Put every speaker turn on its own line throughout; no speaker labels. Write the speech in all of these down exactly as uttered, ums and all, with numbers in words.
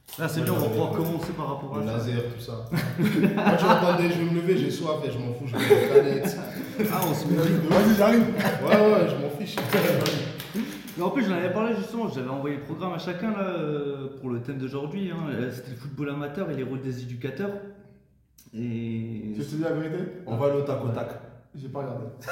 Là, c'est bien, on va pouvoir commencer par rapport à
Le
ça.
laser, tout ça. Moi, tu m'entendais, je vais me lever, j'ai soif, et je m'en fous, je vais me planète.
Ah, on se met
Vas-y, j'arrive.
Ouais, ouais, je m'en fiche.
Mais en plus, j'en avais parlé justement, j'avais envoyé le programme à chacun là, euh, pour le thème d'aujourd'hui. Hein. Euh, C'était le football amateur et les rôles des éducateurs. Et.
Je te dis la vérité,
On va le tac au tac.
j'ai pas regardé. Tu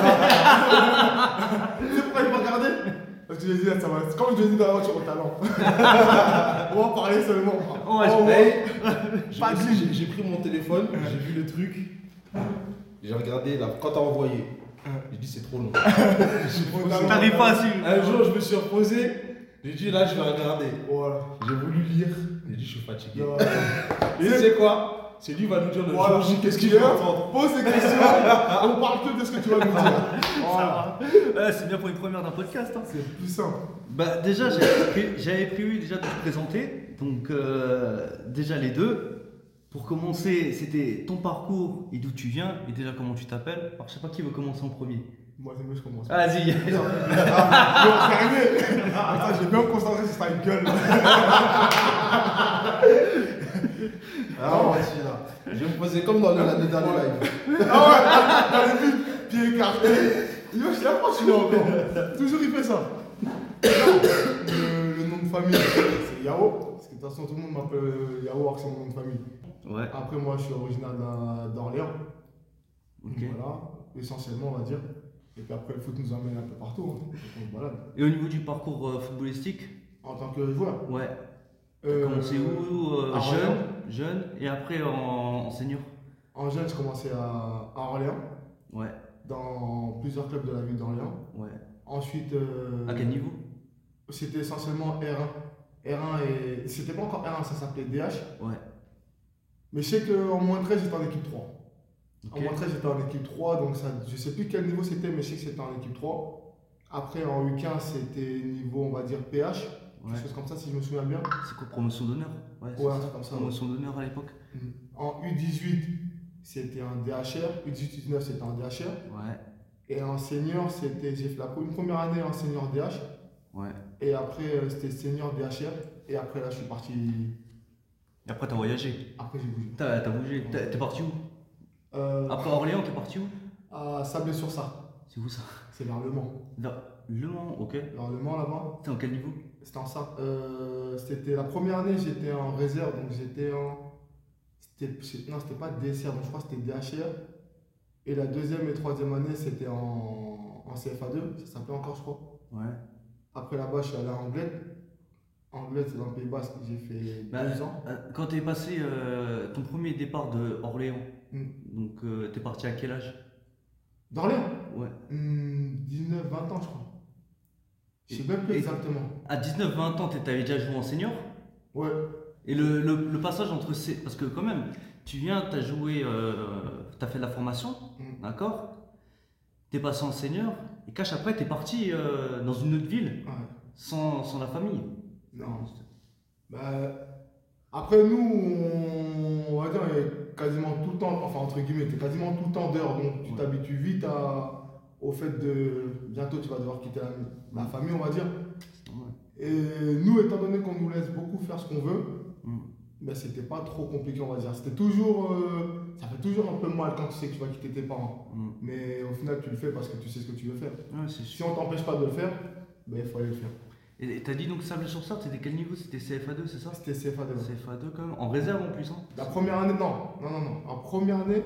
sais pourquoi j'ai pas regardé? Parce que j'ai dit, là, ça va. Comme je te dis dans la voiture au talent. On va en parler seulement.
Oh, ouais,
Oh,
j'ai-
ouais.
J'ai
Pas
j'ai- j'ai- j'ai pris mon téléphone, j'ai vu le truc, j'ai regardé, là, quand t'as envoyé, j'ai dit c'est trop long.
Au talent.
T'arrives pas à suivre.
Un jour, je me suis reposé, j'ai dit là, je vais regarder.
Voilà.
J'ai voulu lire, j'ai dit je suis fatigué.
Non.
Et tu sais quoi? C'est lui qui va nous dire le
Voilà.
jour J, qu'est-ce qu'il
Tu
va
viens,
entendre.
pose des questions, on parle que de ce que tu vas nous dire. Voilà.
Ouais, c'est bien pour une première d'un podcast. Hein.
C'est plus simple.
Bah, déjà, j'avais pré- j'avais prévu déjà de te présenter. Donc, euh, déjà les deux. Pour commencer, c'était ton parcours et d'où tu viens et déjà comment tu t'appelles. Alors, je sais pas qui veut commencer en premier.
Moi, c'est mieux, je commence.
Vas-y.
Ah, sérieux. Attends, je vais bien me concentrer sur ta gueule.
Ah, moi aussi là. Je vais me poser comme dans le, la, le dernier live.
Ah ouais, t'as les pieds, pieds écartés. Yo, je sais pas si je suis encore. Toujours il fait ça. Le, le nom de famille, c'est Yao. Parce que de toute façon, tout le monde m'appelle Yao, alors que c'est mon nom de famille.
Ouais,
Après, moi, je suis originaire d'A- d'Orléans.
ok.
Voilà, essentiellement, on va dire. Et puis après, le foot nous emmène un peu partout. Hein. Donc, voilà.
Et au niveau du parcours euh, footballistique,
En tant que joueur.
ouais. T'as
Euh,
commencé où euh,
à
Jeune,
Orléans.
jeune, et après en, en senior.
En jeune, je commençais à, à Orléans,
Ouais,
dans plusieurs clubs de la ville d'Orléans.
ouais.
Ensuite, euh,
À quel niveau?
c'était essentiellement R un. R un et. C'était pas encore R un, ça s'appelait D H.
Ouais.
Mais je sais qu'en moins treize, j'étais en équipe trois.
Ok.
En moins treize, j'étais en équipe trois, donc ça, je sais plus quel niveau c'était, mais je sais que c'était en équipe trois. Après, en U quinze, c'était niveau, on va dire, P H.
Ouais.
Quelque chose comme ça, si je me souviens bien.
C'est quoi, promotion d'honneur? Ouais, c'est
Ouais, un
ça.
truc comme ça. ouais.
Promotion d'honneur à l'époque?
Mhm. En U dix-huit, c'était un D H R. U dix-huit U dix-neuf, c'était un D H R.
Ouais,
Et en senior, c'était, j'ai fait la, une première année en senior D H.
ouais.
Et après, euh, c'était senior D H R. Et après, là, je suis parti.
Et après, t'as voyagé.
Après, j'ai bougé.
T'as t'as bougé. T'es t'es parti où?
Euh,
Après Orléans, t'es parti où?
à Sablé-sur-Sarthe.
C'est où ça?
C'est vers Le Mans.
Vers Le Mans, ok.
Vers Le Mans, là-bas.
T'es en quel niveau?
C'était en Sarthe. Euh, c'était la première année, j'étais en réserve. Donc, j'étais en. C'était, c'est- non, c'était pas D S R, donc je crois que c'était D H R. Et la deuxième et troisième année, c'était en, en C F A deux. Ça s'appelait encore, je crois.
Ouais.
Après, là-bas, je suis allé à Anglet. Anglet, c'est dans le Pays Basque. J'ai fait
Bah,
deux ans.
euh, Quand t'es passé euh, ton premier départ de Orléans,
Mm.
donc euh, t'es parti à quel âge?
D'Orléans.
Ouais.
Hmm, dix-neuf vingt ans, je crois. Je sais même plus
Et-
exactement.
À dix-neuf vingt ans, t'avais déjà joué en senior?
Ouais.
Et le, le, le passage entre ces. Parce que quand même, tu viens, t'as joué, euh, t'as fait de la formation,
Mm.
d'accord? T'es passé en senior, et cache après, t'es parti euh, dans une autre ville,
Ouais.
sans, sans la famille.
Non. Bah, après, nous, on, on va dire, on est quasiment tout le temps, enfin, entre guillemets, t'es quasiment tout le temps dehors. Donc, tu
Ouais.
t'habitues vite à, au fait de. Bientôt, tu vas devoir quitter la, la famille, on va dire.
Ouais.
Et nous, étant donné qu'on nous laisse beaucoup faire ce qu'on veut,
Mm.
ben, c'était pas trop compliqué, on va dire. C'était toujours. euh, ça fait toujours un peu mal quand tu sais que tu vas quitter tes parents.
Mm.
Mais au final, tu le fais parce que tu sais ce que tu veux faire.
Ouais, c'est
Si
sûr.
on t'empêche pas de le faire, ben, il faut aller le faire.
Et et t'as dit donc Sablé-sur-Sarthe, c'était quel niveau? C'était C F A deux, c'est ça?
C'était C F A deux.
C F A deux quand même. En réserve en plus, hein?
La première année, non, non, non, non. En première année,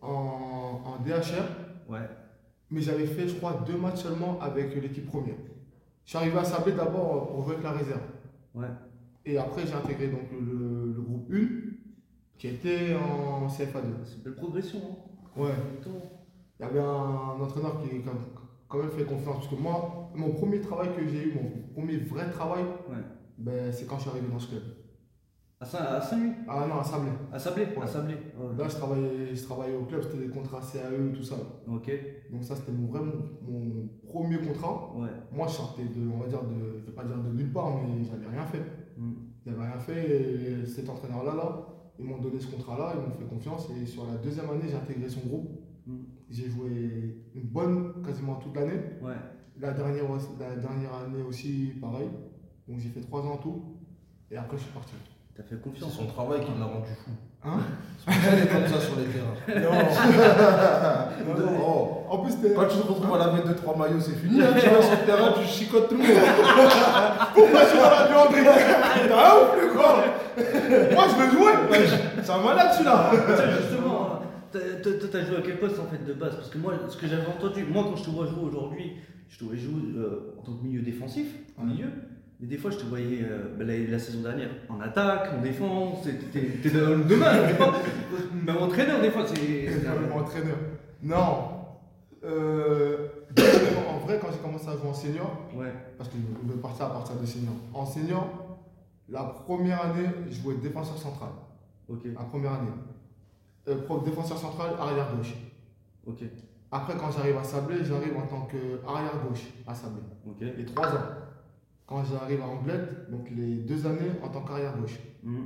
en, en D H R,
Ouais.
mais j'avais fait, je crois, deux matchs seulement avec l'équipe première. Je suis arrivé à Sablé d'abord pour jouer avec la réserve.
Ouais.
Et après, j'ai intégré donc le, le- le groupe un, qui était en C F A deux.
C'est une belle progression, hein?
Ouais.
Plutôt.
Il y avait un entraîneur qui quand quand même fait confiance. Parce que moi, mon premier travail que j'ai eu, mon premier vrai travail,
Ouais.
ben, c'est quand je suis arrivé dans ce club.
À Saint- à Saint-Louis?
Ah non, à Sablé.
À Sablé?
Ouais.
À Sablé. Ouais.
Là, je travaillais, je travaillais au club, c'était des contrats C A E, tout ça.
Ok.
Donc ça, c'était mon, vraiment mon premier contrat.
Ouais.
Moi, je sortais de, on va dire, de, je vais pas dire de nulle part, mais j'avais rien fait.
Mm.
J'avais rien fait et cet entraîneur-là, là, ils m'ont donné ce contrat-là, ils m'ont fait confiance et sur la deuxième année, j'ai intégré son groupe.
Mm.
J'ai joué une bonne, quasiment toute l'année.
Ouais.
La dernière, la dernière année aussi, pareil. Donc j'ai fait trois ans en tout et après, je suis parti.
T'as fait
C'est
confiance.
son travail qui l'a rendu fou.
Hein?
C'est pour ça qu'il est comme ça sur les terrains.
Non. Non, non.
Oh.
En plus, t'es.
Quand tu te retrouves à laver deux trois maillots, c'est fini. Hein, tu vas sur le terrain, tu chicotes tout le monde.
Pourquoi je suis dans la buanderie? T'as un ou plus quoi? Moi, je veux jouer.
C'est un malade celui-là.
Tiens, justement, t'as- t'as t'as joué à quel poste en fait de base? Parce que moi, ce que j'avais entendu, moi quand je te vois jouer aujourd'hui, je te voyais jouer euh, en tant que milieu défensif, au
Ouais.
milieu. Mais des fois, je te voyais euh, bah, la, la saison dernière en attaque, en défense, t'es- t'es t'es dans le domaine, t'es pas- même entraîneur des fois, c'est. c'est un-
Mon entraîneur. Non. Euh, en vrai, quand j'ai commencé à jouer en senior,
Ouais,
parce que je veux partir à partir de senior. En senior, la première année, je jouais défenseur central.
ok,
La première année. Euh, pro- défenseur central, arrière gauche.
ok,
Après, quand j'arrive à Sablé, j'arrive en tant qu'arrière gauche à Sablé.
ok.
Les trois ans. Quand j'arrive à Anglette, donc les deux années en tant qu'arrière gauche.
Mhm.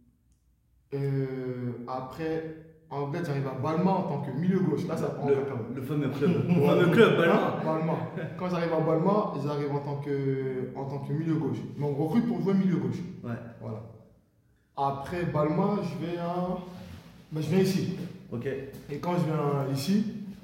Euh, après, en Anglette, j'arrive à Balma en tant que milieu gauche. Là, ça prend
Le,
cacahuète.
le fameux club, le fameux club, Balmain.
Hein, Balma. Quand j'arrive à Balma, j'arrive en tant que, en tant que milieu gauche. Mais on me recrute pour jouer milieu gauche.
Ouais,
Voilà. Après Balma, je vais à. Ben, je viens ici.
ok,
Et quand je viens ici,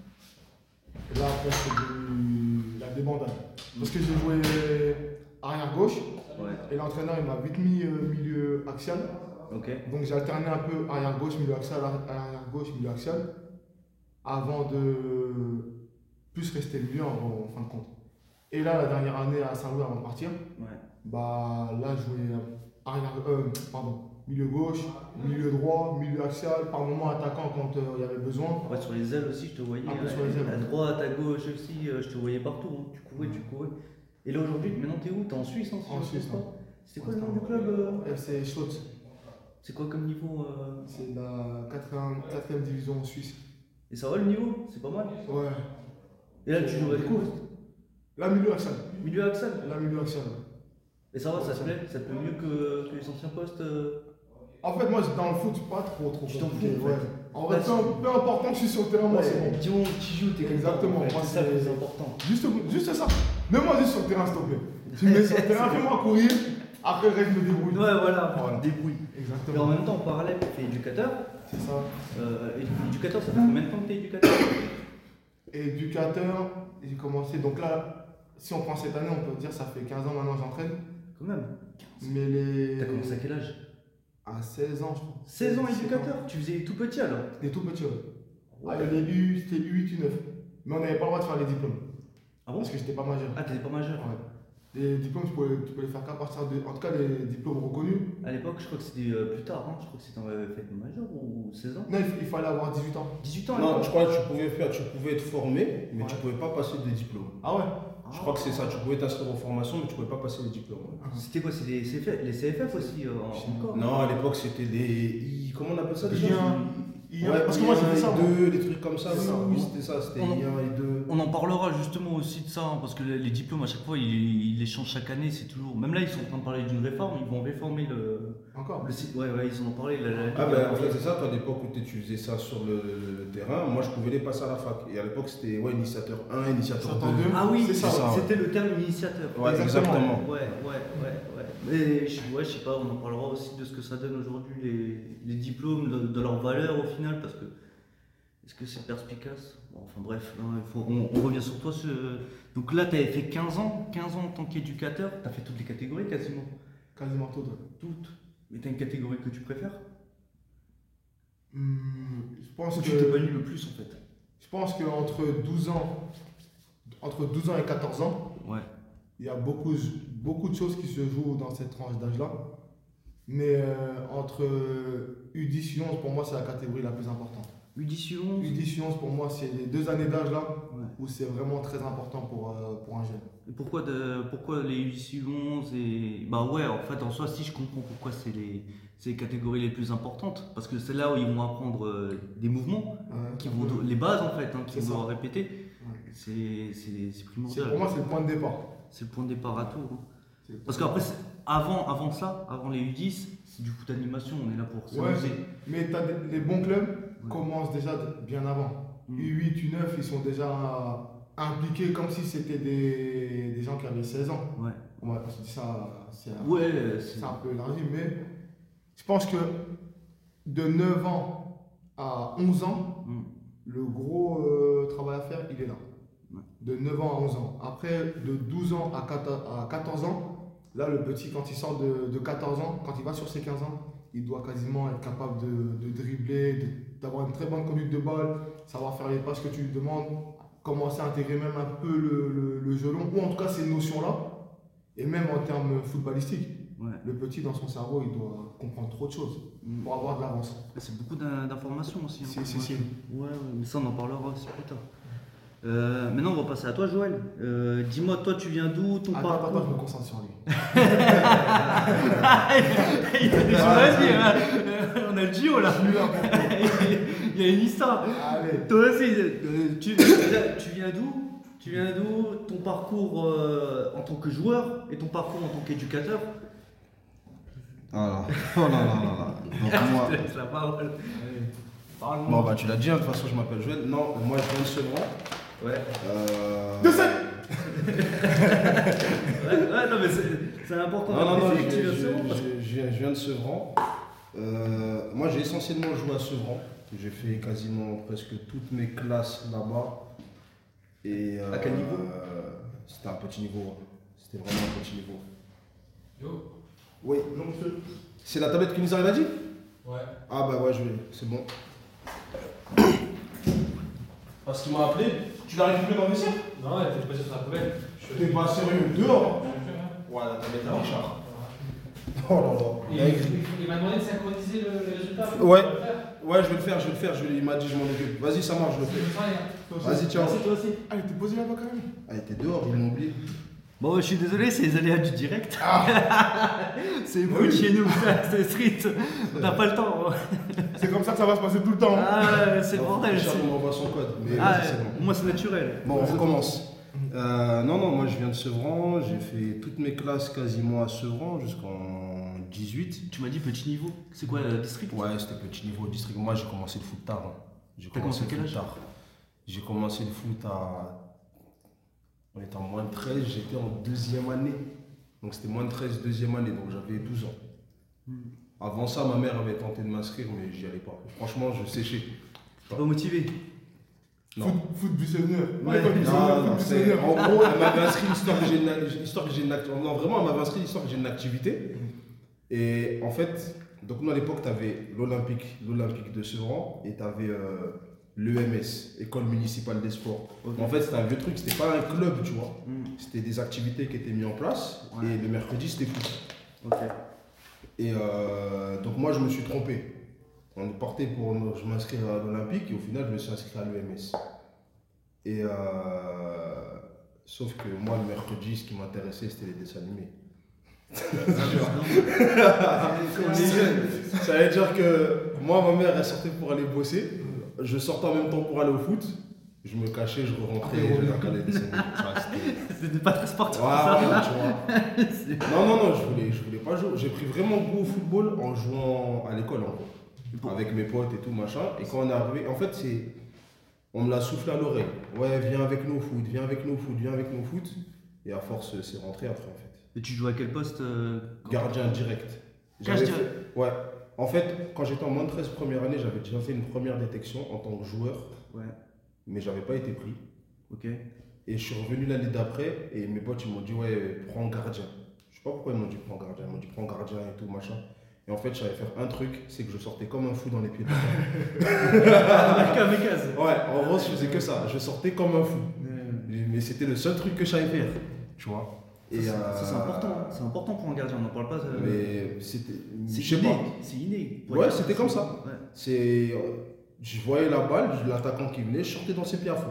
là après c'est du- la débandade. Parce que j'ai joué arrière gauche
ouais,
et l'entraîneur il m'a vite mis euh, milieu axial.
ok,
Donc j'ai alterné un peu arrière gauche, milieu axial, arrière gauche, milieu axial. Avant de plus rester milieu en, en fin de compte. Et là la dernière année à Saint-Louis avant de partir,
ouais.
bah là je jouais arrière, euh, pardon, milieu gauche, milieu droit, milieu axial, par moment attaquant quand euh, il y avait besoin.
Ouais, sur les ailes aussi, je te voyais.
Un peu
à,
sur les ailes.
à droite, à gauche aussi, euh, je te voyais partout. Hein. Tu courais, tu courais. Et là aujourd'hui, maintenant t'es où? T'es en Suisse, hein, si
En
je me
Suisse,
trompe pas. C'était quoi le nom du club euh
F C Schultz,
C'est quoi comme niveau euh
c'est la quatrième division en Suisse.
Et ça va le niveau? C'est pas mal.
Ouais.
Et là tu joues à quel
Cool.
poste?
La milieu axial.
Milieu axial.
La milieu axial.
Et ça va, ça te plaît? Ça te plaît mieux que, que les anciens postes euh
En fait, moi dans le foot, je suis pas trop trop
Tu t'en
compliqué,
fous, en
ouais.
fait.
En vrai,
Là,
peu, peu important que je suis sur le terrain, moi c'est bon.
Dis donc, tu joues, t'es content,
Exactement,
en fait.
moi,
C'est ça le
c'est-
plus important.
Juste, juste ça. Mets-moi juste sur le terrain, s'il te plaît. Tu me mets sur le terrain, fais-moi courir. Après, le reste, je me débrouille.
Ouais, voilà,
Voilà.
débrouille. Et en
Exactement.
même temps, en parallèle, tu fais éducateur.
C'est ça.
Euh, et- éducateur, ça fait combien de temps que t'es éducateur?
Éducateur, j'ai commencé. Donc là, si on prend cette année, on peut dire ça fait quinze ans maintenant que j'entraîne.
Quand même.
Mais les.
T'as commencé à quel âge?
À seize ans, je crois.
seize ans éducateur? Tu faisais tout petit alors?
C'était tout petit, ouais. Ah, les U, c'était U huit, U neuf. Mais on n'avait pas le droit de faire les diplômes.
Ah bon?
Parce que j'étais pas majeur.
Ah, t'étais pas majeur?
Ouais. Les diplômes, tu pouvais, tu pouvais les faire qu'à partir de. En tout cas, les diplômes reconnus.
À l'époque, je crois que c'était euh, plus tard, hein. Je crois que c'était en euh, fait majeur ou seize ans?
Non, il, il fallait avoir dix-huit ans.
dix-huit ans à
Non,
l'époque?
je crois que tu pouvais faire, tu pouvais être formé, mais
Ouais.
tu pouvais pas passer des diplômes.
Ah ouais.
Je crois que c'est ça, tu pouvais t'inscrire aux formations, mais tu pouvais pas passer les diplômes.
C'était quoi? C'est les C F F, les C F F aussi euh, en- encore?
Non, à l'époque c'était des. I- Comment on appelle ça déjà?
I un. Il y a-
Ouais,
parce que moi, j'ai fait ça. moi.
deux, des trucs comme ça.
C'est
Oui,
ça.
oui, c'était ça, c'était
On en-
I un et deux.
On en parlera justement aussi de ça, hein, parce que les les diplômes à chaque fois ils, ils les changent chaque année, c'est toujours. Même là ils sont en train de parler d'une réforme, ils vont réformer le,
Encore.
le site. Ouais, ouais, ils en ont parlé. La, la-
Ah ben en fait c'est ça, toi à l'époque où tu faisais ça sur le, le- le terrain, moi je pouvais les passer à la fac. Et à l'époque c'était ouais, initiateur un, initiateur
Initiateur
deux.
deux.
Ah oui,
C'est ça,
ouais.
c'était le terme initiateur.
Ouais,
Exactement.
exactement.
Ouais, ouais, ouais, ouais. Mais je, ouais, je sais pas, on en parlera aussi de ce que ça donne aujourd'hui, les, les diplômes, de, de leur valeur au final, parce que est-ce que c'est perspicace? Bon, enfin bref, hein, il faut, on, on revient sur toi. Ce... Donc là, tu avais fait quinze ans, quinze ans en tant qu'éducateur, tu as fait toutes les catégories quasiment.
Quasiment tout. ouais.
Toutes. Mais tu as une catégorie que tu préfères?
Hmm, je pense
Où
que.
tu t'épanouis le plus en fait?
Je pense qu'entre douze ans. Entre douze ans et quatorze ans,
Ouais.
il y a beaucoup, beaucoup de choses qui se jouent dans cette tranche d'âge-là. Mais euh, entre U dix et U onze, pour moi, c'est la catégorie la plus importante.
U dix U onze?
U dix et U onze, pour moi, c'est les deux années d'âge là
Ouais.
où c'est vraiment très important pour, euh, pour un jeune.
Et pourquoi, de, pourquoi les U dix U onze et... Bah ouais, en fait, en soi, si je comprends pourquoi c'est les, c'est les catégories les plus importantes. Parce que c'est là où ils vont apprendre euh, des mouvements,
Euh,
qui vont, les bases en fait, hein,
C'est
qu'ils vont
ça.
devoir répéter.
Ouais.
C'est, c'est, c'est
C'est-
primordial.
Pour moi, c'est le point de départ.
C'est le point de départ à tout. hein.
C'est le point
Parce
de
qu'après,
départ.
c'est- avant, avant ça, avant les U dix, c'est du foot d'animation, on est là pour s'amuser.
Mais t'as des- les bons clubs
Ouais.
commencent déjà bien avant.
Mm.
U huit, U neuf, ils sont déjà impliqués comme si c'était des, des gens qui avaient seize ans.
Ouais.
Ouais, je dis ça, c'est un,
Ouais, c'est...
c'est un peu élargi, mais Je pense que de neuf ans à onze ans,
Mm.
le gros euh, travail à faire, il est là.
Ouais.
De neuf ans à onze ans. Après, de douze ans à quatorze ans, là, le petit, quand il sort de, de quatorze ans, quand il va sur ses quinze ans, il doit quasiment être capable de, de dribbler, de- d'avoir une très bonne conduite de balle, savoir faire les passes que tu lui demandes, commencer à intégrer même un peu le, le, le jeu long, ou en tout cas ces notions-là. Et même en termes footballistiques,
Ouais.
le petit dans son cerveau, il doit comprendre trop de choses
Mm.
pour avoir de l'avance.
C'est beaucoup d'in- d'informations aussi. hein,
Si,
pour
si,
moi.
si.
Ouais, ouais, mais ça on en parlera aussi plus tard. Euh, maintenant on va passer à toi Joël. Euh, Dis-moi, toi tu viens d'où, ton
Attends,
parcours?
attends, attends, je me concentre sur lui.
Il y a des choses à dire, hein. On a le duo là.
Je suis là pour toi.
Il y a une histoire.
Allez.
Toi aussi, euh, tu, tu viens d'où? Tu viens d'où? Ton parcours euh, en tant que joueur et ton parcours en tant qu'éducateur?
Voilà. Oh là là là là. Donc moi,
Je te laisse la parole. Parle-moi.
bon, bah, tu l'as dit, hein, de toute façon, je m'appelle Joël. Non, moi, je viens de Sevran.
Ouais.
Euh...
De sept.
Ouais, ouais, non mais c'est c'est important.
Non, non, non,
de
je,
préciser que tu
je-
viens de Sevran, parce que-
je- je viens, je viens de Sevran. Euh, moi, j'ai essentiellement joué à Sevran. J'ai fait quasiment presque toutes mes classes là-bas. Et,
À quel niveau?
euh, C'était un petit niveau. ouais. C'était vraiment un petit niveau.
Yo.
Oui.
Non, monsieur.
C'est la tablette qui nous arrive à dire?
Ouais.
Ah bah ouais, je vais. C'est bon. Parce qu'il m'a appelé. Tu l'as récupéré dans le vestiaire?
Non, elle était posée sur la poubelle. Je
T'es pas sérieux? Dehors?
Je vais faire, hein.
Ouais, la tablette à Richard.
Voilà.
Oh là là.
Et
Il a
il,
écrit.
il- il m'a demandé de synchroniser le, les résultats.
Ouais.
Tu vas le faire.
Ouais, je vais le faire, je vais le faire. Je vais- Il m'a dit, je m'en occupe. Vas-y, ça marche, je le
C'est
fais.
le travail, hein.
Toi aussi.
Vas-y, ciao.
Merci, toi aussi.
Ah, il était posé là-bas quand même.
Ah, il était dehors, ils l'ont oublié.
Bon, ouais, je suis désolé, c'est les aléas du direct.
Ah.
C'est bruit de chez nous, ça, c'est street. On n'a pas le temps.
C'est comme ça que ça va se passer tout le temps.
Ah, c'est le bordel.
Richard,
c'est-
on m'envoie son code. Mais
Ah,
vas-y, c'est bon.
moi c'est naturel.
Bon, on recommence. Euh, non, non, moi je viens de Sevran. J'ai fait toutes mes classes quasiment à Sevran jusqu'en dix-huit.
Tu m'as dit petit niveau. C'est quoi le district?
Ouais, c'était petit niveau district. Moi j'ai commencé le foot tard. hein. J'ai
T'as commencé à
le
quel
foot
âge?
tard. J'ai commencé le foot à. On était en moins de treize, j'étais en deuxième année. Donc c'était moins de treize, deuxième année, donc j'avais douze ans.
Hmm.
Avant ça, ma mère avait tenté de m'inscrire, mais j'y allais pas. Franchement, je séchais.
T'es pas motivé?
Non.
Foot, foot buissonnière.
Ouais.
pas buissonnière,
Non,
foot
non, c'est-
buissonnière.
en gros, elle m'avait inscrit histoire que j'ai une, histoire que j'ai une act- non, vraiment, elle m'avait inscrit histoire que j'ai une activité. Et en fait, donc nous à l'époque, tu avais l'Olympique, l'Olympique de Sevran et tu avais l'E M S, École municipale des sports.
Ok.
En fait, c'était un vieux truc, c'était pas un club, tu vois.
Hmm.
C'était des activités qui étaient mises en place
Ouais.
et le mercredi, c'était foot.
Ok.
Et euh, donc moi, je me suis trompé. On est parti pour me- je m'inscrire à l'Olympique et au final, je me suis inscrit à l'E M S. Et euh, sauf que moi, le mercredi, ce qui m'intéressait, c'était les dessins animés.
Comme les jeunes.
Ça veut dire que moi, ma mère, elle sortait pour aller bosser. Je sortais en même temps pour aller au foot. Je me cachais, je rentrais et je regardais les dessins animés. Ça, c'était-
C'était pas très sportif.
Ouais,
ça.
ouais, tu vois. Non, non, non, je voulais, je voulais pas jouer. J'ai pris vraiment goût au football en jouant à l'école, en gros.
Bon.
Avec mes potes et tout, machin. Et quand on est arrivé, en fait, c'est. On me l'a soufflé à l'oreille. Ouais, viens avec nous au foot, viens avec nous au foot, viens avec nous au foot. Et à force, c'est rentré après, en fait.
Et tu joues à quel poste euh, quand-
Gardien direct.
Gardien.
J'avais fait- Ouais. En fait, quand j'étais en moins de treize première année, j'avais déjà fait une première détection en tant que joueur,
Ouais,
mais j'avais pas été pris.
ok.
Et je suis revenu l'année d'après et mes potes ils m'ont dit ouais prends gardien. Je sais pas pourquoi ils m'ont dit prends gardien, ils m'ont dit prends gardien et tout machin. Et en fait je savais faire un truc, c'est que je sortais comme un fou dans les pieds de la
Kamikaze.
Ouais, en gros je faisais que ça, je sortais comme un fou. Mais c'était le seul truc que je savais faire, tu vois. Et
Ça,
euh,
ça, c'est important, hein. C'est important pour un gardien, on n'en parle pas. euh,
Mais c'était.
c'est
Je sais
inné,
pas.
C'est inné.
Ouais, c'était comme ça.
Ouais.
C'est. euh, Je voyais la balle, l'attaquant qui venait, je sortais dans ses pieds à fond.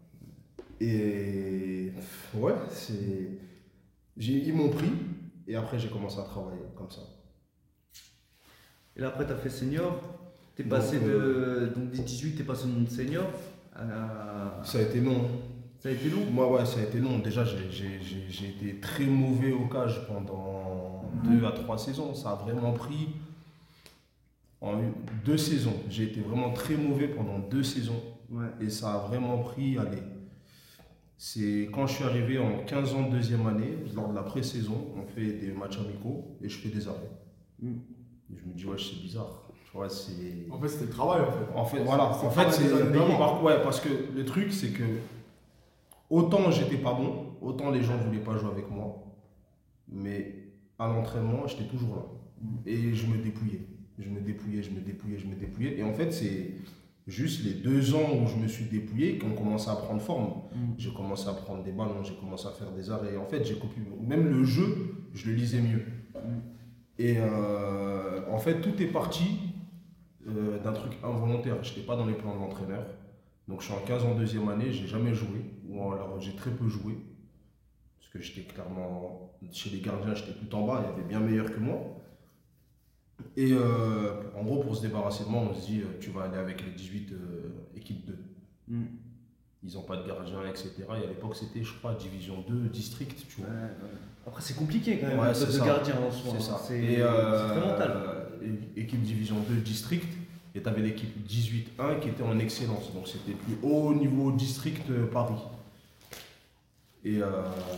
Et. Ouais, c'est. j'ai- Ils m'ont pris et après j'ai commencé à travailler comme ça.
Et là, après, tu as fait senior. Tu es
Donc,
passé de. Donc, des dix-huit, tu es passé de senior. À...
Ça a été long.
Ça a été long.
Moi, ouais, ça a été long. Déjà, j'ai- j'ai j'ai- j'ai été très mauvais au cage pendant deux à trois saisons. Ça a vraiment pris. En une- deux saisons. J'ai été vraiment très mauvais pendant deux saisons.
Ouais.
Et ça a vraiment pris, allez, c'est quand je suis arrivé en quinze ans de deuxième année, lors de la pré-saison, on fait des matchs amicaux et je fais des arrêts.
Mm.
Et je me dis, ouais, c'est bizarre. Tu vois, c'est.
En fait, c'était le travail en fait.
En fait, voilà.
C'est
En
le
fait,
travail
c'est
des années
vraiment
d'avant.
par- ouais, parce que le truc, c'est que autant j'étais pas bon, autant les gens voulaient pas jouer avec moi. Mais à l'entraînement, j'étais toujours là. Et je me dépouillais. Je me dépouillais, je me dépouillais, je me dépouillais. Et en fait, c'est juste les deux ans où je me suis dépouillé qu'on commençait à prendre forme.
Mm.
J'ai commencé à prendre des ballons, j'ai commencé à faire des arrêts. En fait, j'ai copié. Même le jeu, je le lisais mieux. Et euh, en fait, tout est parti euh, d'un truc involontaire. Je n'étais pas dans les plans de l'entraîneur. Donc, je suis en quinze en deuxième année, j'ai jamais joué. Ou alors, j'ai très peu joué. Parce que j'étais clairement. Chez les gardiens, j'étais tout en bas, il y avait bien meilleur que moi. Et euh, en gros, pour se débarrasser de moi, on se dit euh, tu vas aller avec les dix-huit euh, équipes deux.
Mm.
Ils n'ont pas de gardien, et cetera. Et à l'époque, c'était, je crois, division deux, district, tu vois.
Ouais, ouais. Après, c'est compliqué quand même,
Ouais,
le
c'est
poste de
ça.
gardien en soi.
C'est
hein.
ça.
C'est
Et euh,
c'est très mental.
é- équipe division deux, district. Et tu avais l'équipe dix-huit un qui était en excellence. Donc, c'était plus haut niveau district euh, Paris. Et euh,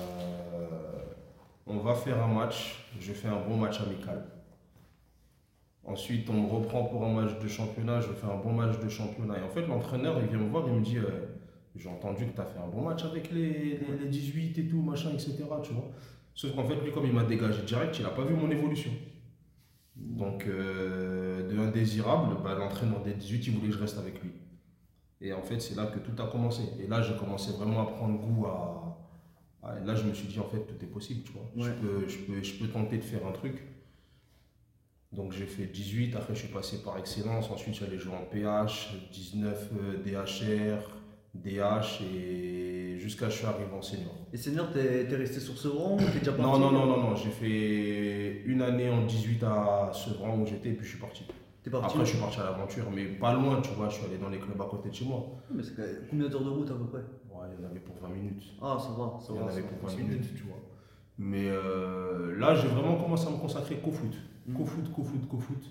on va faire un match. Je fais un bon match amical. Ensuite, on me reprend pour un match de championnat, je fais un bon match de championnat. Et en fait, l'entraîneur, il vient me voir, il me dit euh, j'ai entendu que tu as fait un bon match avec les, les, les dix-huit et tout, machin, et cetera. Tu vois. Sauf qu'en fait, lui, comme il m'a dégagé direct, il n'a pas vu mon évolution. Donc, euh, de indésirable, bah, l'entraîneur des dix-huit, il voulait que je reste avec lui. Et en fait, c'est là que tout a commencé. Et là, j'ai commencé vraiment à prendre goût à. à- là, je me suis dit, en fait, tout est possible, tu vois.
Ouais.
Je, peux, je, peux, je peux tenter de faire un truc. Donc j'ai fait dix-huit, après je suis passé par excellence, ensuite j'allais jouer en P H, dix-neuf euh, D H R, D H et jusqu'à ce que je suis arrivé en senior.
Et senior, t'es t'es resté sur ce rang ou t'es déjà parti?
Non, non, non, non, non, j'ai fait une année en dix-huit à Sevran où j'étais et puis je suis parti.
T'es parti
Après
où?
je suis parti à l'aventure, mais pas loin, tu vois, je suis allé dans les clubs à côté de chez moi.
Mais c'est quand même- combien d'heures de route à peu près?
Ouais, il y en avait pour vingt minutes.
Ah, ça va, ça
Il y en
va.
avait
ça
pour
va.
vingt minutes, tu vois. Mais euh, là, j'ai vraiment commencé à me consacrer qu'au foot.
Mm.
Qu'au foot, qu'au foot, qu'au foot.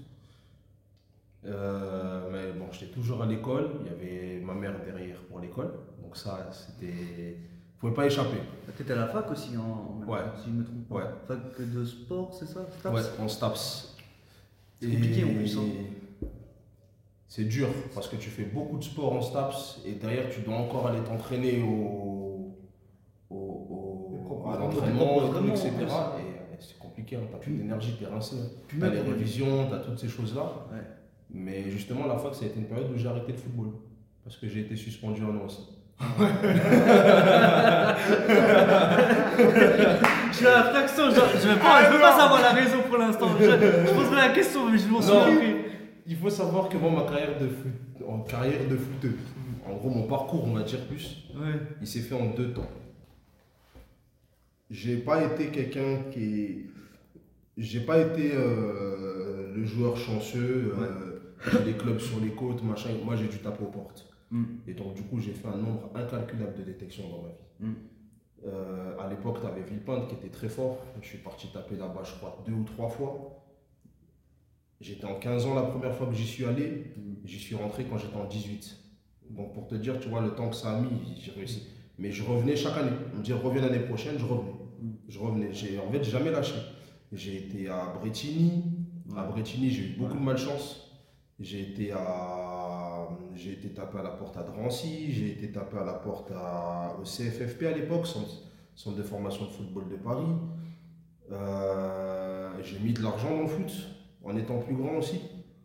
Euh, mais bon, j'étais toujours à l'école. Il y avait ma mère derrière pour l'école. Donc ça, c'était... Faut pas échapper.
T'étais à la fac aussi, en, en
Ouais.
si je me trompe pas.
Ouais.
Fac de sport, c'est ça? Staps?
Ouais, on se tape.
C'est compliqué, en plus, hein.
C'est dur parce que tu fais beaucoup de sport en STAPS et derrière tu dois encore aller t'entraîner au, au, au-
Les propres-
à
les
l'entraînement,
propres
et tout,
entraînements,
et cetera.
en plus.
Et euh, c'est compliqué, hein. T'as plus d'énergie, t'es rincé. hein.
Puis
T'as
même-
les révisions, t'as toutes ces choses-là.
Ouais.
Mais justement, la fac, ça a été une période où j'ai arrêté le football parce que j'ai été suspendu un an aussi.
Je suis à la fraction, je, je veux pas, je veux pas savoir la raison pour l'instant. Je, je poserai la question, mais je m'en souviens
Non.
plus.
Il faut savoir que moi, ma carrière de foot, en carrière de footeux, en gros, mon parcours, on va dire plus,
Ouais.
il s'est fait en deux temps. J'ai pas été quelqu'un qui. J'ai pas été euh, le joueur chanceux, euh, les clubs sur les côtes, machin. Moi, j'ai dû taper aux portes.
Mm.
Et donc, du coup, j'ai fait un nombre incalculable de détections dans ma vie.
Mm.
Euh, à l'époque, tu avais Villepinte qui était très fort. Je suis parti taper là-bas, je crois, deux ou trois fois. J'étais en quinze ans la première fois que j'y suis allé. J'y suis rentré quand j'étais en dix-huit. Donc, pour te dire, tu vois, le temps que ça a mis, j'ai réussi. Mais je revenais chaque année. On me dit, reviens l'année prochaine, je revenais. Je revenais. J'ai, en fait, jamais lâché. J'ai été à Bretigny. À Bretigny, j'ai eu beaucoup de malchance. J'ai été à. J'ai été tapé à la porte à Drancy. J'ai été tapé à la porte à, au C F F P à l'époque, centre, centre de formation de football de Paris. Euh, j'ai mis de l'argent dans le foot, en étant plus grand aussi.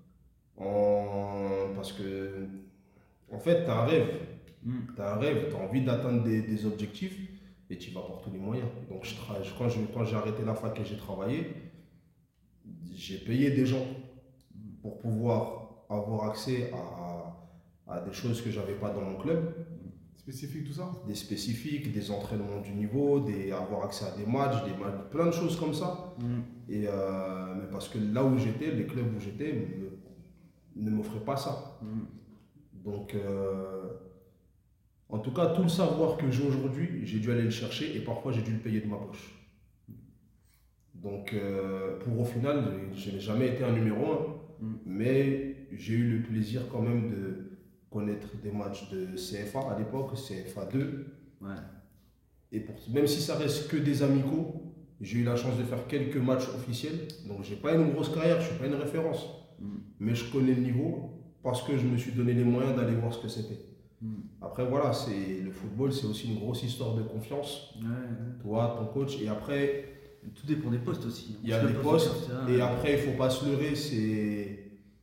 En, parce que, en fait, tu as un rêve.
Mm.
Tu as un rêve, tu as envie d'atteindre des, des objectifs et tu vas par tous les moyens. Donc, je, tra- je- quand, je, quand j'ai arrêté la fac et j'ai travaillé, j'ai payé des gens pour pouvoir avoir accès à, à des choses que je n'avais pas dans mon club,
Spécifique tout ça?
des spécifiques, des entraînements du niveau, des, avoir accès à des matchs, des matchs, plein de choses comme ça.
Mm.
Et euh, mais parce que là où j'étais, les clubs où j'étais me- ne m'offraient pas ça.
Mm.
Donc, euh, en tout cas, tout le savoir que j'ai aujourd'hui, j'ai dû aller le chercher et parfois j'ai dû le payer de ma poche. Donc, euh, pour au final, je n'ai jamais été un numéro un,
Mm.
mais j'ai eu le plaisir quand même de connaître des matchs de C F A à l'époque, C F A deux.
Ouais.
Et pour, même si ça reste que des amicaux, J'ai eu la chance de faire quelques matchs officiels. Donc, j'ai pas une grosse carrière, je suis pas une référence.
Mm.
Mais je connais le niveau parce que je me suis donné les moyens d'aller voir ce que c'était.
Mm.
Après, voilà, c'est, le football, c'est aussi une grosse histoire de confiance.
Ouais, ouais.
Toi, ton coach. Et après,
Tout dépend des postes aussi.
il y a
Parce que
des
le
postes.
poste, c'est un-
Et après, il faut pas se leurrer. C'est.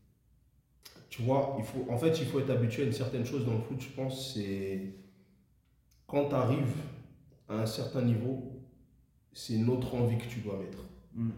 Tu vois, il faut, en fait, il faut être habitué à une certaine chose dans le foot, je pense. C'est. Quand tu arrives à un certain niveau, c'est une autre envie que tu dois mettre.
Mm.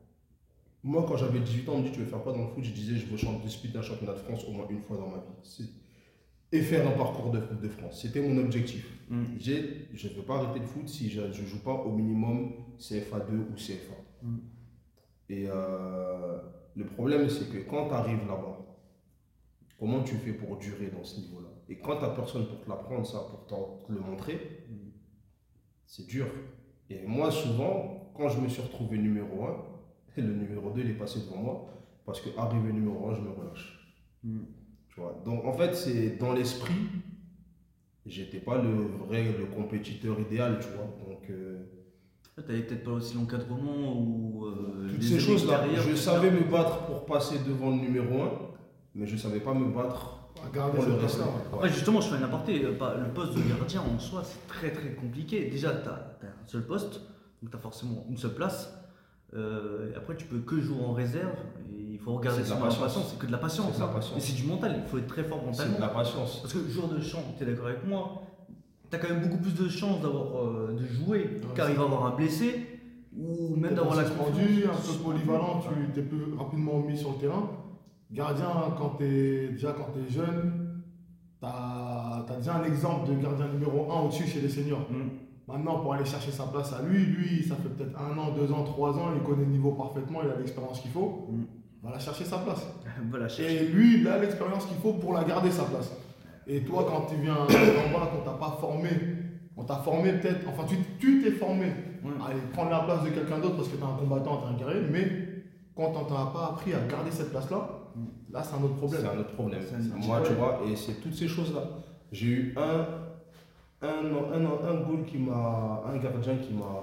Moi, quand j'avais dix-huit ans, on me dit tu veux faire quoi dans le foot? Je disais je veux champ- disputer un championnat de France au moins une fois dans ma vie. C'est- Et faire un parcours de foot de France. C'était mon objectif.
Mm.
J'ai- Je ne veux pas arrêter le foot si je ne joue pas au minimum C F A deux ou C F un.
Mm.
Et euh, le problème, c'est que quand tu arrives là-bas, comment tu fais pour durer dans ce niveau-là? Et quand tu n'as personne pour te l'apprendre, ça, pour t'en- te le montrer,
Mm.
c'est dur. Et moi, souvent, quand je me suis retrouvé numéro un, le numéro deux, il est passé devant moi, parce que arrivé numéro un, je me relâche.
Mm.
Tu vois. Donc, en fait, c'est dans l'esprit, j'étais pas le vrai, le compétiteur idéal, tu vois. Donc, euh,
Tu n'avais peut-être pas aussi l'encadrement ou euh,
toutes
les
ces
années
choses-là,
extérieures,
je
tout
savais
ça.
me battre pour passer devant le numéro un, mais je savais pas me battre
À garder
pour le
cette
reste.
place-là.
Ouais.
Après, justement, je fais un aparté. euh, pas- Le poste de gardien en soi, c'est très très compliqué. Déjà, tu as un seul poste, donc tu as forcément une seule place. Euh, et après, tu peux que jouer en réserve. Et il faut regarder
C'est de la
son patience.
patience.
C'est que de la patience.
C'est de la
hein.
patience.
Et c'est du mental. Il faut être très fort
C'est
mentalement.
de la patience.
Parce que joueur de champ, tu es d'accord avec moi, tu as quand même beaucoup plus de chances d'avoir euh, de jouer,
Ouais,
car
c'est-
il va avoir un blessé, ou même
T'es
d'avoir la
suspendu, un
confiance.
peu polyvalent, tu es plus rapidement mis sur le terrain. Gardien, quand t'es déjà quand tu es jeune, tu as, déjà un exemple de gardien numéro un au-dessus chez les seniors.
Mm.
Maintenant, pour aller chercher sa place à lui, lui, ça fait peut-être un an, deux ans, trois ans, il connaît le niveau parfaitement, il a l'expérience qu'il faut.
Mm.
Il va la chercher sa place.
Voilà, chercher.
Et lui, il a l'expérience qu'il faut pour la garder sa place. Et toi, quand tu viens en bas, qu'on t'a pas formé, on t'a formé peut-être, enfin tu tu t'es formé
Ouais.
à aller prendre la place de quelqu'un d'autre parce que tu es un combattant, tu es un guerrier, mais quand on t'a pas appris à garder cette place-là, là c'est un autre problème.
C'est un autre problème.
C'est un-
Moi, tu vois, et c'est toutes ces choses-là. J'ai eu un, un, un, un, un goal qui m'a, un gardien qui m'a,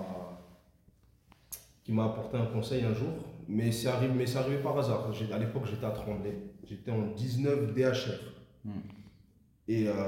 qui m'a apporté un conseil un jour, mais c'est arrivé, mais c'est arrivé par hasard. J'ai- À l'époque, j'étais à Tremblay, j'étais en dix-neuf D H R.
Mm.
Et euh,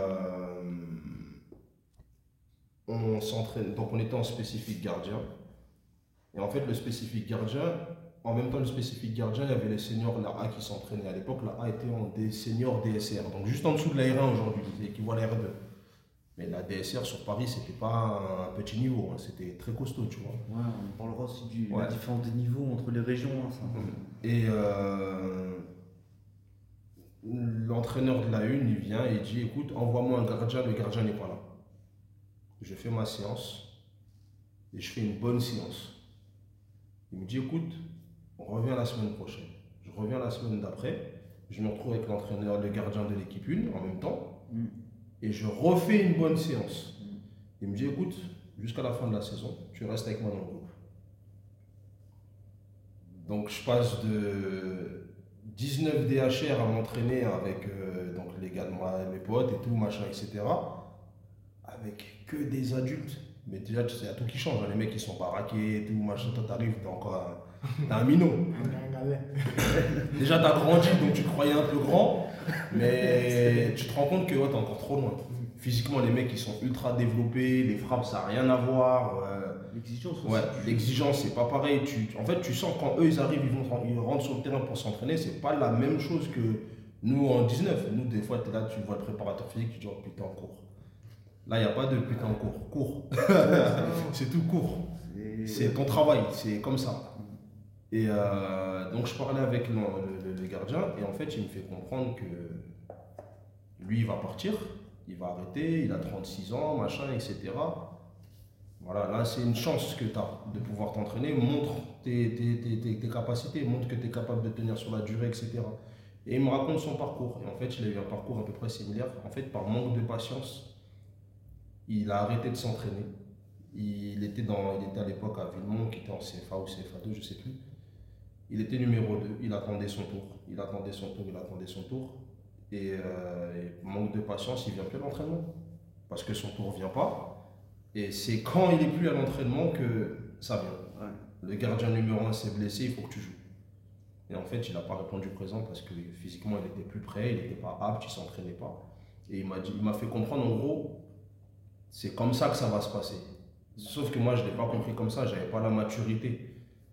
on s'entraîne, donc on était en spécifique gardien. Et en fait, le spécifique gardien, en même temps, le spécifique gardien, il y avait les seniors, la A qui s'entraînaient. À l'époque, la A était en des seniors D S R, donc juste en dessous de la R un aujourd'hui, c'est équivalent à la R deux. Mais la D S R sur Paris, c'était pas un petit niveau, hein, c'était très costaud, tu vois.
Ouais, on parlera aussi du
Ouais.
la différence des niveaux entre les régions. hein, ça.
Et euh, l'entraîneur de la une, il vient et il dit écoute, envoie-moi un gardien, le gardien n'est pas là. Je fais ma séance et je fais une bonne séance. Il me dit écoute, on revient la semaine prochaine. Je reviens la semaine d'après, je me retrouve avec l'entraîneur, le gardien de l'équipe une en même temps
Mm.
et je refais une bonne séance. Il me dit écoute, jusqu'à la fin de la saison, tu restes avec moi dans le groupe. Donc je passe de dix-neuf D H R à m'entraîner avec euh, donc les gars de moi, mes potes et tout, machin, et cetera. Avec que des adultes. Mais déjà, tu sais, il y a tout qui change. hein. Les mecs, ils sont baraqués et tout, machin. Toi, t'arrives, t'es encore un, t'es un minot.
Un galet.
Déjà, t'as grandi, donc tu te croyais un peu grand. Mais tu te rends compte que ouais, t'es encore trop loin. Physiquement, les mecs, ils sont ultra développés. Les frappes, ça n'a rien à voir. euh,
L'exigence aussi.
Ouais, l'exigence c'est pas pareil. Tu, en fait, tu sens quand eux ils arrivent, ils, vont, ils rentrent sur le terrain pour s'entraîner, c'est pas la même chose que nous en dix-neuf. Nous, des fois, tu es là, tu vois le préparateur physique, tu dis oh putain, cours. Là, il n'y a pas de putain, cours. Cours. C'est tout court.
Et-
C'est ton travail, c'est comme ça. Et euh, donc, je parlais avec le, le- le gardien et en fait, il me fait comprendre que lui, il va partir, il va arrêter, il a trente-six ans, machin, et cetera. Voilà, là c'est une chance que tu as de pouvoir t'entraîner, montre tes, tes, tes, tes, tes capacités, montre que tu es capable de tenir sur la durée, et cetera. Et il me raconte son parcours. Et en fait, il a eu un parcours à peu près similaire. En fait, par manque de patience, il a arrêté de s'entraîner. Il était, dans, il était à l'époque à Villemont, qui était en C F A ou C F A deux, je ne sais plus. Il était numéro deux, il attendait son tour. Il attendait son tour, il attendait son tour. Et, euh, et manque de patience, il ne vient plus à l'entraînement. Parce que son tour ne vient pas. Et c'est quand il n'est plus à l'entraînement que ça vient.
Ouais.
Le gardien numéro un s'est blessé, il faut que tu joues. Et en fait, il n'a pas répondu présent parce que physiquement, il était plus prêt, il n'était pas apte, il ne s'entraînait pas. Et il m'a dit, il m'a fait comprendre en gros, c'est comme ça que ça va se passer. Sauf que moi, je ne l'ai pas compris comme ça, je n'avais pas la maturité.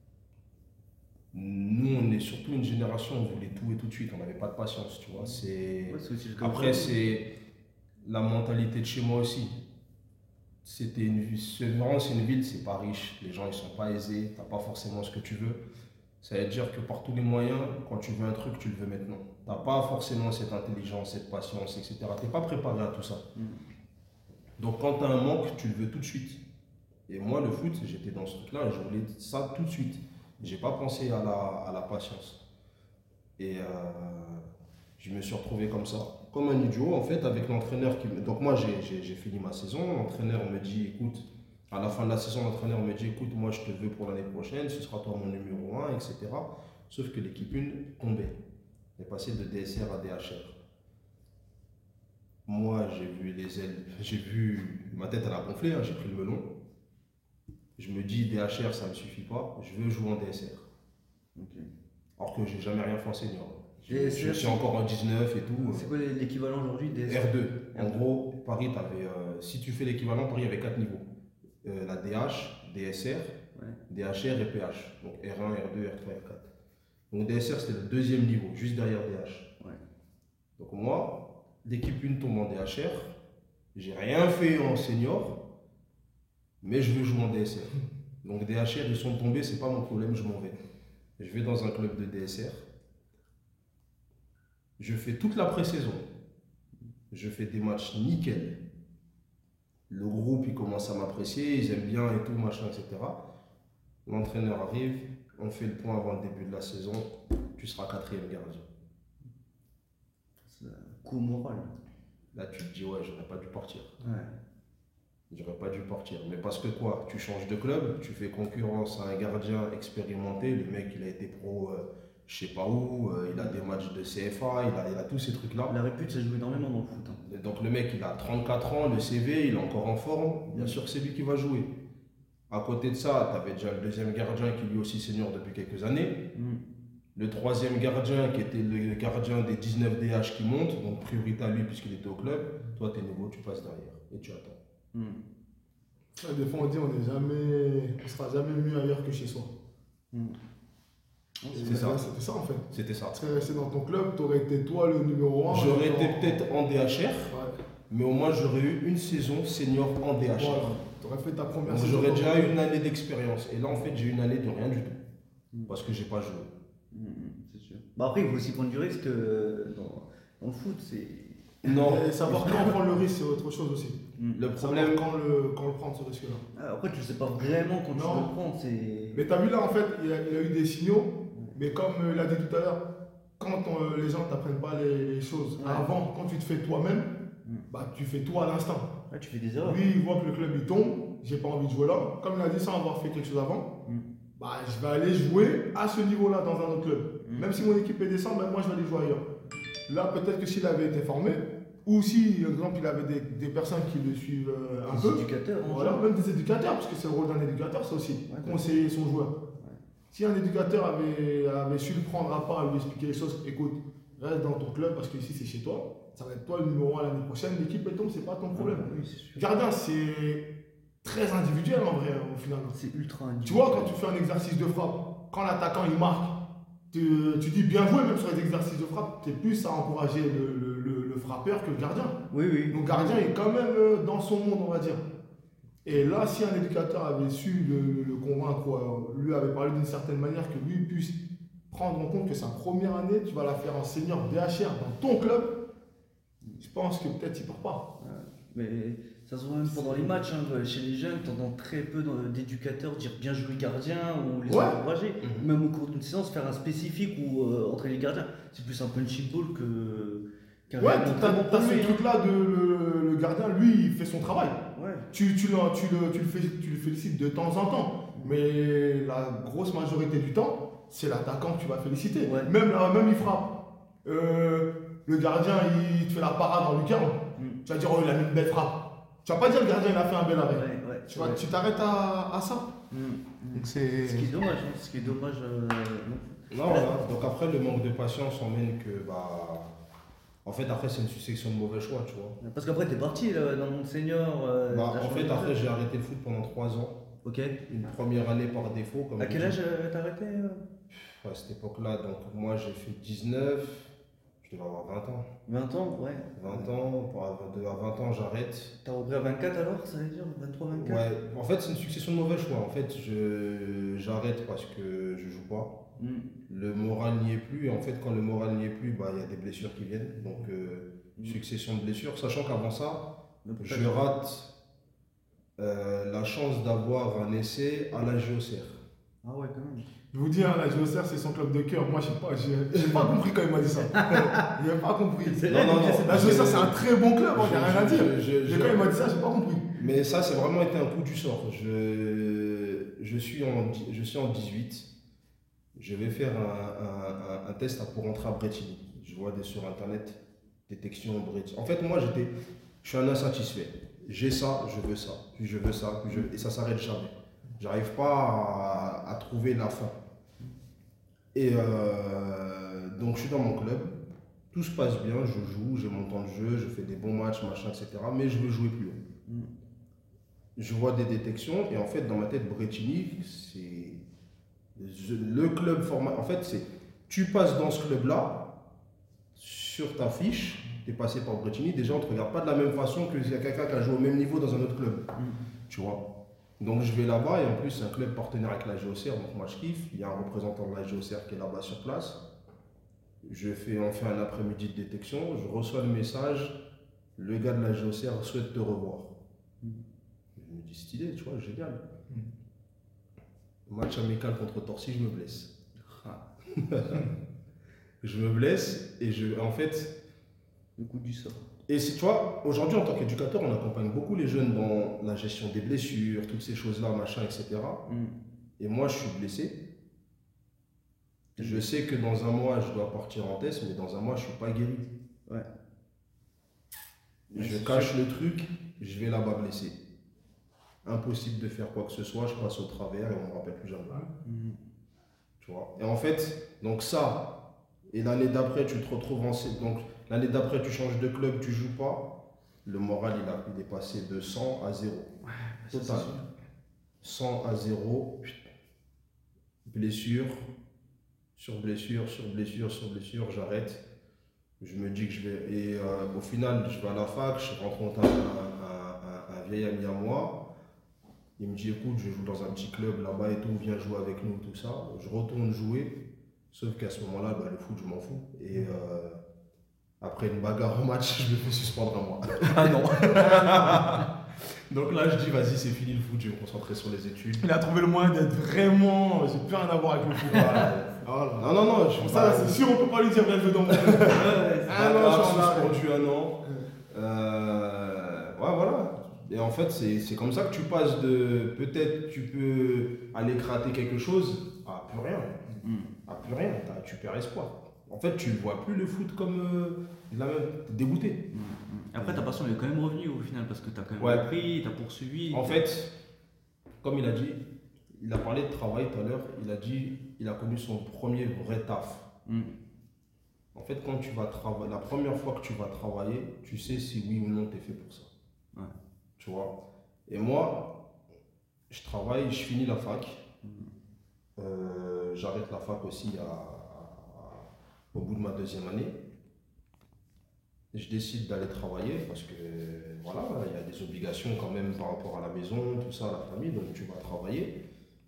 Nous, on est surtout une génération, on voulait tout et tout de suite, on n'avait pas de patience, tu vois. C'est...
Ouais, c'est aussi le cas
Après,
aujourd'hui.
c'est la mentalité de chez moi aussi. C'était une ville, Sevran, c'est une ville, c'est pas riche, les gens ils sont pas aisés, t'as pas forcément ce que tu veux. Ça veut dire que par tous les moyens, quand tu veux un truc, tu le veux maintenant. T'as pas forcément cette intelligence, cette patience, et cetera. T'es pas préparé à tout ça.
Mm.
Donc quand t'as un manque, tu le veux tout de suite. Et moi, le foot, j'étais dans ce truc-là, je voulais ça tout de suite. J'ai pas pensé à la, à la patience. Et euh, je me suis retrouvé comme ça. Comme un idiot, en fait, avec l'entraîneur qui me... Donc moi, j'ai, j'ai, j'ai fini ma saison. L'entraîneur me dit, écoute, à la fin de la saison, l'entraîneur me dit, écoute, moi, je te veux pour l'année prochaine, ce sera toi mon numéro un, et cetera. Sauf que l'équipe un tombait. Elle est passée de D S R à D H R. Moi, j'ai vu les ailes, j'ai vu... Ma tête, elle a gonflé, hein, j'ai pris le melon. Je me dis, D H R, ça ne me suffit pas, je veux jouer en D S R.
Ok.
Alors que j'ai jamais rien fait en senior. Je,
D S R,
je suis encore en dix-neuf et tout.
C'est quoi l'équivalent aujourd'hui des
R deux. En gros, Paris, t'avais, euh, si tu fais l'équivalent, Paris avait quatre niveaux. Euh, la D H, D S R,
Ouais.
D H R et P H. Donc R un, R deux, R trois, R quatre. Donc D S R, c'était le deuxième niveau, juste derrière D H.
Ouais.
Donc moi, l'équipe un tombe en D H R. J'ai rien fait en senior, mais je veux jouer en D S R. Donc D H R, ils sont tombés, c'est pas mon problème, je m'en vais. Je vais dans un club de D S R. Je fais toute la pré-saison. Je fais des matchs nickel. Le groupe, il commence à m'apprécier, ils aiment bien et tout, machin, et cetera. L'entraîneur arrive, on fait le point avant le début de la saison. Tu seras quatrième gardien.
C'est un coup moral.
Là, tu te dis, ouais, j'aurais pas dû partir.
Ouais.
J'aurais pas dû partir. Mais parce que quoi? Tu changes de club, tu fais concurrence à un gardien expérimenté. Le mec, il a été pro, euh, je sais pas où, euh, il a des matchs de C F A, il a, il a tous ces trucs-là.
La répute, ça joue énormément dans le foot. Hein.
Donc le mec, il a trente-quatre ans, le C V, il est encore en forme. Bien sûr que c'est lui qui va jouer. À côté de ça, tu avais déjà le deuxième gardien qui lui aussi senior depuis quelques années.
Mm.
Le troisième gardien qui était le gardien des dix-neuf D H qui monte, donc priorité à lui puisqu'il était au club. Toi, tu es nouveau, tu passes derrière et tu attends.
Mm.
Ouais, des fois, on dit on n'est jamais, on sera jamais mieux ailleurs que chez soi.
Mm.
Et
C'est ça.
là, C'était ça en fait.
C'était ça.
Tu serais resté dans ton club, tu aurais été toi le numéro un.
J'aurais
genre-
été peut-être en D H R,
Ouais.
mais au moins j'aurais eu une saison senior en D H R.
Voilà. Tu aurais fait ta première
Donc
saison.
j'aurais déjà eu une année d'expérience. Et là, en fait, j'ai eu une année de rien du tout.
Mm.
Parce que j'ai pas joué.
Mm, mm, c'est sûr. Bah après, il faut aussi prendre du risque euh, dans, dans le foot. C'est.
Non.
Et savoir quand prendre le risque, c'est autre chose aussi.
Mm.
Le
Savoir
problème,
quand le, quand le prendre, ce risque-là.
Ah, après, tu sais pas vraiment quand tu
Non.
peux le prendre. C'est.
Mais tu as vu là, en fait, il a, il a eu des signaux, mais comme euh, il a dit tout à l'heure, quand on- les gens ne t'apprennent pas les, les choses
Ouais.
avant, quand tu te fais toi-même,
Mm.
bah, tu fais tout à l'instant.
Ouais, tu fais des erreurs.
Lui, il voit que le club il tombe, j'ai pas envie de jouer là. Comme il a dit sans avoir fait quelque chose avant,
Mm.
bah, je vais aller jouer à ce niveau-là dans un autre club.
Mm.
Même si mon équipe est descend, ben, moi je vais aller jouer ailleurs. Là, peut-être que s'il avait été formé, ou si, par exemple, il avait des, des personnes qui le suivent euh, un
Des
peu,
éducateurs. hein,
voilà,
genre.
même des éducateurs, parce que c'est le rôle d'un éducateur, ça aussi,
Ouais,
conseiller son joueur. Si un éducateur avait, avait su le prendre à part, lui expliquer les choses, écoute, reste dans ton club parce que ici c'est chez toi, ça va être toi le numéro un l'année prochaine, l'équipe est tombe, c'est pas ton problème.
Oui, c'est sûr.
Gardien, c'est très individuel en vrai, au final.
C'est ultra individuel.
Tu vois, quand tu fais un exercice de frappe, quand l'attaquant il marque, tu, tu dis bien joué, même sur les exercices de frappe, tu es plus à encourager le, le- le- le frappeur que le gardien.
Oui, oui.
Donc, gardien est quand même euh, dans son monde, on va dire. Et là, si un éducateur avait su le, le convaincre, ou alors lui avait parlé d'une certaine manière que lui puisse prendre en compte que sa première année, tu vas la faire en senior D H R dans ton club, je pense que peut-être il part pas.
Mais ça se voit même pendant les matchs, hein, chez les jeunes, tu entends très peu dans- d'éducateurs dire bien jouer gardien ou les
Ouais.
encourager.
Mhm.
Même au cours d'une séance, faire un spécifique ou euh, entre les gardiens. C'est plus un punching ball que. qu'un
Ouais,
réellement
t'as
très bon
t'as ce
premier, hein.
truc-là de le, le gardien, lui, il fait son travail.
Ouais.
Tu, tu, le, tu, le, tu, le fais, tu le félicites de temps en temps, mais la grosse majorité du temps, c'est l'attaquant que tu vas féliciter.
Ouais.
Même, là, même il frappe. Euh, le gardien, il te fait la parade en lucarne.
Mm.
Tu vas dire, oh, il a mis une belle frappe. Tu vas pas dire, le gardien, il a fait un bel arrêt.
Ouais, ouais,
Tu vas-
ouais.
tu t'arrêtes à, à ça.
Mm.
Donc c'est.
Ce qui est dommage, hein, ce qui est dommage. euh,
Non, voilà. Donc après, le manque de patience emmène que, bah. En fait, après, c'est une succession de mauvais choix, tu vois.
Parce qu'après, t'es parti là, dans le monde senior. euh,
Bah,
t'as
en
changé
fait,
de
après,
club.
j'ai arrêté le foot pendant trois ans.
Ok.
Une première année par défaut. Comme
À
je
quel
dis.
âge euh, t'as arrêté euh
À cette époque-là, donc moi, j'ai fait dix-neuf. Je devais avoir vingt ans.
vingt ans, ouais.
vingt ans, pour à vingt- à vingt ans, j'arrête.
T'as repris à vingt-quatre alors, ça veut dire vingt-trois, vingt-quatre.
Ouais, en fait, c'est une succession de mauvais choix. En fait, je, j'arrête parce que je joue pas.
Mm.
Le moral n'y est plus. Et en fait, quand le moral n'y est plus, bah, il y a des blessures qui viennent. Donc, euh,
Mm.
succession de blessures. Sachant qu'avant ça,
Donc,
je
t'as-
rate euh, la chance d'avoir un essai à la J O C R.
Ah ouais, quand même.
Je vous dis, hein, la J O C R, c'est son club de cœur. Moi, je sais pas, j'ai j'ai pas compris quand il m'a dit ça. Il a pas compris.
C'est
Non, non, non.
La J O C R, c'est un très bon club, il n'y a rien à dire.
Je- je- je-
Mais quand il m'a dit ça, j'ai pas compris.
Mais ça, c'est vraiment été un coup du sort. Je, je, suis, en, dix- je suis en dix-huit. Je vais faire un, un- un- un test pour rentrer à Bretigny. Je vois des, sur internet détection Bretigny. En fait, moi, j'étais, je suis un insatisfait. J'ai ça, je veux ça, puis je veux ça, puis je, et ça s'arrête jamais. J'arrive pas à, à trouver la fin. Et euh, donc, je suis dans mon club. Tout se passe bien, je joue, j'ai mon temps de jeu, je fais des bons matchs, machin, et cetera. Mais je veux jouer plus haut.
Mm.
Je vois des détections et en fait, dans ma tête, Bretigny, c'est je- le club format. En fait, c'est tu passes dans ce club-là, sur ta fiche, tu es passé par Bretigny, déjà on ne te regarde pas de la même façon que s'il y a quelqu'un qui a joué au même niveau dans un autre club.
Mm.
Tu vois. Donc je vais là-bas et en plus, c'est un club partenaire avec la G O C R, donc moi je kiffe. Il y a un représentant de la G O C R qui est là-bas sur place. Je fais, on fait un après-midi de détection, je reçois le message, le gars de la G O C R souhaite te revoir.
Mm.
Je me dis stylé, tu vois, génial. Match amical contre Torcy, je me blesse.
Ah,
Je me blesse et je, en fait,
le coup du sort.
et c'est, tu vois, aujourd'hui en tant qu'éducateur, on accompagne beaucoup les jeunes dans la gestion des blessures, toutes ces choses-là, machin, et cetera.
Mm.
Et moi, je suis blessé. Je sais que dans un mois, je dois partir en test, mais dans un mois, je suis pas guéri.
Ouais. Ouais,
Je
c'est
cache le truc, je vais là-bas blessé. Impossible de faire quoi que ce soit, je passe au travers et on ne me rappelle plus jamais.
Mm.
Tu vois. Et en fait, donc ça, et l'année d'après, tu te retrouves en... C- Donc l'année d'après, tu changes de club, tu joues pas. Le moral, il, a, il est passé de cent à zéro.
Ça,
Total.
c'est sûr.
cent à zéro. Blessure, sur blessure, sur blessure, sur blessure, j'arrête. Je me dis que je vais... Et euh, au final, je vais à la fac, je rencontre un, un, un, un- un vieil ami à moi. Il me dit, écoute, je joue dans un petit club là-bas et tout, viens jouer avec nous, tout ça. Je retourne jouer, sauf qu'à ce moment-là, bah, le foot, je m'en fous. Et euh, après une bagarre au match, je me fais suspendre un mois.
Ah non.
Donc là, je dis, vas-y, c'est fini le foot, je vais me concentrer sur les études.
Il a trouvé le moyen d'être vraiment. J'ai plus rien à voir avec le foot.
Voilà.
Voilà.
Non, non, non, je
Comme ça, là, c'est sûr, on peut pas lui dire, viens dedans.
Ouais, ouais,
Ah non,
Bagarre,
je suis en arrêt.
suspendu un an. Euh, ouais, voilà. Et en fait, c'est c'est comme ça que tu passes de peut-être tu peux aller gratter quelque chose à plus rien.
Mm.
À plus rien, t'as- tu perds espoir. En fait, tu ne vois plus le foot comme euh, de la même. T'es dégoûté.
Mm, mm. Après, ta passion elle est quand même revenue au final parce que t'as quand même
Ouais.
repris, t'as poursuivi.
En fait, comme il a dit, il a parlé de travail tout à l'heure, il a dit il a connu son premier vrai taf.
Mm.
En fait, quand tu vas travailler, la première fois que tu vas travailler, tu sais si oui ou non tu es fait pour ça.
Ouais.
Tu vois. Et moi, je travaille, je finis la fac. Euh, J'arrête la fac aussi à- à- au bout de ma deuxième année. Je décide d'aller travailler parce que voilà, il y a des obligations quand même par rapport à la maison, tout ça, à la famille. Donc tu vas travailler.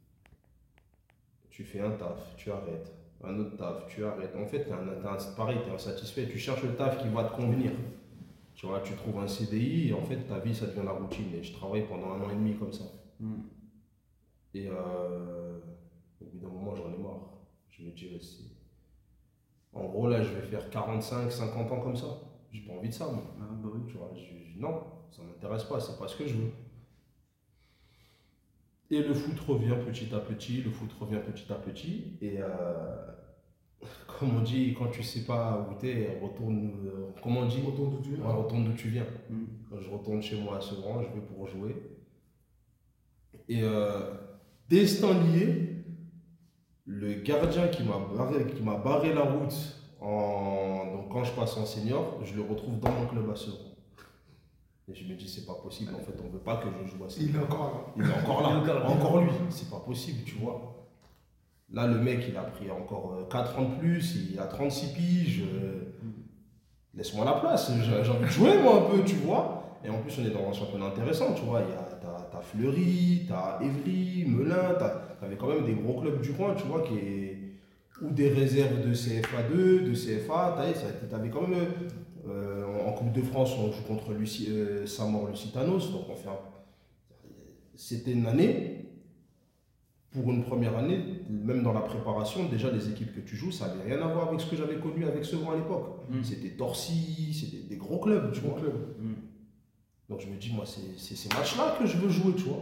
Tu fais un taf, tu arrêtes. Un autre taf, tu arrêtes. En fait, t'es un, t'es un- pareil, tu es insatisfait. Tu cherches le taf qui va te convenir. Tu vois, tu trouves un C D I et en fait, ta vie, ça devient la routine. Et je travaille pendant un an et demi comme ça.
Mm.
Et euh, au bout d'un moment, j'en ai marre. Je me dis, ouais, c'est- en gros, là, je vais faire quarante-cinq, cinquante ans comme ça. J'ai pas envie de ça, moi.
Ah, bah oui.
Tu vois, je- je- non, ça m'intéresse pas, c'est pas ce que je veux. Et le foot revient petit à petit, le foot revient petit à petit. Et euh, comme on dit, quand tu sais pas où t'es, retourne. euh, comment on dit
Retourne d'où tu viens.
Ouais, retourne d'où tu viens.
Mm.
Quand je retourne chez moi à Sevran, je vais pour jouer. Et euh, destin lié, le gardien qui m'a barré, qui m'a barré la route en, donc quand je passe en senior, je le retrouve dans mon club à Sevran. Et je me dis, c'est pas possible, en fait, on veut pas que je joue à Sevran.
Il est encore là.
Il est encore là,
Il est encore là.
encore lui, c'est pas possible, tu vois. Là, le mec, il a pris encore quatre ans de plus, il a trente-six piges. euh, Laisse-moi la place, j'ai j'ai envie de jouer, moi, un peu, tu vois. Et en plus, on est dans un championnat intéressant, tu vois. Il y a, t'as, t'as Fleury, t'as Évry, Melun, t'as, t'avais quand même des gros clubs du coin, tu vois, qui est, ou des réserves de C F A deux, de C F A. T'avais, t'avais quand même, euh, en Coupe de France, on joue contre Luci, euh, Saint-Maur-Lusitanos, donc on fait un... C'était une année. Pour une première année, même dans la préparation, déjà les équipes que tu joues, ça n'avait rien à voir avec ce que j'avais connu avec Sevran à l'époque.
Mm.
C'était Torcy, c'était des gros clubs, tu
Gros
vois.
club.
Mm.
Donc je me dis, moi, c'est c'est ces matchs-là que je veux jouer, tu vois.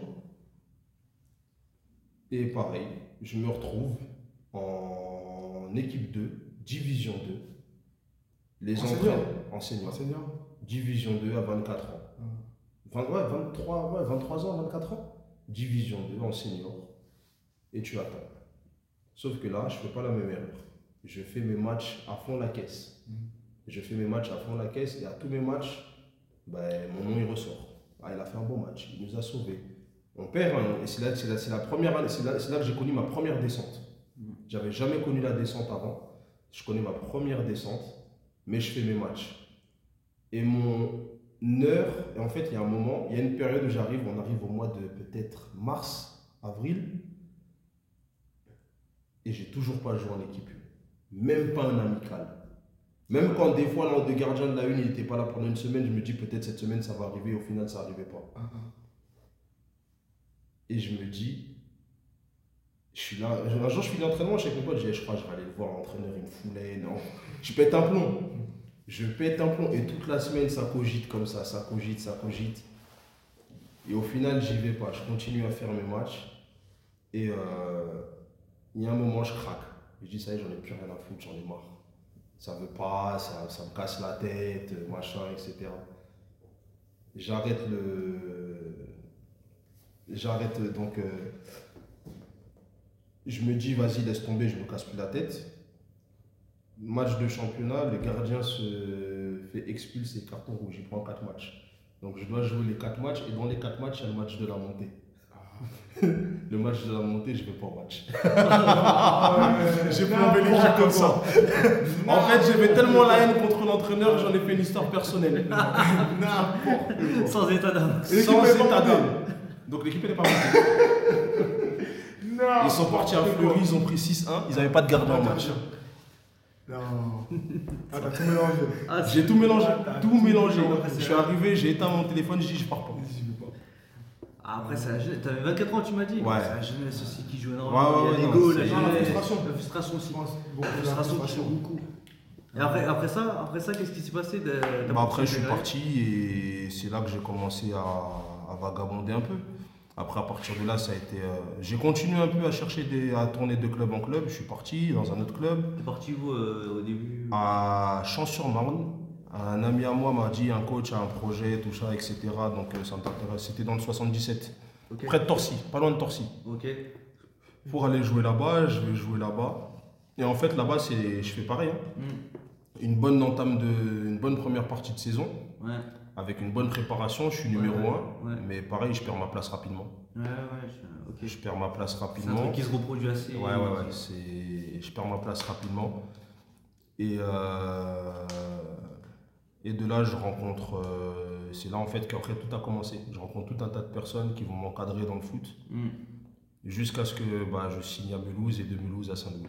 Et pareil, je me retrouve en équipe deux, division deux. Les
En
entraîneurs,
senior
enseignants.
Enseignant.
Division deux à vingt-quatre ans. vingt, ouais, vingt-trois, ouais, vingt-trois ans, vingt-quatre ans. Division deux en senior. Et tu attends. Sauf que là, je ne fais pas la même erreur. Je fais mes matchs à fond la caisse.
Mm.
Je fais mes matchs à fond la caisse et à tous mes matchs, ben, mon nom il ressort. Ah, il a fait un bon match, il nous a sauvés. On perd, hein, et c'est là, c'est là, c'est la première année, c'est là, c'est là que j'ai connu ma première descente.
Mm.
J'avais jamais connu la descente avant. Je connais ma première descente, mais je fais mes matchs. Et mon heure, et en fait, il y a un moment, il y a une période où j'arrive, on arrive au mois de peut-être mars, avril. Et j'ai toujours pas joué en équipe une. Même pas un amical. Même quand des fois l'un des gardiens de la une il n'était pas là pendant une semaine, je me dis peut-être cette semaine ça va arriver, au final ça n'arrivait pas.
Ah, ah.
Et je me dis, je suis là, un jour je suis l'entraînement chez mes potes, je dis je crois que je vais aller le voir l'entraîneur, il me foulait, non. Je pète un plomb. Je pète un plomb et toute la semaine ça cogite comme ça, ça cogite, ça cogite. Et au final j'y vais pas, je continue à faire mes matchs. Et euh, il y a un moment, je craque. Je dis, ça y est, j'en ai plus rien à foutre, j'en ai marre. Ça veut pas, ça, ça me casse la tête, machin, et cetera. J'arrête le. J'arrête donc. Euh... Je me dis, vas-y, laisse tomber, je me casse plus la tête. Match de championnat, le gardien se fait expulser, carton rouge, il prend quatre matchs. Donc je dois jouer les quatre matchs, et dans les quatre matchs, il y a le match de la montée. Le match de la montée, je vais pas au match. J'ai plombé l'équipe comme ça. En fait, j'avais tellement la haine contre l'entraîneur que j'en ai fait une histoire personnelle.
N'importe quoi.
Sans état d'âme.
Et l'équipe
Sans
est pas
état
montée.
d'âme. Donc l'équipe n'est pas montée. Ils sont partis à Fleury, ils ont pris six un. Ils n'avaient pas de gardien en match.
Non. Ah, t'as tout mélangé.
Ah,
J'ai tout mélangé.
T'as
Tout
tout
mélangé.
mélangé.
Je suis arrivé, j'ai éteint mon téléphone, j'ai dit je pars pas.
J'y vais pas.
Ah, après, c'est la jeunesse. T'avais vingt-quatre ans, tu m'as dit.
Ouais.
C'est la jeunesse aussi qui joue
Ouais,
énormément.
ouais,
Il y a
ouais,
l'ego,
non,
la
c'est-
jeunesse.
la frustration.
La frustration aussi.
Je pense
La
beaucoup de la
frustration qui
frustration.
joue beaucoup. Et après, après ça, après ça, qu'est-ce qui s'est passé de, de-
Bah après, je suis
de-
parti et c'est là que j'ai commencé à, à vagabonder un peu. Après, à partir de là, ça a été. euh, j'ai continué un peu à chercher des, à tourner de club en club. Je suis parti dans un autre club
T'es parti où euh, au début
à Champs-sur-Marne. Un ami à moi m'a dit un coach a un projet, tout ça, et cetera. Donc euh, ça m'intéresse. C'était dans le soixante-dix-sept,
Ok.
près de Torcy, pas loin de Torcy.
Ok.
Pour aller jouer là-bas, je vais jouer là-bas. Et en fait, là-bas, c'est, je fais pareil. hein.
Hmm.
Une bonne entame de, une bonne première partie de saison.
Ouais.
Avec une bonne préparation, je suis numéro
Ouais,
un,
ouais.
mais pareil, je perds ma place rapidement.
Ouais, ouais. je- Ok.
Je perds ma place
C'est un
rapidement.
truc qui se reproduit assez.
Ouais, ouais, ouais. C'est... Je perds ma place rapidement. Et, euh, et de là, je rencontre. euh, C'est là en fait qu'après tout a commencé. Je rencontre tout un tas de personnes qui vont m'encadrer dans le foot.
Hmm.
Jusqu'à ce que bah, je signe à Mulhouse et de Mulhouse à Saint-Louis.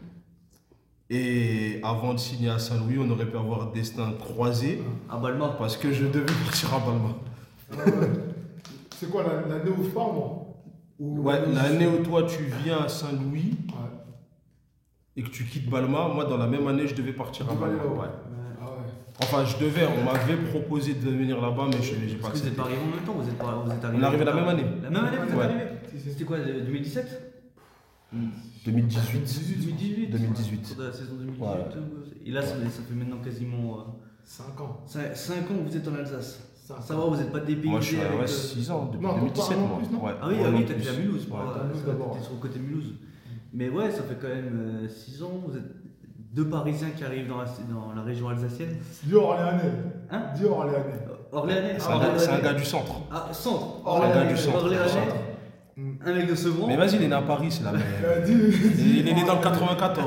Et avant de signer à Saint-Louis, on aurait pu avoir destin croisé
À Balma.
parce que je devais partir à Balma.
Ah ouais. C'est quoi la- l'année où je pars, moi Ou
Ouais,
où je-
l'année où toi tu viens à Saint-Louis
Ouais.
et que tu quittes Balma, moi dans la même année je devais partir à
Tu vas aller
Balma.
là-haut.
Ouais.
Ouais.
Ah ouais.
Enfin je devais, on m'avait proposé de venir là-bas mais je j'ai pas
Parce que vous êtes
accepté.
pas arrivés en même temps, vous êtes, pas, vous êtes arrivés.
On est arrivé la même année.
La même année, vous êtes
Ouais.
arrivés
Si, si.
C'était quoi, de- deux mille dix-sept
deux mille dix-huit.
deux mille dix-huit.
deux mille dix-huit.
Sur la saison deux mille dix-huit.
Voilà.
euh, Et là, ça, ça fait maintenant quasiment
cinq ans.
cinq ans que vous êtes en Alsace.
c'est un-
Ça va, vous n'êtes pas dépaysé
Moi, je suis à
avec,
ouais,
euh,
six ans, depuis
Non,
deux mille dix-sept,
non
moi.
plus, non.
Ouais.
Ah oui,
Ouais,
ah
non
oui, t'as
plus.
fait à Mulhouse.
Ouais.
Ouais,
à Mulhouse
t'es
d'abord.
sur le côté Mulhouse. Mais ouais, ça fait quand même six ans. Vous êtes deux Parisiens qui arrivent dans la, dans la région alsacienne.
Dis Orléanais.
Hein
Dis Orléanais.
Orléanais.
C'est un, gars- c'est un gars du centre.
Ah, centre.
Oh, un gars
du centre.
Orléanais.
Mm.
Un mec de Sevran.
Mais vas-y, il est né à Paris, c'est la même.
Euh, dis-
Il il est né dans le quatre-vingt-quatorze.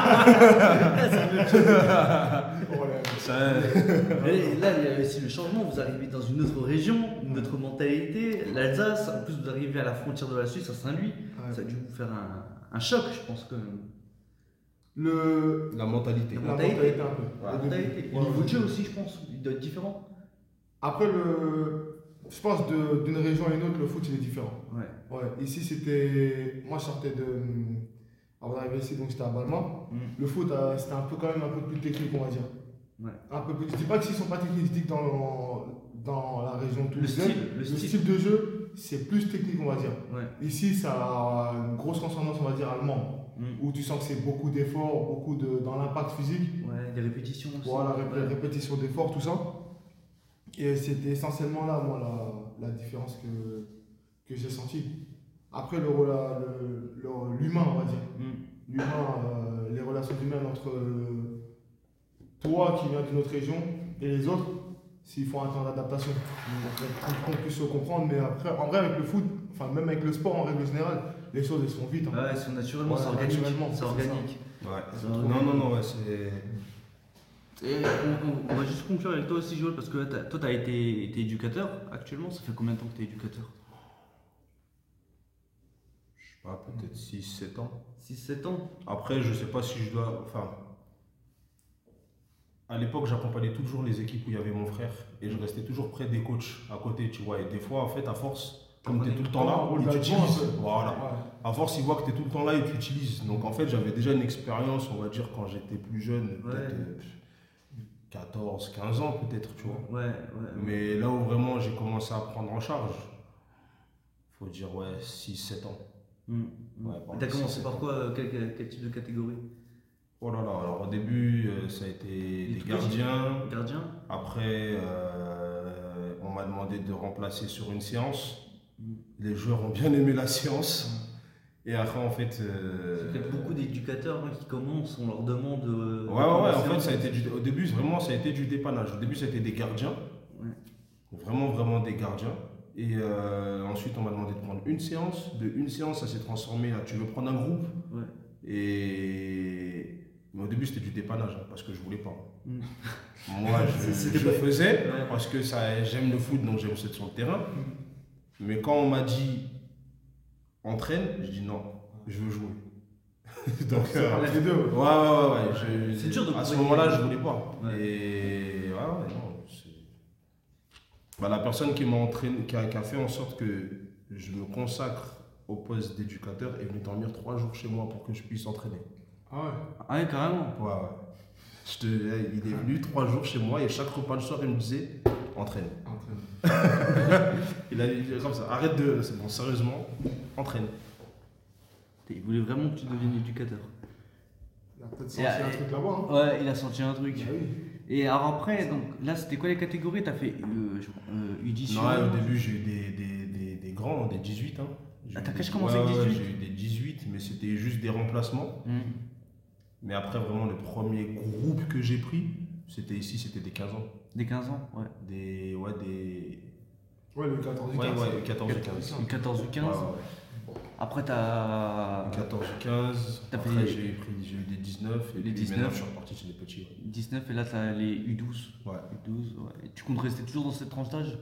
Orléanais.
Ça-
Mais là, il y a aussi le changement. Vous arrivez dans une autre région, une autre mentalité. L'Alsace, en plus, vous arrivez à la frontière de la Suisse, à Saint-Louis.
Ouais.
Ça a dû vous faire un, un choc, je pense, quand même.
Le...
La mentalité.
La
La
mentalité.
mentalité un peu.
La
Au début.
mentalité.
Ouais,
Le niveau
ouais.
de jeu aussi, je pense, il doit être différent.
Après, le... je pense de- d'une région à une autre, le foot il est différent.
Ouais.
Ouais, ici c'était. Moi je sortais de. Avant d'arriver ici, donc j'étais à Balma.
Mm.
Le foot euh, c'était un peu quand même un peu plus technique, on va dire.
Ouais.
Un peu plus. Je dis pas qu'ils sont pas techniques, je dis que dans, dans la région
Le
toulousaine,
style, le
le
style.
style de jeu c'est plus technique, on va dire.
Ouais.
Ici ça a une grosse consonance, on va dire, allemande,
Mm.
où tu sens que c'est beaucoup d'efforts, beaucoup de. Dans l'impact physique.
Ouais, des répétitions aussi.
Voilà, rép-
Ouais.
répétition d'efforts, tout ça. Et c'était essentiellement là, moi, la, la différence que, que j'ai sentie. Après, le, rela- le- le- l'humain, on va dire.
Mm.
L'humain, euh, les relations humaines entre euh, toi qui viens d'une autre région et les autres, s'ils font un temps d'adaptation. Pour qu'on puisse se comprendre, mais après, en vrai, avec le foot, enfin, même avec le sport en règle générale, les choses elles se font vite. hein.
Ouais, c'est naturellement,
Ouais,
c'est organique.
naturellement,
C'est
c'est
organique.
Ouais.
C'est
Non,
organique.
non, non, ouais, c'est.
Et on, on- on va juste conclure avec toi aussi, Joël, parce que là, t'as- toi, tu as été, été éducateur actuellement. Ça fait combien de temps que tu es éducateur
Je sais pas, peut-être six sept ans.
six sept ans.
Après, je sais pas si je dois. Enfin. À l'époque, j'accompagnais toujours les équipes où il y avait mon frère et je restais toujours près des coachs à côté, tu vois. Et des fois, en fait, à force, comme tu es tout le temps là,
Un rôle
ils
d'adjoint,
t'utilisent.
un peu.
Voilà.
Ouais.
À force, ils voient que tu es tout le temps là et tu utilises. Donc, en fait, j'avais déjà une expérience, on va dire, quand j'étais plus jeune,
Ouais.
peut-être euh, quatorze, quinze ans, peut-être, tu vois.
Ouais, ouais.
Mais là où vraiment j'ai commencé à prendre en charge, faut dire, ouais, six sept ans.
Mm.
Ouais,
Et t'as commencé par quoi euh, quel, quel- quel type de catégorie
Oh là là, alors au début, euh, ça a été
Les
des
tout
gardiens.
Gardien
Après, euh, on m'a demandé de remplacer sur une séance.
Mm.
Les joueurs ont bien aimé la séance. Et après, en fait. euh,
Il y a beaucoup d'éducateurs hein, qui commencent, on leur demande. euh,
Ouais,
de
ouais, ouais, en
commencer
fait, ça a été du- au début, vraiment, ça a été du dépannage. Au début, ça a été des gardiens.
Ouais.
Vraiment, vraiment des gardiens. Et euh, ensuite, on m'a demandé de prendre une séance. De une séance, ça s'est transformé à tu veux prendre un groupe.
Ouais.
Et. Mais au début, c'était du dépannage, hein, parce que je voulais pas.
Mm.
Moi, je,
C'était
je
pas-
faisais,
Ouais.
parce que ça, j'aime le foot, donc j'aime être sur le terrain. Mais quand on m'a dit entraîne, je dis non, je veux jouer. donc,
C'est
euh,
un des deux.
ouais, ouais, ouais, ouais. je-
C'est dur de
À ce
trouver-
moment-là, je voulais pas.
Ouais.
Et ouais, ouais, non. c'est- Bah, la personne qui m'a entraîné, qui a, qui a fait en sorte que je me consacre au poste d'éducateur est venue dormir trois jours chez moi pour que je puisse entraîner.
Ah ouais.
Ah ouais, carrément.
Ouais, ouais. Je te- il est venu trois jours chez moi et chaque repas le soir, il me disait entraîne.
Entraîne.
Il a dit comme ça, arrête de. C'est bon, sérieusement, entraîne.
Il voulait vraiment que tu deviennes éducateur.
Il a peut-être
Et,
senti
euh,
un truc là-bas. Hein.
Ouais, il a senti un truc.
Bah oui.
Et alors après, donc là, c'était quoi les catégories T'as fait euh, je- euh, U dix
Non, au début, j'ai eu des, des, des, des grands, des dix-huit. Hein. J'ai
Ah,
eu
t'as
des-
qu'à commencer
ouais,
avec
ouais,
dix-huit?
J'ai eu des dix-huit, mais c'était juste des remplacements.
Hmm.
Mais après, vraiment, le premier groupe que j'ai pris, c'était ici, c'était des quinze ans.
Des quinze ans, ouais.
Des. Ouais, des.
Ouais, le quatorze
Ouais,
quinze.
ouais, quatorze et quinze.
U quatorze, U quinze.
Ouais, ouais.
Après, t'as
quatorze, quinze,
T'as
après
fait-
j'ai pris j'ai eu des dix-neuf et
Les
puis
dix-neuf.
maintenant je suis reparti chez les petits. Ouais.
dix-neuf et là, t'as les U douze.
Ouais.
U douze, ouais. Et tu comptes rester toujours dans cette tranche d'âge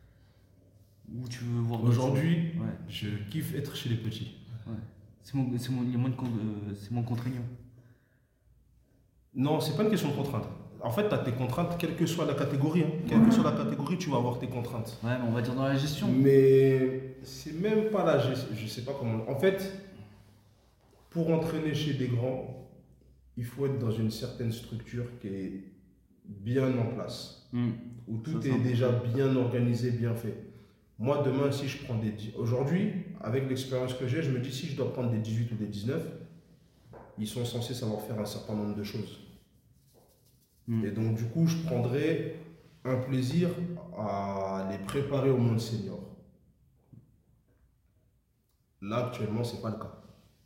Ou tu veux voir d'autres
Aujourd'hui,
choses Ouais.
je kiffe être chez les petits.
C'est mon, c'est mon, il y a moins de con- euh, c'est moins contraignant.
Non, c'est pas une question de contrainte. En fait, tu as tes contraintes, quelle que soit la catégorie. Hein. Quelle que soit la catégorie, tu vas avoir tes contraintes.
Ouais, mais on va dire dans la gestion.
Mais c'est même pas là, je, je sais pas comment. En fait, pour entraîner chez des grands, il faut être dans une certaine structure qui est bien en place,
Hmm.
où tout
Ça,
est
c'est
déjà bien organisé, bien fait. Moi, demain, si je prends des. dix- Aujourd'hui, avec l'expérience que j'ai, je me dis si je dois prendre des dix-huit ou des dix-neuf, ils sont censés savoir faire un certain nombre de choses.
Hmm.
Et donc, du coup, je prendrais un plaisir
à les préparer au monde senior. Là, actuellement, c'est pas le cas.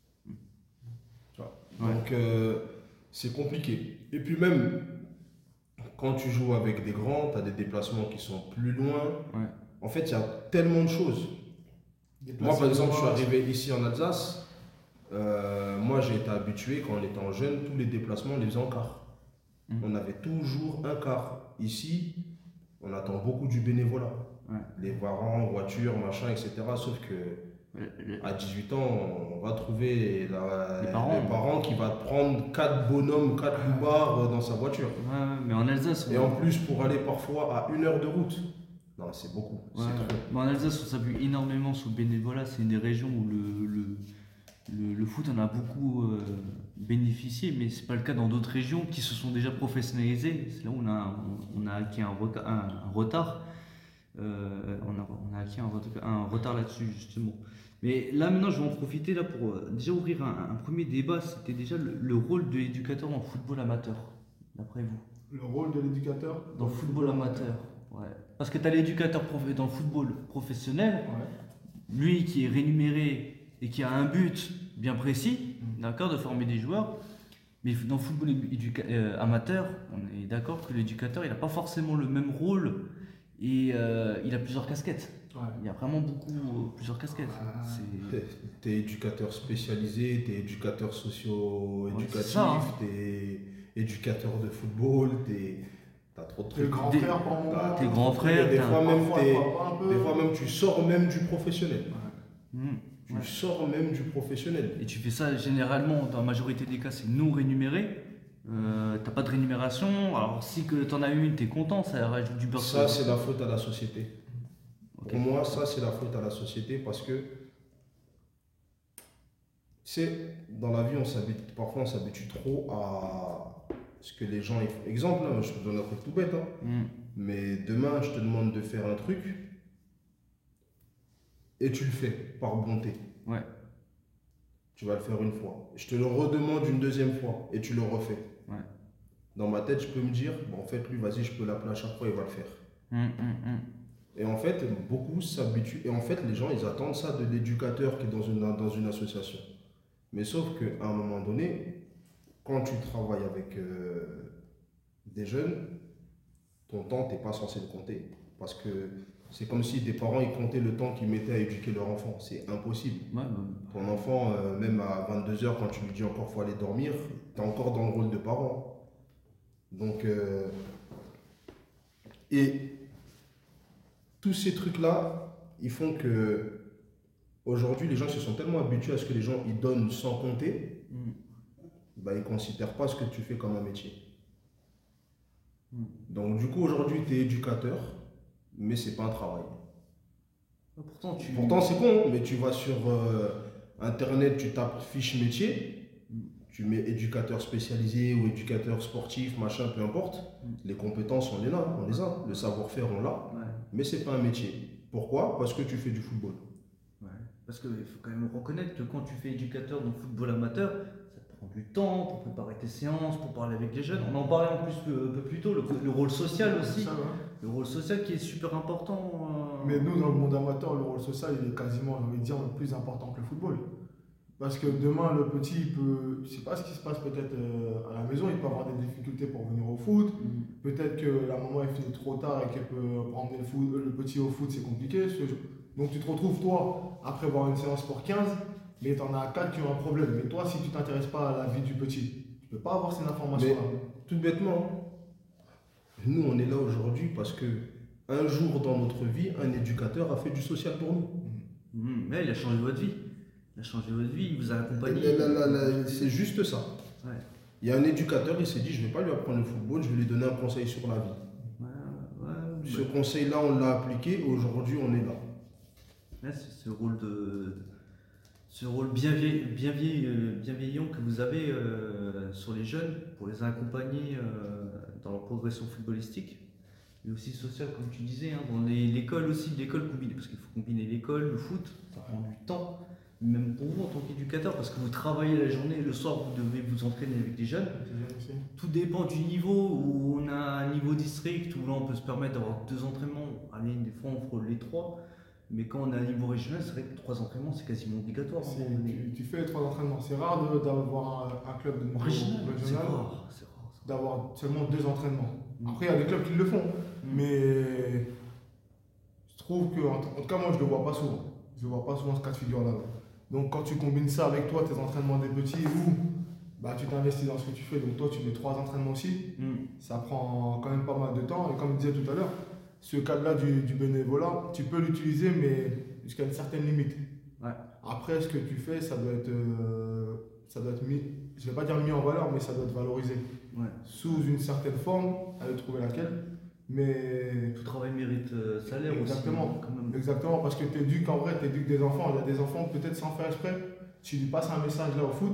Tu vois.
Ouais.
Donc, euh, c'est compliqué. Et puis même, quand tu joues avec des grands, tu as des déplacements qui sont plus loin.
Ouais.
En fait, il y a tellement de choses. Moi, par exemple, je suis arrivé ici en Alsace. Euh, moi, j'ai été habitué, quand on était en jeune, tous les déplacements, on les faisait en car.
Mhm.
On avait toujours un car. Ici, on attend beaucoup du bénévolat.
Ouais.
Les parents, voitures, machin, et cetera. Sauf que
Le- le-
à dix-huit ans, on va trouver la-
Les parents.
le parent qui va prendre quatre bonhommes, quatre loupards dans sa voiture.
Ouais, ouais, mais en Alsace, on...
Et en plus, pour aller parfois à une heure de route. Non, c'est beaucoup.
Ouais,
C'est trop.
mais en Alsace, on s'appuie énormément sur le bénévolat. C'est une des régions où le, le, le, le foot en a beaucoup euh, bénéficié, mais c'est pas le cas dans d'autres régions qui se sont déjà professionnalisées. C'est là où on a, on, on a acquis un, reca- un, un retard. Euh, on, a, on a acquis un, ret- un retard là-dessus, justement. Mais là, maintenant, je vais en profiter là, pour euh, déjà ouvrir un, un premier débat. C'était déjà le, le rôle de l'éducateur dans le football amateur, d'après vous.
Le rôle de l'éducateur
Dans le football amateur, ouais. Parce que tu as l'éducateur prof- dans le football professionnel,
Ouais.
lui qui est rémunéré et qui a un but bien précis,
Mm.
d'accord, de former des joueurs. Mais dans le football éduca- euh, amateur, on est d'accord que l'éducateur, il n'a pas forcément le même rôle et euh, il a plusieurs casquettes.
Ouais.
Il y a vraiment beaucoup, euh, plusieurs casquettes.
Ah.
C'est-
T'es éducateur spécialisé, t'es éducateur
Ouais,
socio-éducatif,
c'est ça, hein.
t'es éducateur de football, t'es... T'as trop de
T'es
trucs.
grand
Des-
frère pour moi.
T'as-
Tes grands frères,
Des
t'as
fois
un-
même,
Parfois,
t'es-
papa un peu.
des fois même tu sors même du professionnel.
Hmm.
Tu
Ouais.
sors même du professionnel.
Et tu fais ça généralement, dans la majorité des cas, c'est non rémunéré. Euh, t'as pas de rémunération. Alors si que t'en as une, t'es content, ça rajoute du beurre.
Ça, c'est la faute à la société.
Ok.
Pour moi, ça, c'est la faute à la société parce que, c'est dans la vie, on s'habitue, parfois on s'habitue trop à ce que les gens ils font. Exemple, hein, je te donne un truc tout bête, hein,
Hmm.
mais demain, je te demande de faire un truc et tu le fais par bonté.
Ouais.
Tu vas le faire une fois. Je te le redemande une deuxième fois et tu le refais.
Ouais.
Dans ma tête, je peux me dire, bon, en fait, lui, vas-y, je peux l'appeler à chaque fois, il va le faire.
Hmm, hmm, hmm.
Et en fait, beaucoup s'habituent. Et en fait, les gens, ils attendent ça de l'éducateur qui est dans une, dans une association. Mais sauf qu'à un moment donné, quand tu travailles avec euh, des jeunes, ton temps, tu n'es pas censé le compter. Parce que c'est comme si des parents, ils comptaient le temps qu'ils mettaient à éduquer leur enfant. C'est impossible.
Ouais, bah,
Ton enfant, euh, même à vingt-deux heures, quand tu lui dis encore faut aller dormir, tu es encore dans le rôle de parent. Donc, euh, et tous ces trucs-là, ils font que aujourd'hui, les gens se sont tellement habitués à ce que les gens ils donnent sans compter,
hmm.
bah, ils ne considèrent pas ce que tu fais comme un métier.
Hmm.
Donc, du coup, aujourd'hui, tu es éducateur, mais c'est pas un travail.
Ah, Pourtant, tu.
Pourtant, c'est con, mais tu vas sur euh, Internet, tu tapes fiche métier, tu mets éducateur spécialisé ou éducateur sportif, machin, peu importe. Les compétences, on les a, on les a. Le savoir-faire, on l'a,
Ouais.
mais c'est pas un métier. Pourquoi? Parce que tu fais du football.
Ouais. Parce qu'il faut quand même reconnaître que quand tu fais éducateur dans le football amateur, ça te prend du temps pour préparer tes séances, pour parler avec les jeunes. On en parlait en plus un peu plus tôt, le, le rôle social aussi.
Ça, ouais.
Le rôle social qui est super important. euh,
Mais nous, dans le monde amateur, le rôle social, il est quasiment, j'ai envie de dire, le plus important que le football. Parce que demain, le petit, il peut, je sais pas ce qui se passe peut-être euh, à la maison, il peut avoir des difficultés pour venir au foot.
Mhm.
Peut-être que la maman, elle finit trop tard et qu'elle peut prendre le, foot, le petit au foot, c'est compliqué. Ce- Donc tu te retrouves, toi, après avoir une séance pour quinze, mais tu en as quatre qui ont un problème. Mais toi, si tu t'intéresses pas à la vie du petit, tu peux pas avoir ces informations-là.
Tout bêtement, nous, on est là aujourd'hui parce que un jour dans notre vie, un éducateur a fait du social pour nous.
Mhm. Mais il a changé votre vie. Il a changé votre vie, il vous a accompagné.
Et là, là, là, c'est juste ça.
Ouais.
Il y a un éducateur, il s'est dit, je ne vais pas lui apprendre le football, je vais lui donner un conseil sur la vie.
Ouais, ouais,
Ce
ouais.
conseil-là, on l'a appliqué, aujourd'hui, on est là.
Ouais, c'est ce rôle de ce rôle bienveillant, bienveillant, bienveillant que vous avez euh, sur les jeunes pour les accompagner euh, dans leur progression footballistique, mais aussi sociale, comme tu disais, hein, dans les- l'école aussi, l'école combinée, parce qu'il faut combiner l'école, le foot, ça prend du temps. même pour vous en tant qu'éducateur, parce que vous travaillez la journée, le soir vous devez vous entraîner avec des jeunes. Tout dépend du niveau, où on a un niveau district, où là on peut se permettre d'avoir deux entraînements, allez, des fois on frôle les trois, mais quand on a un niveau régional, c'est vrai que trois entraînements c'est quasiment obligatoire. à un
C'est-
moment donné.
Tu, tu fais les trois entraînements. C'est rare de- d'avoir un, un club de niveau
Régional, c'est
régional,
rare, c'est rare. ça.
d'avoir seulement deux entraînements.
Mm.
Après, il y a des clubs qui le font,
Mm.
mais je trouve que, en, en tout cas, moi, je le vois pas souvent. Je le vois pas souvent ce cas de figure-là. Donc, quand tu combines ça avec toi, tes entraînements des petits, ou bah, tu t'investis dans ce que tu fais, donc toi, tu mets trois entraînements aussi,
Mm.
ça prend quand même pas mal de temps. Et comme je disais tout à l'heure, ce cadre-là du, du bénévolat, tu peux l'utiliser, mais jusqu'à une certaine limite.
Ouais.
Après, ce que tu fais, ça doit être, euh, ça doit être mis, je ne vais pas dire mis en valeur, mais ça doit être valorisé
Ouais.
sous une certaine forme, à trouver laquelle. Mais
Tout travail mérite euh, salaire
Exactement.
aussi, quand même.
exactement, parce que tu éduques en vrai, tu éduques des enfants. Il y a des enfants, peut-être sans faire exprès, tu lui passes un message là au foot,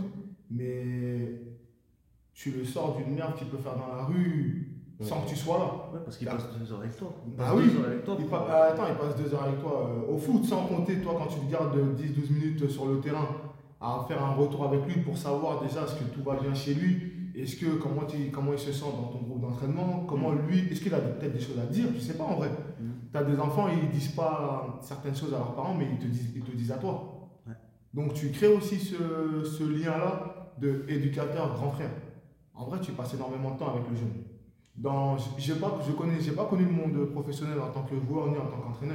mais tu le sors d'une merde qu'il peut faire dans la rue sans que tu sois là.
Ouais, parce qu'il
Ah.
passe deux heures avec toi. Il
Bah
passe
oui.
deux heures avec toi.
Il
pour-
pa- ah, attends, il passe deux heures avec toi euh, au foot, sans compter, toi, quand tu le gardes dix douze minutes sur le terrain, à faire un retour avec lui pour savoir déjà est-ce que tout va bien chez lui, est-ce que comment, tu- comment il se sent dans ton groupe d'entraînement, comment lui, est-ce qu'il a peut-être des choses à dire, je sais pas en vrai.
Mm.
Tu as des enfants, ils disent pas certaines choses à leurs parents, mais ils te disent, ils te disent à toi.
Ouais.
Donc tu crées aussi ce, ce lien-là de éducateur grand frère. En vrai, tu passes énormément de temps avec le jeune. Dans, j'ai pas, je connais, j'ai pas connu le monde professionnel en tant que joueur ni en tant qu'entraîneur.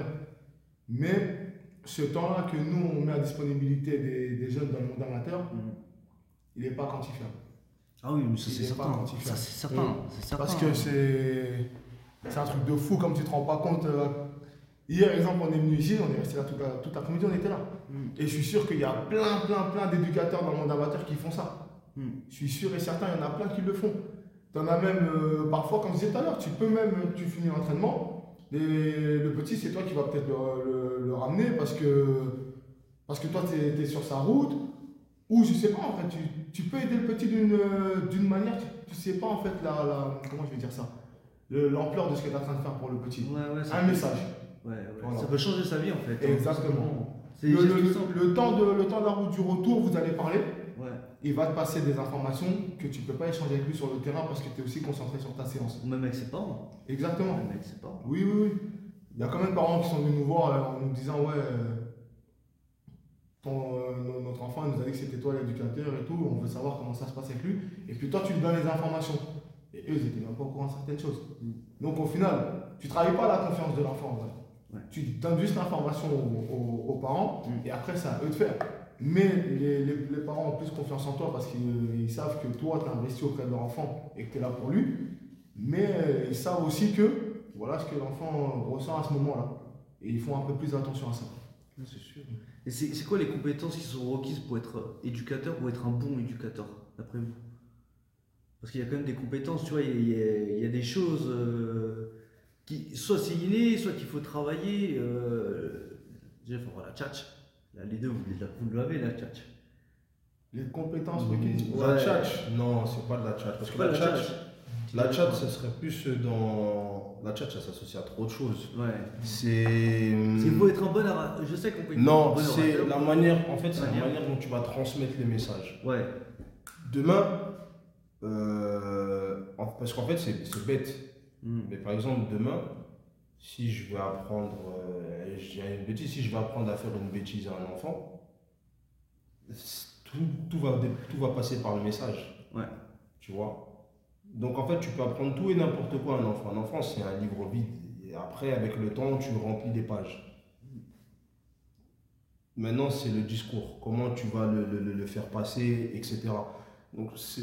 Mais ce temps-là que nous, on met à disponibilité des, des jeunes dans le monde amateur,
Mm.
il n'est pas quantifiable.
Ah oui, mais ça
Il
c'est
est
certain.
pas quantifiable.
Ça c'est certain.
Mm.
c'est certain.
Parce que c'est, c'est un truc de fou, comme tu te rends pas compte. euh, Hier, exemple, on est venu ici, on est resté là toute, la, toute l'après-midi, on était là.
Mm.
Et je suis sûr qu'il y a plein, plein, plein d'éducateurs dans le monde amateur qui font ça.
Mm.
Je suis sûr et certain, il y en a plein qui le font. Tu en as même, euh, parfois, comme je disais tout à l'heure, tu peux même, tu finis l'entraînement, et le petit, c'est toi qui vas peut-être le, le- le ramener parce que, parce que toi, tu es, sur sa route, ou je sais pas, en fait, tu, tu peux aider le petit d'une, d'une manière, tu, tu sais pas, en fait, la, la- comment je vais dire ça, Le- l'ampleur de ce que tu es en train de faire pour le petit.
Ouais, ouais, ça
Un
peut-
message.
Ouais, ouais.
Voilà.
Ça peut changer sa vie en fait. hein,
Exactement.
tout simplement. C'est
Le,
des gestes
le-
tout simples.
le temps de, le temps de la route du retour, vous allez parler.
Ouais.
Il va te passer des informations que tu ne peux pas échanger avec lui sur le terrain parce que tu es aussi concentré sur ta séance.
Ou même avec ses parents.
Exactement.
Même avec ses parents.
Oui, oui, oui. Il y a quand même des parents qui sont venus nous voir euh, en nous disant ouais, euh, ton, euh, no- notre enfant il nous a dit que c'était toi l'éducateur et tout, on veut savoir comment ça se passe avec lui. Et puis toi, tu lui donnes les informations. Et eux, ils n'étaient même pas au courant de certaines choses.
Mm.
Donc au final, tu ne travailles pas la confiance de l'enfant. en vrai.
Ouais.
Tu donnes juste l'information aux, aux- aux parents
Mm.
et après, c'est à eux de faire. Mais les, les- les parents ont plus confiance en toi parce qu'ils ils savent que toi, tu as investi auprès de leur enfant et que tu es là pour lui. Mais euh, ils savent aussi que voilà ce que l'enfant ressent à ce moment-là. Et ils font un peu plus attention à ça.
Ouais, c'est sûr. Et c'est c'est quoi les compétences qui sont requises pour être éducateur ou être un bon éducateur, d'après vous? Parce qu'il y a quand même des compétences, tu vois, il y a, il y a des choses euh, qui, soit c'est inné, soit qu'il faut travailler. Euh, déjà, il faut avoir la tchatch. Là, les deux, vous, les- vous l'avez, la tchatch.
Les compétences
Mmh,
requises.
La
Ouais.
tchatch, non, c'est pas de la tchatch. Parce que
Pas
la
la
tchatch,
tchatch.
la tchatch, ça serait plus dans. La tchatch, ça s'associe à trop de choses.
Ouais.
C'est.
C'est faut être un bon orateur. Je sais qu'on peut être
Non,
un bon
c'est
orateur.
la manière. En fait, c'est la
Manière.
manière dont tu vas transmettre les messages.
Ouais.
Demain, euh, en- parce qu'en fait, c'est c'est bête.
Mm.
Mais par exemple, demain, si je vais apprendre, euh, je dirais une bêtise, si je vais apprendre à faire une bêtise à un enfant, c'est- tout, tout va, dé- tout va passer par le message.
Ouais.
Tu vois? Donc en fait, tu peux apprendre tout et n'importe quoi à un enfant. Un enfant, c'est un livre vide. Et après, avec le temps, tu remplis des pages. Maintenant, c'est le discours. Comment tu vas le, le- le faire passer, et cetera. Donc c'est.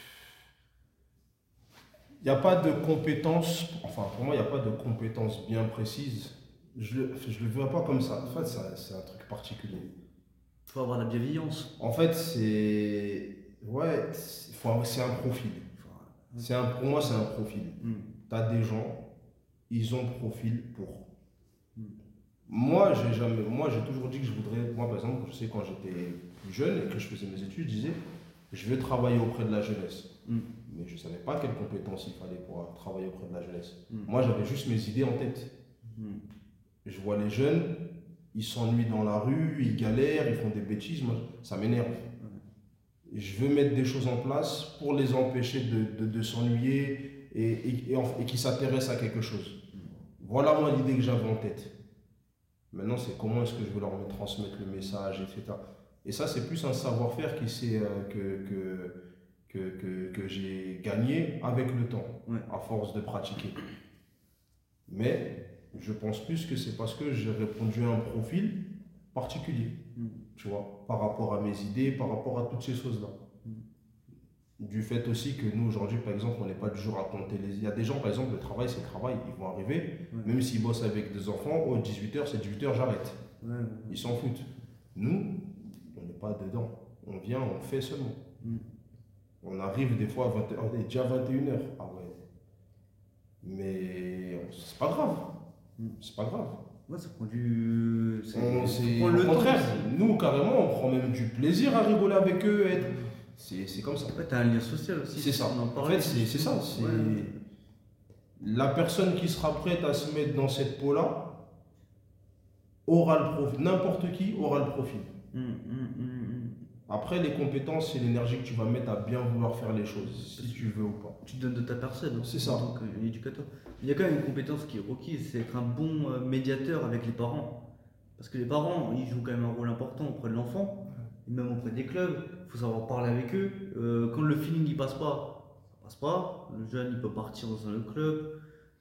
Il n'y a pas de compétences, enfin pour moi, il n'y a pas de compétences bien précises. Je ne le, je le vois pas comme ça. En fait, ça- c'est un truc particulier.
Il faut avoir la bienveillance.
En fait, c'est. Ouais, c'est faut- c'est un profil. C'est un, pour moi, c'est un profil.
Mm.
Tu as des gens, ils ont profil pour.
Mm.
Moi, j'ai jamais, moi, j'ai toujours dit que je voudrais. Moi, par exemple, je sais quand j'étais plus jeune et que je faisais mes études, je disais, je veux travailler auprès de la jeunesse.
Mm.
Mais je ne savais pas quelles compétences il fallait pour travailler auprès de la jeunesse.
Mm.
Moi, j'avais juste mes idées en tête.
Mm.
Je vois les jeunes, ils s'ennuient dans la rue, ils galèrent, ils font des bêtises, moi, ça m'énerve. Je veux mettre des choses en place pour les empêcher de, de, de s'ennuyer et, et, et, en- et qu'ils s'intéressent à quelque chose. Voilà moi l'idée que j'avais en tête. Maintenant, c'est comment est-ce que je veux leur transmettre le message, et cetera. Et ça, c'est plus un savoir-faire qui s'est, euh, que, que, que, que, que j'ai gagné avec le temps,
Ouais.
à force de pratiquer. Mais je pense plus que c'est parce que j'ai répondu à un profil particulier,
Mm.
tu vois, par rapport à mes idées, par rapport à toutes ces choses-là. Du fait aussi que nous, aujourd'hui, par exemple, on n'est pas du genre à compter les... Il y a des gens, par exemple, le travail, c'est le travail. Ils vont arriver,
Ouais.
même s'ils bossent avec des enfants, oh, dix-huit heures, c'est dix-huit heures, j'arrête.
Ouais, ouais.
Ils s'en foutent. Nous, on n'est pas dedans. On vient, on fait seulement.
Mm.
On arrive des fois à vingt heures, on est déjà vingt et une heures. Ah ouais. Mais c'est pas grave.
Mm.
C'est pas grave.
Ouais, ça prend du. c'est-
On-
faut
c'est-
prendre
au
le temps
contraire,
aussi.
nous, carrément, on prend même du plaisir à rigoler avec eux. Être... C'est c'est comme ça.
Ouais, t'as un lien social aussi.
C'est ça.
On en
En
parlait.
fait, c'est c'est ça. c'est-
Ouais.
La personne qui sera prête à se mettre dans cette peau-là aura le profil. N'importe qui aura le profil.
Mm, mm, mm, mm.
Après, les compétences, c'est l'énergie que tu vas mettre à bien vouloir faire les choses, si tu veux ou pas.
Tu te donnes de ta personne. hein,
C'est ça.
En tant qu'éducateur. Il y a quand même une compétence qui est requise, c'est être un bon euh, médiateur avec les parents. Parce que les parents, ils jouent quand même un rôle important auprès de l'enfant, et même auprès des clubs. Il faut savoir parler avec eux. Euh, quand le feeling il passe pas, ça passe pas. Le jeune il peut partir dans un autre club.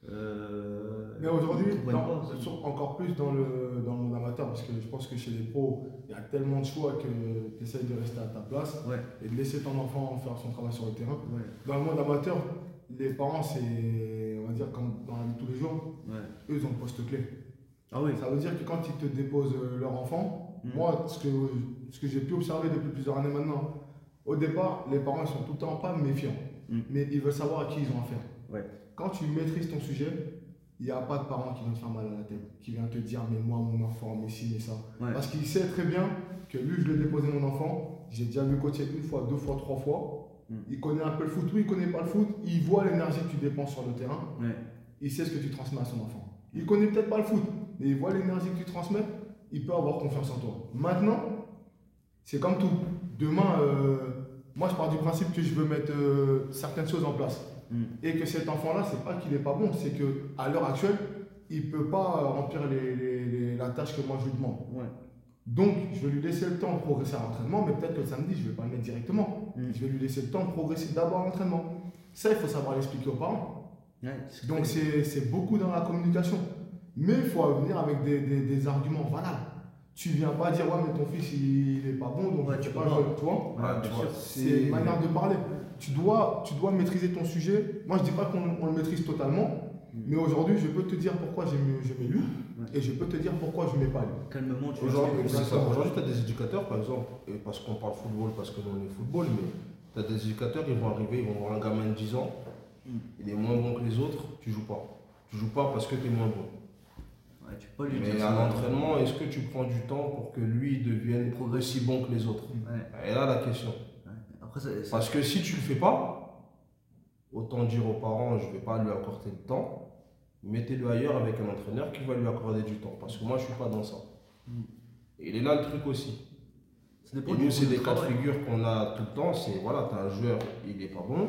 Euh,
Mais aujourd'hui,
ils comprennent
dans-
pas.
sur- encore plus dans le, dans le monde amateur, parce que je pense que chez les pros, il y a tellement de choix que tu essayes de rester à ta place
Ouais,
et de laisser ton enfant faire son travail sur le terrain.
ouais,
Dans le monde amateur, les parents, c'est, on va dire, comme dans la vie de tous les jours,
ouais.
eux, ils ont le poste clé.
Ah oui.
Ça veut dire que quand ils te déposent euh, leur enfant,
Mhm.
moi, ce que, ce que j'ai pu observer depuis plusieurs années maintenant, au départ, les parents, ils sont tout le temps pas méfiants,
Mhm.
mais ils veulent savoir à qui ils ont affaire.
Ouais.
Quand tu maîtrises ton sujet, il n'y a pas de parent qui vient te faire mal à la tête, qui vient te dire, mais moi, mon enfant, mais ci, mais ça.
Ouais.
Parce qu'il sait très bien que lui, je l'ai déposé mon enfant, j'ai déjà vu coacher une fois, deux fois, trois fois.
Mhm.
Il connaît un peu le foot, oui, il connaît pas le foot, il voit l'énergie que tu dépenses sur le terrain,
Ouais.
il sait ce que tu transmets à son enfant. Il connaît peut-être pas le foot, mais il voit l'énergie que tu transmets, il peut avoir confiance en toi. Maintenant, c'est comme tout. Demain, euh, moi je pars du principe que je veux mettre euh, certaines choses en place.
Mm.
Et que cet enfant-là, c'est pas qu'il est pas bon, c'est qu'à l'heure actuelle, il peut pas remplir les- les- les- la tâche que moi je lui demande.
Ouais.
Donc, je vais lui laisser le temps de progresser à l'entraînement, mais peut-être que le samedi, je ne vais pas le mettre directement.
Mm.
Je vais lui laisser le temps de progresser d'abord à l'entraînement. Ça, il faut savoir l'expliquer aux parents.
Ouais, c'est
Donc,
très-
c'est c'est beaucoup dans la communication. Mais il faut venir avec des, des- des arguments valables. Tu viens pas dire, ouais, mais ton fils, il est pas bon, donc
Ouais,
tu
tu
peux
peux
pas
pas.
jouer, tu vois.
Ouais,
tu
bien
vois,
sûr.
C'est une manière de parler. Tu dois, tu dois maîtriser ton sujet. Moi, je dis pas qu'on on le maîtrise totalement,
Mm.
mais aujourd'hui, je peux te dire pourquoi j'ai mis, je mets lui,
Ouais.
et je peux te dire pourquoi je ne mets pas lui.
Calmement, tu
Aujourd'hui,
Exactement.
c'est ça. Aujourd'hui, tu as des éducateurs, par exemple, et parce qu'on parle football, parce que nous on est football, mais tu as des éducateurs, ils vont arriver, ils vont voir un gamin de dix ans,
Mm.
il est moins bon que les autres, tu joues pas. Tu joues pas parce que tu es moins bon.
Ouais, tu peux pas lui
Mais
dire
à
ça.
l'entraînement, est-ce que tu prends du temps pour que lui devienne aussi bon que les autres?
Ouais,
Et là, la question.
ouais. Après, ça- ça-
Parce que si tu le fais pas, autant dire aux parents, je vais pas lui accorder le temps, mettez-le ailleurs avec un entraîneur qui va lui accorder du temps. Parce que moi, je suis pas dans ça.
Mm.
Et il est là le truc aussi.
ça dépend
Et
du
nous, c'est
niveau
des
de
cas de
travail.
figure qu'on a tout le temps. C'est voilà, tu as un joueur, il est pas bon.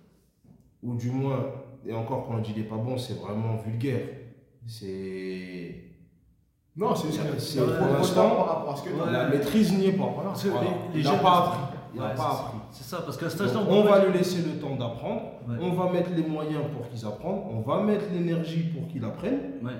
Ou du moins, et encore quand on dit il est pas bon, c'est vraiment vulgaire. C'est.
Non, c'est juste que
C'est-
c'est
pour
trop
l'instant,
retard par rapport à ce que
Ouais.
La maîtrise n'y est pas.
Voilà.
Parce que
Voilà.
les- les
il n'a
jeunes-
pas appris. Il n'a
Ouais,
pas
c'est
appris.
C'est ça, parce qu'à cet âge-là,
Donc,
peut
on
pas
va
dire-
lui laisser le temps d'apprendre.
Ouais.
On va mettre les moyens pour qu'ils apprennent. On va mettre l'énergie pour qu'il apprenne.
Ouais.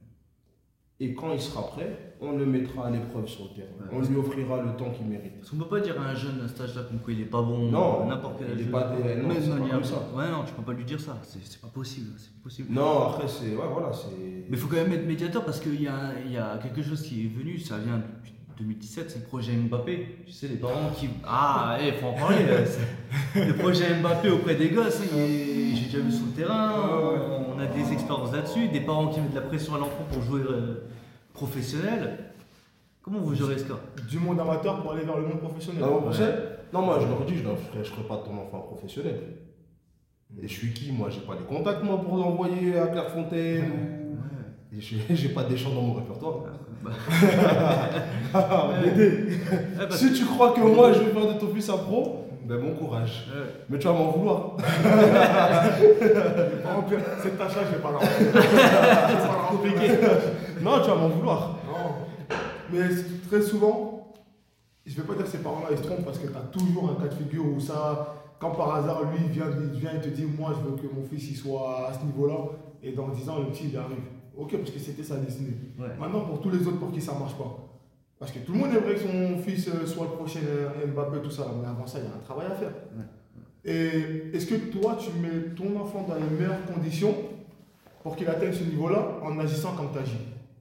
Et quand il sera prêt, on le mettra à l'épreuve sur le terrain.
Ouais.
On lui offrira le temps qu'il mérite.
Parce qu'on peut pas dire à un jeune à cet âge-là comme quoi il est pas bon,
Non,
n'importe quel
il est
âge.
pas des- non,
Même
c'est pas
manière-
comme ça.
Ouais, non, tu peux pas lui dire ça, c'est c'est pas possible, c'est pas possible.
Non, après, c'est. Ouais, voilà, c'est.
Mais il faut quand même être médiateur parce qu'il y, a- il y a quelque chose qui est venu, ça vient depuis deux mille dix-sept, c'est le projet Mbappé. Tu sais, les parents qui. Ah, il faut en parler. là, c'est- le projet Mbappé auprès des gosses, hein, il est- j'ai déjà vu sur le terrain, on a des expériences là-dessus, des parents qui mettent de la pression à l'enfant pour jouer euh, professionnel. Comment vous gérez ce cas?
Du monde amateur pour aller vers le monde professionnel.
Non, vous
Ouais.
savez, non, moi je leur dis, je ne ferai, je ferai pas de ton enfant professionnel. Et je suis qui? Moi, j'ai pas les contacts moi pour l'envoyer à Clairefontaine.
Ouais.
J'ai j'ai pas des chants dans mon répertoire.
Bah,
Ah,
Ouais.
Dédé,
ouais, parce
si tu crois que moi je vais faire de ton fils un pro, ben bon courage.
que- ouais.
Mais tu vas m'en vouloir.
Par exemple, cette tâche-là, je vais pas la remplir. Je vais pas la remplir.
Non, tu vas m'en vouloir.
Non. Mais c'est- très souvent, je vais pas dire que ces parents-là ils se trompent parce que tu as toujours un cas de figure où ça, quand par hasard lui il vient, il vient et te dit moi je veux que mon fils il soit à ce niveau-là et dans dix ans le petit il arrive. Ok, parce que c'était sa destinée.
Ouais.
Maintenant pour tous les autres pour qui ça marche pas. Parce que tout le monde aimerait que son fils euh, soit le prochain euh, Mbappé, tout ça, mais avant ça il y a un travail à faire.
Ouais.
Et est-ce que toi tu mets ton enfant dans les meilleures conditions pour qu'il atteigne ce niveau-là en agissant comme tu agis?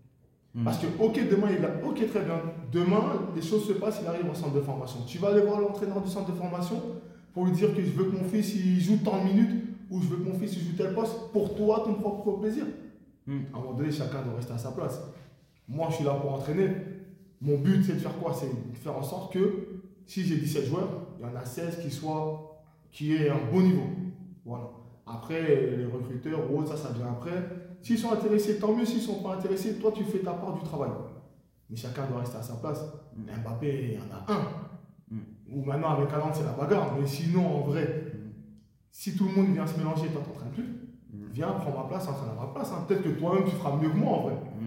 Mm.
Parce que, ok, demain, il a, ok, très bien. Demain, les choses se passent, il arrive au centre de formation. Tu vas aller voir l'entraîneur du centre de formation pour lui dire que je veux que mon fils il joue tant de minutes ou je veux que mon fils il joue tel poste pour toi, ton propre plaisir.
Mm.
À un moment donné, chacun doit rester à sa place. Moi, je suis là pour entraîner. Mon but, c'est de faire quoi? C'est de faire en sorte que si j'ai dix-sept joueurs, il y en a seize qui soient, qui aient un bon niveau. Voilà. Après, les recruteurs ou autres, ça, ça vient après. S'ils sont intéressés, tant mieux. S'ils ne sont pas intéressés, toi, tu fais ta part du travail. Mais chacun doit rester à sa place.
Mm.
Mbappé, il y en a un.
Mm.
Ou maintenant, avec Haaland, c'est la bagarre. Mais sinon, en vrai,
Mm.
si tout le monde vient se mélanger et toi, tu n'entraînes plus,
Mm.
viens, prends ma place, entraîne à ma place. hein. Peut-être que toi-même, tu feras mieux que moi, en vrai.
Mm.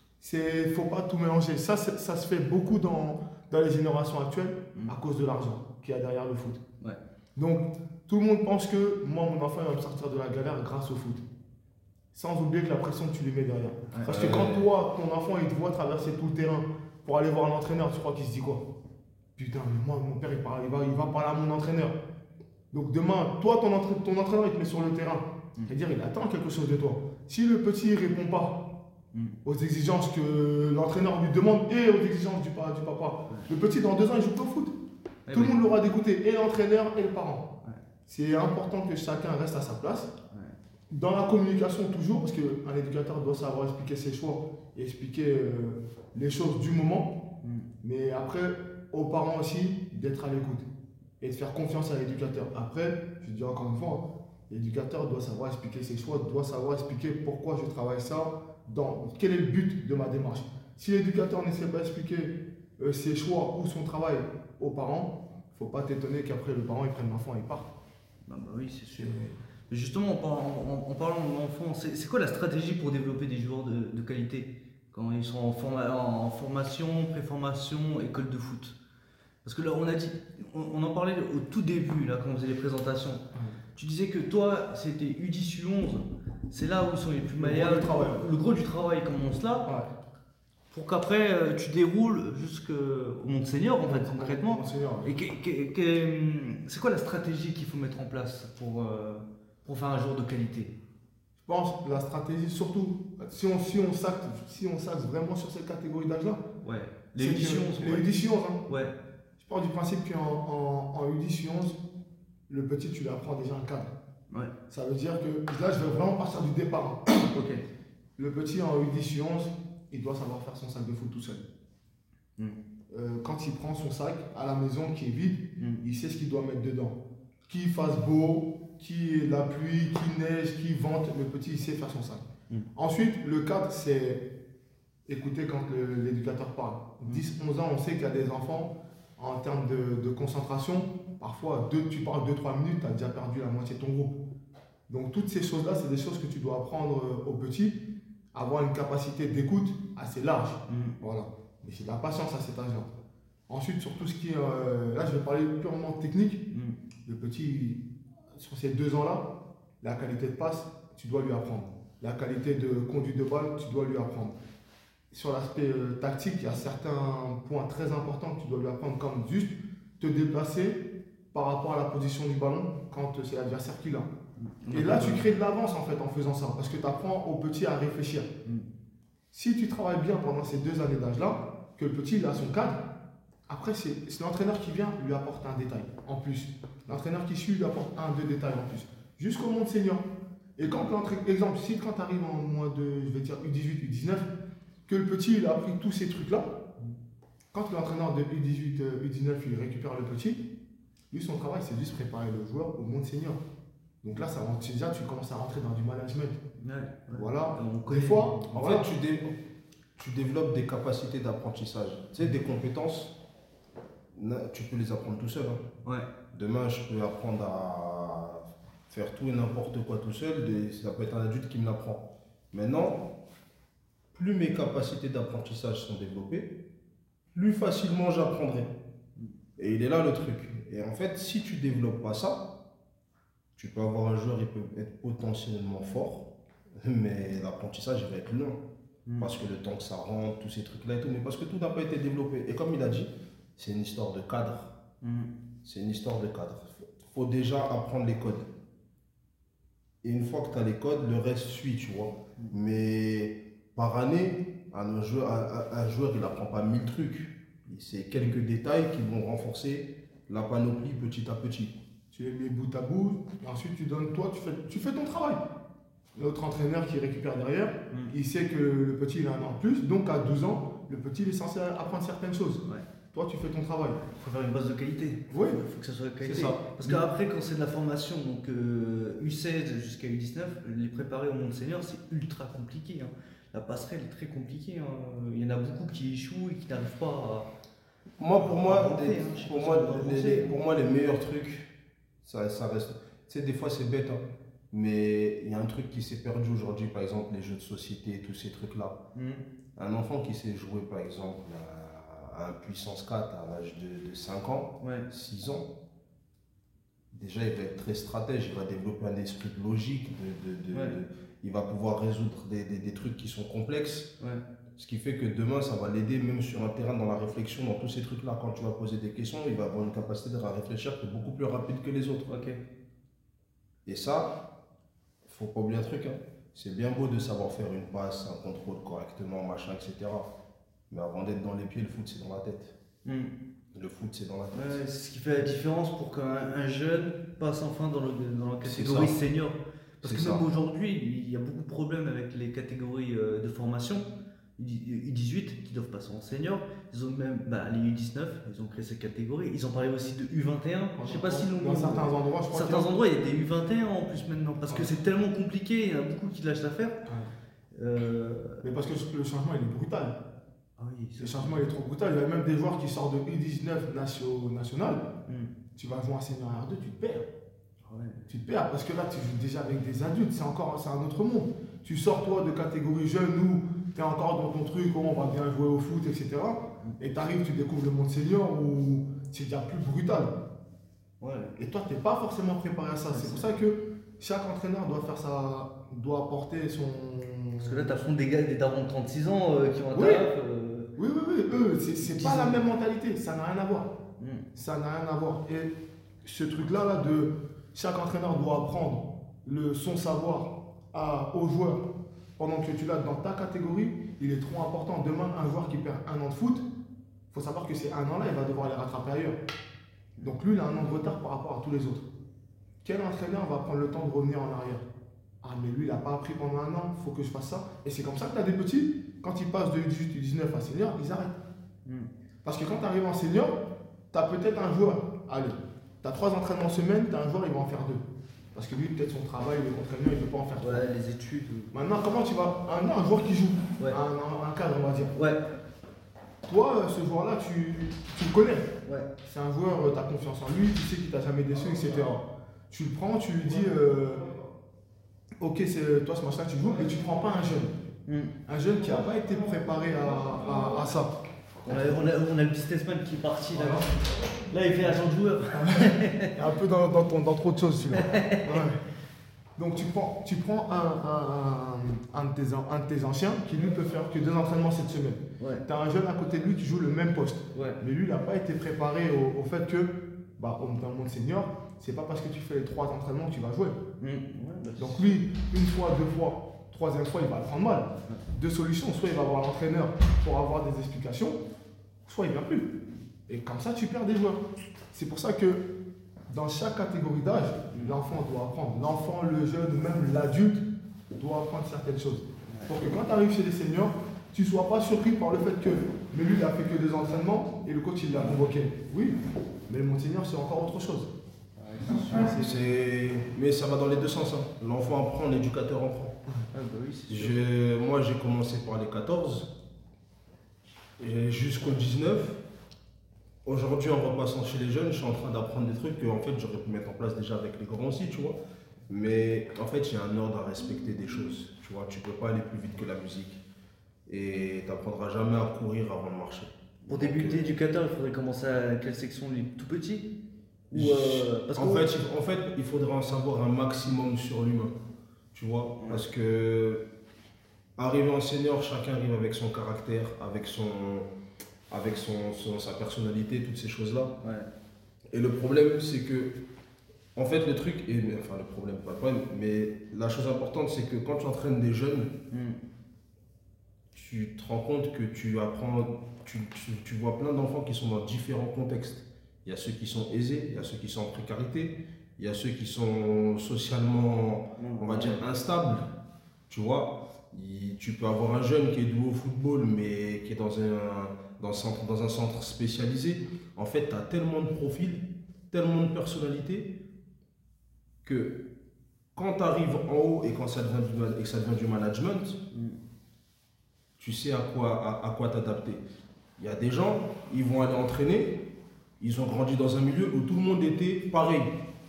Il ne faut pas tout mélanger. Ça, c'est- ça se fait beaucoup dans, dans les générations actuelles
Mm.
à cause de l'argent qu'il y a derrière le foot.
Ouais.
Donc, tout le monde pense que moi, mon enfant, il va me sortir de la galère grâce au foot. Sans oublier que la pression que tu lui mets derrière.
Ouais.
Parce que
Ouais.
quand toi, ton enfant, il te voit traverser tout le terrain pour aller voir l'entraîneur, tu crois qu'il se dit quoi? Putain, mais moi, mon père, il, parle, il, va, il va parler à mon entraîneur. Donc demain, toi, ton, entra- ton entraîneur, il te met sur le terrain.
Mm.
C'est-à-dire, il attend quelque chose de toi. Si le petit ne répond pas
Mm.
aux exigences que l'entraîneur lui demande et aux exigences du, pa- du papa, le petit, dans deux ans, il joue pas au foot.
Eh
Tout le
oui.
monde l'aura dégoûté, et l'entraîneur et le parent.
Ouais.
C'est important que chacun reste à sa place.
Ouais.
Dans la communication, toujours, parce qu'un éducateur doit savoir expliquer ses choix et expliquer euh, les choses du moment.
Mm.
Mais après, aux parents aussi, d'être à l'écoute et de faire confiance à l'éducateur. Après, je dis encore une fois, hein, l'éducateur doit savoir expliquer ses choix, doit savoir expliquer pourquoi je travaille ça, dans, quel est le but de ma démarche. Si l'éducateur ne sait pas expliquer euh, ses choix ou son travail aux parents, il ne faut pas t'étonner qu'après le parent il prenne l'enfant et il parte.
Bah, bah oui, c'est sûr. Mais justement, en, par- en- en- en parlant de l'enfant, c'est c'est quoi la stratégie pour développer des joueurs de, de qualité quand ils sont en, forma- en formation, préformation, école de foot? Parce que là, on a dit, on, on en parlait au tout début, là, quand on faisait les présentations. Tu disais que toi, c'était U dix, U onze, c'est là où ils sont les plus
Le gros
malléables.
du travail.
Le gros du travail commence là,
Ouais.
pour qu'après euh, tu déroules jusqu'au monde senior, en fait, concrètement.
Monseigneur.
Et que- que- que- c'est quoi la stratégie qu'il faut mettre en place pour, euh, pour faire un joueur de qualité?
Je pense que la stratégie, surtout, si on, si on s'axe si on s'axe vraiment sur cette catégorie d'âge-là,
Ouais.
c'est
Les
que-
éditions,
les
ouais.
U dix, U onze, hein.
Ouais.
Je pars du principe qu'en en, en U dix, U onze, le petit, tu lui apprends déjà un cadre.
Ouais.
Ça veut dire que là, je vais vraiment partir du départ. hein.
Ok.
Le petit en U dix, U onze, il doit savoir faire son sac de foot tout seul.
Mm.
Euh, quand il prend son sac à la maison qui est vide,
Mm.
il sait ce qu'il doit mettre dedans. Qu'il fasse beau, qu'il y ait la pluie, qu'il neige, qu'il vente, le petit il sait faire son sac.
Mm.
Ensuite, le cadre, c'est écouter quand le- l'éducateur parle.
Mm.
dix onze ans, on sait qu'il y a des enfants, en termes de, de concentration, parfois deux, tu parles deux trois minutes, tu as déjà perdu la moitié de ton groupe. Donc toutes ces choses-là, c'est des choses que tu dois apprendre euh, aux petits, avoir une capacité d'écoute assez large.
Mm.
Voilà. Mais c'est de la patience à cet âge-là. Ensuite, sur tout ce qui est. euh, là, je vais parler purement technique.
Mm.
Le petit, sur ces deux ans-là, la qualité de passe, tu dois lui apprendre. La qualité de conduite de balle, tu dois lui apprendre. Sur l'aspect euh, tactique, il y a certains points très importants que tu dois lui apprendre, comme juste te déplacer par rapport à la position du ballon quand c'est l'adversaire qui l'a. Et là, tu crées de l'avance en fait en faisant ça, parce que tu apprends au petit à réfléchir.
Mm.
Si tu travailles bien pendant ces deux années d'âge-là, que le petit il a son cadre, après c'est c'est l'entraîneur qui vient lui apporte un détail en plus. L'entraîneur qui suit lui apporte un, deux détails en plus. Jusqu'au monde senior. Et quand l'entraîneur, exemple, si quand tu arrives en moins de, je vais dire U dix-huit, U dix-neuf, que le petit il a appris tous ces trucs-là, quand l'entraîneur de U dix-huit, euh, U dix-neuf il récupère le petit, lui son travail c'est juste préparer le joueur au monde senior. Donc là, ça, rentre- déjà, tu commences à rentrer dans du management.
Ouais, ouais.
Voilà.
On
Des
connaît.
fois,
En
voilà.
fait, tu, dé- tu développes des capacités d'apprentissage. Tu sais, des compétences, na- tu peux les apprendre tout seul. hein.
Ouais.
Demain, je peux apprendre à faire tout et n'importe quoi tout seul. et Ça peut être un adulte qui me l'apprend. Maintenant, plus mes capacités d'apprentissage sont développées, plus facilement j'apprendrai. Et il est là le truc. Et en fait, si tu développes pas ça, tu peux avoir un joueur, il peut être potentiellement fort, mais l'apprentissage il va être long.
Mm.
Parce que le temps que ça rentre, tous ces trucs-là et tout, mais parce que tout n'a pas été développé. Et comme il a dit, c'est une histoire de cadre.
Mm.
C'est une histoire de cadre. Il faut déjà apprendre les codes. Et une fois que tu as les codes, le reste suit, tu vois. Mais par année, un joueur, un, un joueur il n'apprend pas mille trucs. C'est quelques détails qui vont renforcer la panoplie petit à petit.
Tu les mets bout à bout, et ensuite tu donnes, toi, tu fais, tu fais ton travail. L'autre entraîneur qui récupère derrière,
Mm.
il sait que le petit il a un an de plus, donc à douze ans, le petit il est censé apprendre certaines choses.
Ouais.
Toi, tu fais ton travail.
Il faut faire une base de qualité.
Oui.
Il faut que ça soit de qualité.
C'est ça.
Parce qu'après, quand c'est de la formation, donc euh, U seize jusqu'à U dix-neuf, les préparer au monde senior, c'est ultra compliqué. hein. La passerelle est très compliquée. hein. Il y en a beaucoup qui échouent et qui n'arrivent pas à.
Moi, pour moi,
Inventer,
des-
hein, je sais
pour,
pas
moi
si on doit
les,
penser.
les- pour moi, les meilleurs trucs, ça, ça reste. Tu sais, des fois, c'est bête, hein, mais il y a un truc qui s'est perdu aujourd'hui, par exemple, les jeux de société et tous ces trucs-là.
Mm.
Un enfant qui sait jouer, par exemple, à, à un puissance quatre à l'âge de, de cinq ans,
Ouais.
six ans, déjà, il va être très stratège, il va développer un esprit de logique, de, de- de-
Ouais.
de- il va pouvoir résoudre des, des- des trucs qui sont complexes.
Ouais.
Ce qui fait que demain, ça va l'aider même sur un terrain dans la réflexion, dans tous ces trucs-là. Quand tu vas poser des questions, il va avoir une capacité de réfléchir qui est beaucoup plus rapide que les autres.
Ok.
Et ça, il faut pas oublier un truc. hein. C'est bien beau de savoir faire une passe, un contrôle correctement, machin, et cetera. Mais avant d'être dans les pieds, le foot, c'est dans la tête.
Mm.
Le foot, c'est dans la tête.
Ouais, c'est ce qui fait la différence pour qu'un un jeune passe enfin dans, le, dans la
C'est
catégorie
ça.
senior. Parce que
C'est
même
ça.
aujourd'hui, il y a beaucoup de problèmes avec les catégories euh, de formation. U dix-huit qui doivent passer en senior. Ils ont même bah, les U dix-neuf, ils ont créé cette catégorie. Ils ont parlé aussi de U vingt et un. Je sais pas si
Dans certains endroits, je crois
certains
qu'il y a-
endroits, il y a des U vingt et un en plus maintenant. Parce que
Ouais.
c'est tellement compliqué, il y en a beaucoup qui lâchent l'affaire.
Ouais.
Euh...
Mais parce que le changement il est brutal.
Ah oui,
Le changement il est trop brutal. Il y a même des joueurs qui sortent de U dix-neuf natio- national.
Hmm.
Tu vas jouer en senior R deux, tu te perds.
Ah ouais.
Tu te perds parce que là, tu joues déjà avec des adultes, c'est encore c'est un autre monde. Tu sors toi de catégorie jeune où tu es encore dans ton truc, oh, on va bien jouer au foot, et cetera. Et tu arrives, tu découvres le monde senior où c'est déjà plus brutal.
Ouais.
Et toi, tu n'es pas forcément préparé à ça. C'est pour ça que chaque entraîneur doit faire ça, doit apporter son.
Parce que là, t'affrontes des gars, des darons de trente-six ans euh, qui ont un
Oui.
taf. euh,
Oui, oui, oui, eux, c'est c'est pas
Qui-
la même mentalité, ça n'a rien à voir.
hmm.
Ça n'a rien à voir. Et ce truc-là, là, de chaque entraîneur doit apprendre le, son savoir à, aux joueurs pendant que tu l'as dans ta catégorie, il est trop important. Demain, un joueur qui perd un an de foot, il faut savoir que ces un an-là, il va devoir les rattraper ailleurs. Donc lui, il a un an de retard par rapport à tous les autres. Quel entraîneur va prendre le temps de revenir en arrière? Ah, mais lui, il n'a pas appris pendant un an, il faut que je fasse ça. Et c'est comme ça que tu as des petits, quand ils passent de U dix-huit, U dix-neuf à senior, ils arrêtent.
Hmm.
Parce que quand tu arrives en senior, tu as peut-être un joueur, allez, tu as trois entraînements semaine, tu as un joueur, il va en faire deux. Parce que lui, peut-être son travail, le entraîneur, il ne peut pas en faire trois.
Ouais, les études. euh,
Maintenant, comment tu vas. Un, un joueur qui joue,
Ouais.
un, un- un cadre, on va dire.
Ouais.
Toi, euh, ce joueur-là, tu, tu le connais.
Ouais.
C'est un joueur, tu as confiance en lui, tu sais qu'il t'a jamais déçu, et cetera. Tu le prends, tu lui dis, euh, ok, c'est toi ce match-là, tu joues, mais tu prends pas un jeune.
Hmm.
Un jeune qui n'a pas été préparé à, à- à ça.
On, a, on, a, on a le businessman qui est parti là. Là, il fait agent de joueur.
Un peu dans, dans, ton- dans trop de choses, celui-là. Ouais. Donc tu prends, tu prends un, un, un, un de tes, an- un de tes anciens qui lui peut faire que deux entraînements cette semaine.
Ouais.
Tu as un jeune à côté de lui qui joue le même poste.
Ouais.
Mais lui, il n'a pas été préparé au, au fait que, bah, dans le monde senior, c'est pas parce que tu fais les trois entraînements que tu vas jouer.
Hmm. Ouais, bah,
Donc lui, une fois, deux fois, troisième fois, il va le prendre mal. Deux solutions, soit il va voir l'entraîneur pour avoir des explications, soit il ne vient plus. Et comme ça, tu perds des joueurs. C'est pour ça que dans chaque catégorie d'âge, l'enfant doit apprendre. L'enfant, le jeune, même l'adulte doit apprendre certaines choses. Pour que quand tu arrives chez les seniors, tu ne sois pas surpris par le fait que, mais lui, il a fait que deux entraînements et le coach, il l'a convoqué. Oui, mais le monde senior, c'est encore autre chose.
C'est... Mais ça va dans les deux sens. Hein. L'enfant apprend, l'éducateur en prend.
Ah bah oui, c'est sûr.
Je- Moi, j'ai commencé par les quatorze et jusqu'aux dix-neuf. Aujourd'hui, en repassant chez les jeunes, je suis en train d'apprendre des trucs que en fait, j'aurais pu mettre en place déjà avec les grands aussi, tu vois. Mais en fait, il y a un ordre à respecter des choses. Tu vois, tu peux pas aller plus vite que la musique. Et tu n'apprendras jamais à courir avant de marcher.
Pour
Donc,
débuter
euh,
éducateur, il faudrait commencer à quelle section, les tout petits Ou, euh, parce
en,
qu'au-
fait, il- en fait, il faudrait en savoir un maximum sur l'humain. Tu vois, parce que arrivé en senior, chacun arrive avec son caractère, avec son, avec son, son- sa personnalité, toutes ces choses-là.
Ouais.
Et le problème, c'est que, en fait, le truc, et, enfin le problème, pas le problème, mais la chose importante, c'est que quand tu entraînes des jeunes,
Hmm.
tu te rends compte que tu apprends, tu, tu, tu vois plein d'enfants qui sont dans différents contextes. Il y a ceux qui sont aisés, il y a ceux qui sont en précarité, il y a ceux qui sont socialement, on va dire, instables. Tu vois, Il- tu peux avoir un jeune qui est doué au football, mais qui est dans un, dans un, centre, dans un centre spécialisé. En fait, tu as tellement de profils, tellement de personnalités, que quand tu arrives en haut et quand ça devient du, ma- et que ça devient du management,
Hmm.
tu sais à quoi, à, à quoi t'adapter. Il y a des gens, ils vont aller entraîner, ils ont grandi dans un milieu où tout le monde était pareil.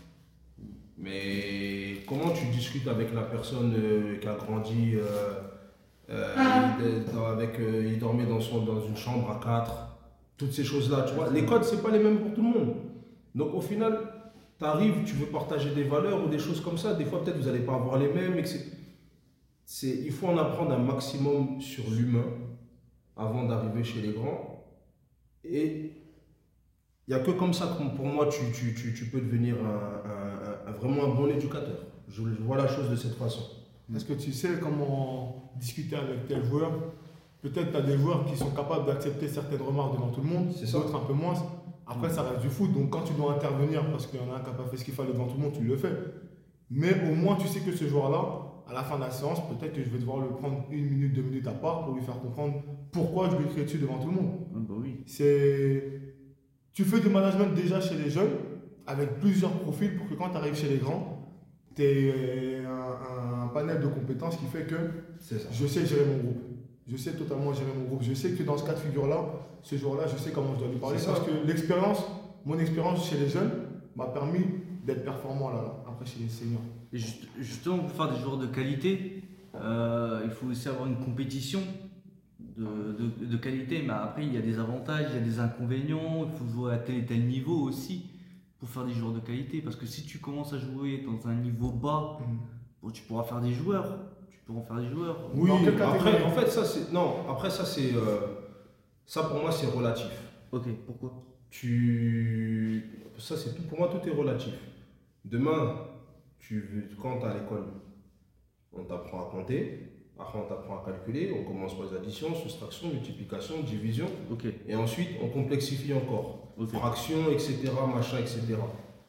Mais comment tu discutes avec la personne euh, qui a grandi, euh, euh, il, dans- avec, euh, il dormait dans, son, dans une chambre à quatre, toutes ces choses-là, tu vois. Les codes, c'est pas les mêmes pour tout le monde. Donc au final, tu arrives, tu veux partager des valeurs ou des choses comme ça, des fois peut-être vous n'allez pas avoir les mêmes, et que c'est- c'est- il faut en apprendre un maximum sur l'humain avant d'arriver chez les grands. Et il n'y a que comme ça que pour moi tu, tu, tu, tu peux devenir un, un- un- vraiment un bon éducateur. Je, je vois la chose de cette façon.
Est-ce que tu sais comment discuter avec tel joueur? Peut-être tu as des joueurs qui sont capables d'accepter certaines remarques devant tout le monde,
C'est ça.
d'autres un peu moins. Après, ça reste du foot, donc quand tu dois intervenir parce qu'il y en a un qui n'a pas fait ce qu'il fallait devant tout le monde, tu le fais. Mais au moins, tu sais que ce joueur-là, à la fin de la séance, peut-être que je vais devoir le prendre une minute, deux minutes à part pour lui faire comprendre pourquoi je lui crie dessus devant tout le monde.
Ah bah oui.
C'est... Tu fais du management déjà chez les jeunes, avec plusieurs profils pour que quand tu arrives chez les grands, tu aies un, un panel de compétences qui fait que
C'est ça.
je sais gérer mon groupe. Je sais totalement gérer mon groupe. Je sais que dans ce cas de figure-là, ce jour-là, je sais comment je dois lui parler.
C'est ça.
Parce que l'expérience, mon expérience chez les jeunes m'a permis d'être performant là, là, après chez les seniors.
Et juste- justement, pour faire des joueurs de qualité, euh, il faut aussi avoir une compétition de, de- de qualité. Mais après, il y a des avantages, il y a des inconvénients. Il faut jouer à tel et tel niveau aussi pour faire des joueurs de qualité. Parce que si tu commences à jouer dans un niveau bas, bon, tu pourras faire des joueurs. Tu pourras en faire des joueurs.
Oui,
Dans quelle
après,
catégorie?
en fait, ça c'est. Non, après, ça c'est. euh, ça pour moi c'est relatif.
Ok, pourquoi?
Tu. Ça c'est tout. Pour moi, tout est relatif. Demain, tu, quand tu es à l'école, on t'apprend à compter. Après, on t'apprend à calculer. On commence par les additions, soustractions, multiplication, division.
Ok,
Et ensuite, on complexifie encore.
ok.
Fractions, et cetera, machin, et cetera.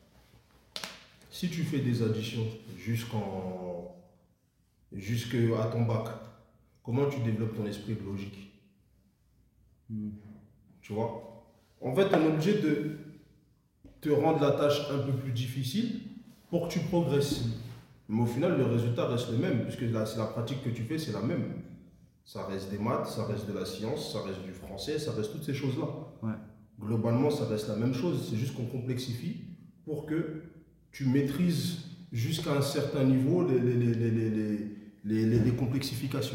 Si tu fais des additions jusqu'en jusqu'à ton bac, comment tu développes ton esprit de logique?
Hmm.
Tu vois? En fait, on est obligé de te rendre la tâche un peu plus difficile pour que tu progresses. Mais au final, le résultat reste le même, puisque là, c'est la pratique que tu fais, c'est la même. Ça reste des maths, ça reste de la science, ça reste du français, ça reste toutes ces choses-là.
Ouais.
Globalement, ça reste la même chose, c'est juste qu'on complexifie pour que tu maîtrises jusqu'à un certain niveau les, les, les, les, les, les, les- les complexifications.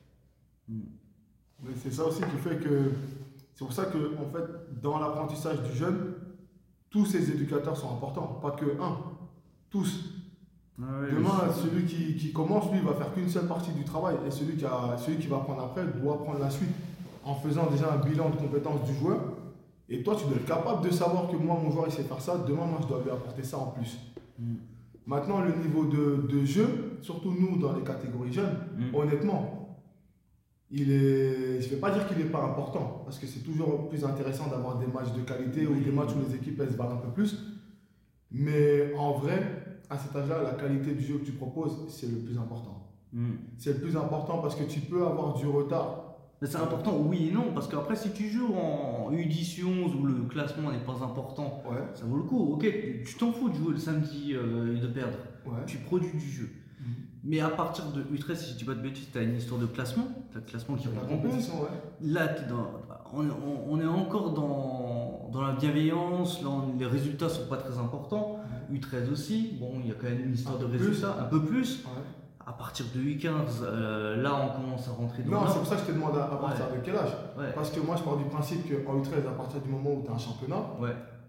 Mais c'est ça aussi qui fait que. C'est pour ça que, en fait, dans l'apprentissage du jeune, tous ces éducateurs sont importants. Pas que un, tous.
Ah ouais,
Demain,
mais-
celui qui, qui commence, lui, il va faire qu'une seule partie du travail. Et celui qui, a, celui qui va prendre après doit prendre la suite en faisant déjà un bilan de compétences du joueur. Et toi, tu dois être capable de savoir que moi, mon joueur, il sait faire ça. Demain, moi, je dois lui apporter ça en plus.
Hmm.
Maintenant, le niveau de, de jeu, surtout nous, dans les catégories jeunes,
Hmm.
honnêtement, il est, je ne vais pas dire qu'il n'est pas important, parce que c'est toujours plus intéressant d'avoir des matchs de qualité ou des matchs où les équipes elles se battent un peu plus. Mais en vrai, à cet âge-là, la qualité du jeu que tu proposes, c'est le plus important.
Hmm.
C'est le plus important parce que tu peux avoir du retard
Mais c'est important, oui et non, parce qu'après, si tu joues en U dix, U onze où le classement n'est pas important,
Ouais,
ça vaut le coup. Ok, tu tu t'en fous de jouer le samedi euh, et de perdre.
ouais.
Tu produis du jeu.
Mhm.
Mais à partir de U treize, si je dis pas de bêtises, tu as une histoire de classement. Tu as le classement qui
La
rentre en compte.
compétition, ouais.
Là, t'es dans- on, on- on est encore dans, dans la bienveillance, là, on- les résultats sont pas très importants. U treize aussi, bon, il y a quand même une histoire
Un
de
peu plus.
résultats, un peu plus.
Ouais.
À partir de U quinze, euh, là, on commence à rentrer dans
Non,
le
c'est pour ça que je te demande à, à partir
Ouais.
de quel âge.
Ouais,
Parce que moi, je pars du principe qu'en U treize, à partir du moment où tu as un championnat,
ouais.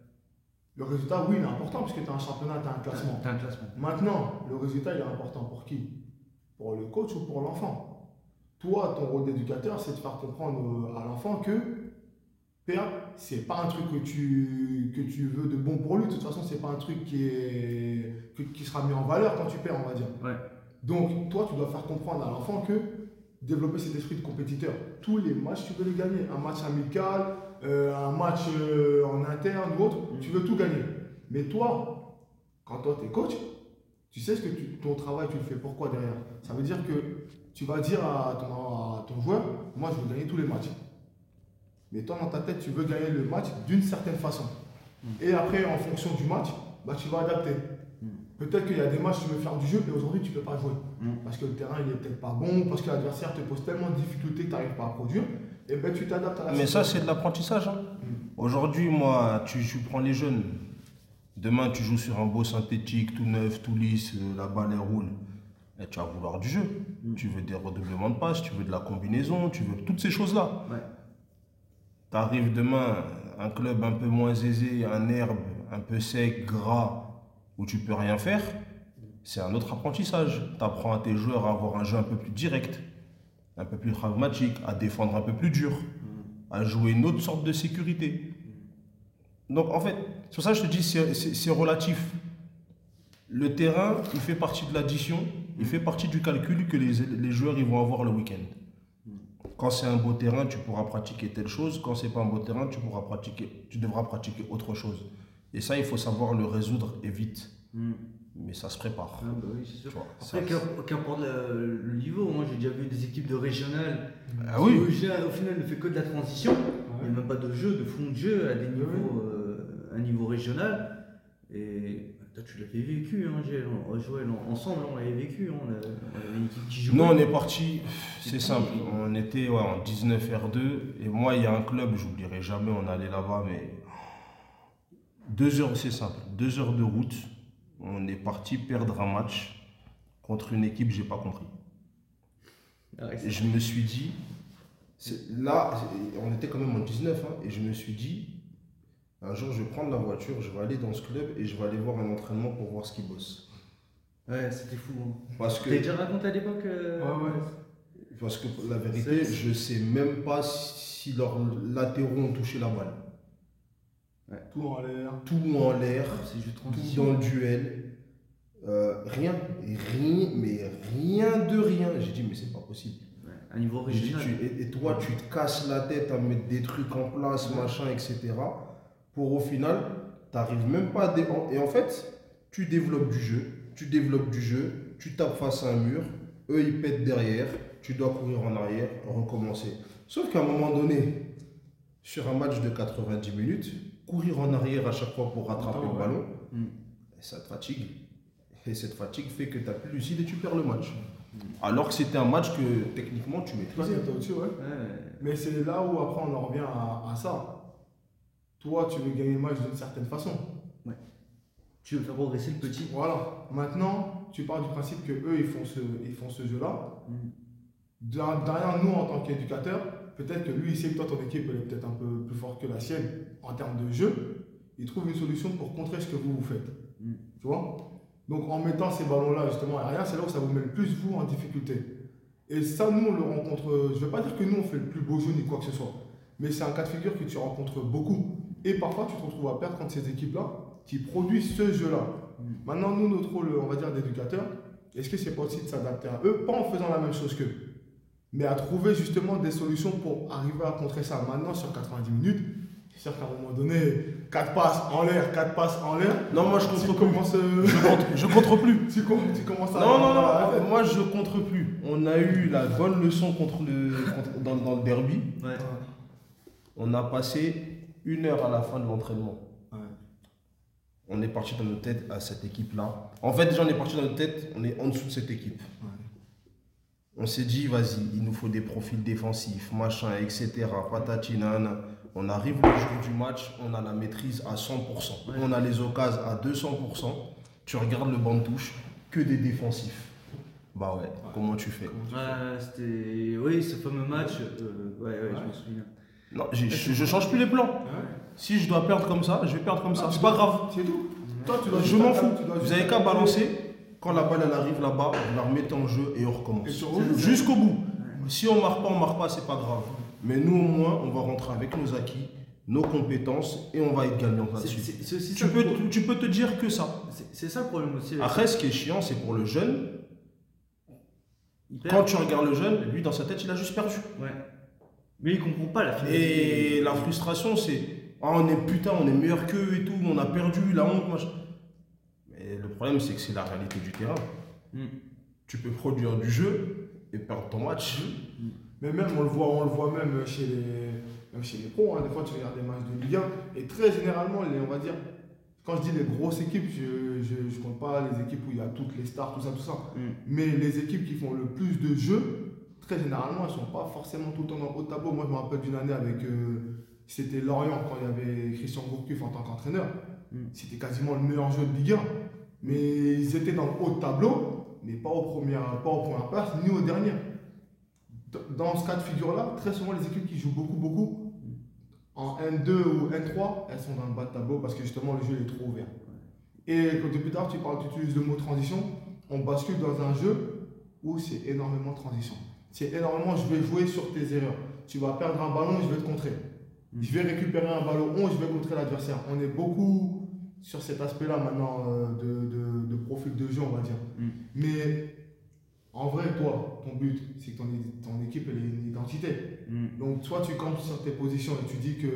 le résultat, oui, il est important parce que tu as un championnat, tu as un classement.
T'as un classement.
Maintenant, le résultat, il est important pour qui? Pour le coach ou pour l'enfant? Toi, ton rôle d'éducateur, c'est de faire comprendre euh, à l'enfant que perdre, c'est pas un truc que tu, que tu veux de bon pour lui. De toute façon, c'est pas un truc qui, est, que- qui sera mis en valeur quand tu perds, on va dire.
Ouais.
Donc, toi, tu dois faire comprendre à l'enfant que développer cet esprit de compétiteur. Tous les matchs, tu veux les gagner. Un match amical, euh, un match euh, en interne ou autre,
Mm.
tu veux tout gagner. Mais toi, quand toi, tu es coach, tu sais ce que tu, ton travail, tu le fais pourquoi derrière. Ça veut dire que tu vas dire à ton, à ton joueur, moi, je veux gagner tous les matchs. Mais toi, dans ta tête, tu veux gagner le match d'une certaine façon.
Mm.
Et après, en fonction du match, bah, tu vas adapter.
Mm.
Peut-être qu'il y a des matchs, tu veux faire du jeu, mais aujourd'hui, tu ne peux pas jouer.
Mm.
Parce que le terrain, il est peut-être pas bon, parce que l'adversaire te pose tellement de difficultés que tu n'arrives pas à produire. Et ben, tu t'adaptes à la
Mais ça,
situation.
c'est de l'apprentissage. hein.
Mm.
Aujourd'hui, moi, tu, tu prends les jeunes. Demain, tu joues sur un beau synthétique, tout neuf, tout lisse, euh, la balle elle roule. Et tu vas vouloir du jeu.
Mm.
Tu veux des redoublements de passes, tu veux de la combinaison, tu veux toutes ces choses-là.
Ouais.
Tu arrives demain, un club un peu moins aisé, un herbe, un peu sec, gras, où tu peux rien faire. C'est un autre apprentissage. Tu apprends à tes joueurs à avoir un jeu un peu plus direct, un peu plus pragmatique, à défendre un peu plus dur, à jouer une autre sorte de sécurité. Donc en fait, c'est pour ça que je te dis, c'est- c'est c'est relatif. Le terrain, il fait partie de l'addition, il fait partie du calcul que les, les joueurs ils vont avoir le week-end. Quand c'est un beau terrain, tu pourras pratiquer telle chose. Quand c'est pas un beau terrain, tu pourras pratiquer, tu devras pratiquer autre chose. Et ça, il faut savoir le résoudre et vite.
Mm.
Mais ça se prépare.
Ah bah oui, c'est sûr.
Tu vois,
Après,
ça-
qu'im- qu'importe le, le niveau, moi j'ai déjà vu des équipes de régionales
Ah
qui,
oui.
au, final- au final ne fait que de la transition. Il n'y a même pas de jeu, de fond de jeu à des niveaux, euh, un niveau régional. Et toi, tu l'avais vécu, hein, Gilles. On jouait ensemble, on l'avait vécu. hein, On avait on avait une équipe qui jouait.
Nous, on est parti, c'est
C'est
simple.
tout.
On était ouais, en dix-neuf R deux. Et moi, il y a un club, j'oublierai jamais, on allait là-bas, mais deux heures, c'est simple. Deux heures de route. On est parti perdre un match contre une équipe, j'ai pas compris.
Ah ouais,
Et
c'est-
je me suis dit, c'est- là, c'est- on était quand même en dix-neuf, hein, et je me suis dit, un jour, je vais prendre la voiture, je vais aller dans ce club et je vais aller voir un entraînement pour voir ce qu'ils bossent.
ouais, c'était fou. Hein.
Parce que,
T'as déjà raconté à l'époque euh,
Ouais, ouais.
parce que la vérité,
C'est-
je sais même pas si leurs latéraux ont touché la balle.
Tout en l'air.
Tout en l'air,
C'est juste
tout
transition.
dans le duel, euh, rien, rien, mais rien de rien. J'ai dit, mais c'est pas possible.
Ouais, à niveau
J'ai dit,
régional.
tu- et, et toi, tu te casses la tête à mettre des trucs en place, machin, et cetera. Pour au final, tu n'arrives même pas à... dé- Et en fait, tu développes du jeu, tu développes du jeu, tu tapes face à un mur, eux, ils pètent derrière, tu dois courir en arrière, recommencer. Sauf qu'à un moment donné, sur un match de quatre-vingt-dix minutes, courir en arrière à chaque fois pour rattraper
Attends,
le
ouais.
ballon,
Mm.
ça te fatigue. Et cette fatigue fait que tu n'as plus lucide et tu perds le match. Alors que c'était un match que techniquement tu
Toi,
maîtrisais.
t'étais au-dessus, ouais.
Ouais.
Mais c'est là où après on en revient à, à ça. Toi, tu veux gagner le match d'une certaine façon.
Tu veux faire progresser le petit.
Voilà. Maintenant, tu pars du principe que eux, ils font ce, ils font ce jeu-là.
Mm.
Der- Derrière nous, en tant qu'éducateurs, peut-être que lui, il sait que toi, ton équipe, elle est peut-être un peu plus forte que la sienne en termes de jeu. Il trouve une solution pour contrer ce que vous, vous faites.
Mm.
Tu vois? Donc, en mettant ces ballons-là, justement, à rien, c'est là où ça vous met le plus, vous, en difficulté. Et ça, nous, on le rencontre. Je ne veux pas dire que nous, on fait le plus beau jeu ni quoi que ce soit. Mais c'est un cas de figure que tu rencontres beaucoup. Et parfois, tu te retrouves à perdre contre ces équipes-là qui produisent ce jeu-là.
Mm.
Maintenant, nous, notre rôle, on va dire, d'éducateur, est-ce que c'est pas aussi de s'adapter à eux, pas en faisant la même chose qu'eux, mais à trouver justement des solutions pour arriver à contrer ça. Maintenant, sur quatre-vingt-dix minutes, C'est sûr qu'à un moment donné, quatre passes en l'air, quatre passes en l'air.
Non, moi je
Tu
contre plus.
commences, euh,
Je contre, je contre plus.
tu, com- tu commences à.
Non, non,
à-
non, moi je contre plus. On a eu la bonne leçon contre le, contre- dans, dans le derby.
Ouais.
On a passé une heure à la fin de l'entraînement.
Ouais.
On est parti dans notre tête à cette équipe-là. En fait, déjà, on est parti dans notre tête, on est en dessous de cette équipe.
Ouais.
On s'est dit, vas-y, il nous faut des profils défensifs, machin, et cetera. Patati, nanana. On arrive le jour du match, on a la maîtrise à cent pour cent.
Ouais.
On a les occasions à deux cents pour cent. Tu regardes le banc de touche, que des défensifs. Bah ouais, comment tu fais?
Ouais, c'était. Oui, ce fameux match. euh, ouais, ouais, je me souviens.
Non, j'ai- je, je change plus les plans.
Ouais.
Si je dois perdre comme ça, je vais perdre comme ça.
Ah,
C'est
tu
pas
dois-
grave.
C'est tout. Toi, tu dois
Je
juste
m'en
attaquer,
fous.
tu dois
Vous
juste
avez qu'à
attaquer.
balancer. Quand la balle elle arrive là-bas, vous la remettez en jeu et on
Et
recommence.
tu rejoues.
Jusqu'au bout. Si on marque pas, on marque pas, c'est pas grave. Mais nous au moins, on va rentrer avec nos acquis, nos compétences et on va être gagnant
C'est-
là-dessus.
c'est- c'est aussi
Tu
ça
peux,
le pro-
tu peux te dire que ça.
c'est- C'est ça le problème aussi.
Après, ce qui est chiant, c'est pour le jeune.
Il perd.
Quand tu regardes le jeune, lui dans sa tête, il a juste perdu.
Ouais. Mais il comprend pas la finalité.
Et la frustration, c'est ah, on est putain, on est meilleur qu'eux et tout, on a perdu, la honte, machin. Mais le problème, c'est que c'est la réalité du terrain.
Mm.
Tu peux produire du jeu et perdre ton match.
Mais même, on le voit, on le voit même chez les, même chez les pros. Hein. Des fois, tu regardes des matchs de Ligue un. Et très généralement, les, on va dire, quand je dis les grosses équipes, je je, je compte pas les équipes où il y a toutes les stars, tout ça, tout ça.
Mm.
Mais les équipes qui font le plus de jeux, très généralement, elles ne sont pas forcément tout le temps dans le haut de tableau. Moi, je me rappelle d'une année avec. Euh, c'était Lorient, quand il y avait Christian Gourcuff en tant qu'entraîneur.
Mm.
C'était quasiment le meilleur jeu de Ligue un. Mais ils étaient dans le haut de tableau, mais pas aux premières, pas aux premières places, ni aux dernières. Dans ce cas de figure-là, très souvent, les équipes qui jouent beaucoup, beaucoup, en N deux ou N trois, elles sont dans le bas de tableau parce que justement, le jeu est trop ouvert. Et quand depuis tard, tu parles, tu utilises le mot transition, on bascule dans un jeu où c'est énormément de transition. C'est énormément, je vais jouer sur tes erreurs. Tu vas perdre un ballon, je vais te contrer. Je vais récupérer un ballon haut, je vais contrer l'adversaire. On est beaucoup sur cet aspect-là maintenant euh, de, de, de profil de jeu, on va dire.
Mm.
Mais en vrai, toi, ton but, c'est que ton, ton équipe elle ait une identité.
Mm.
Donc, soit tu campes sur tes positions et tu dis que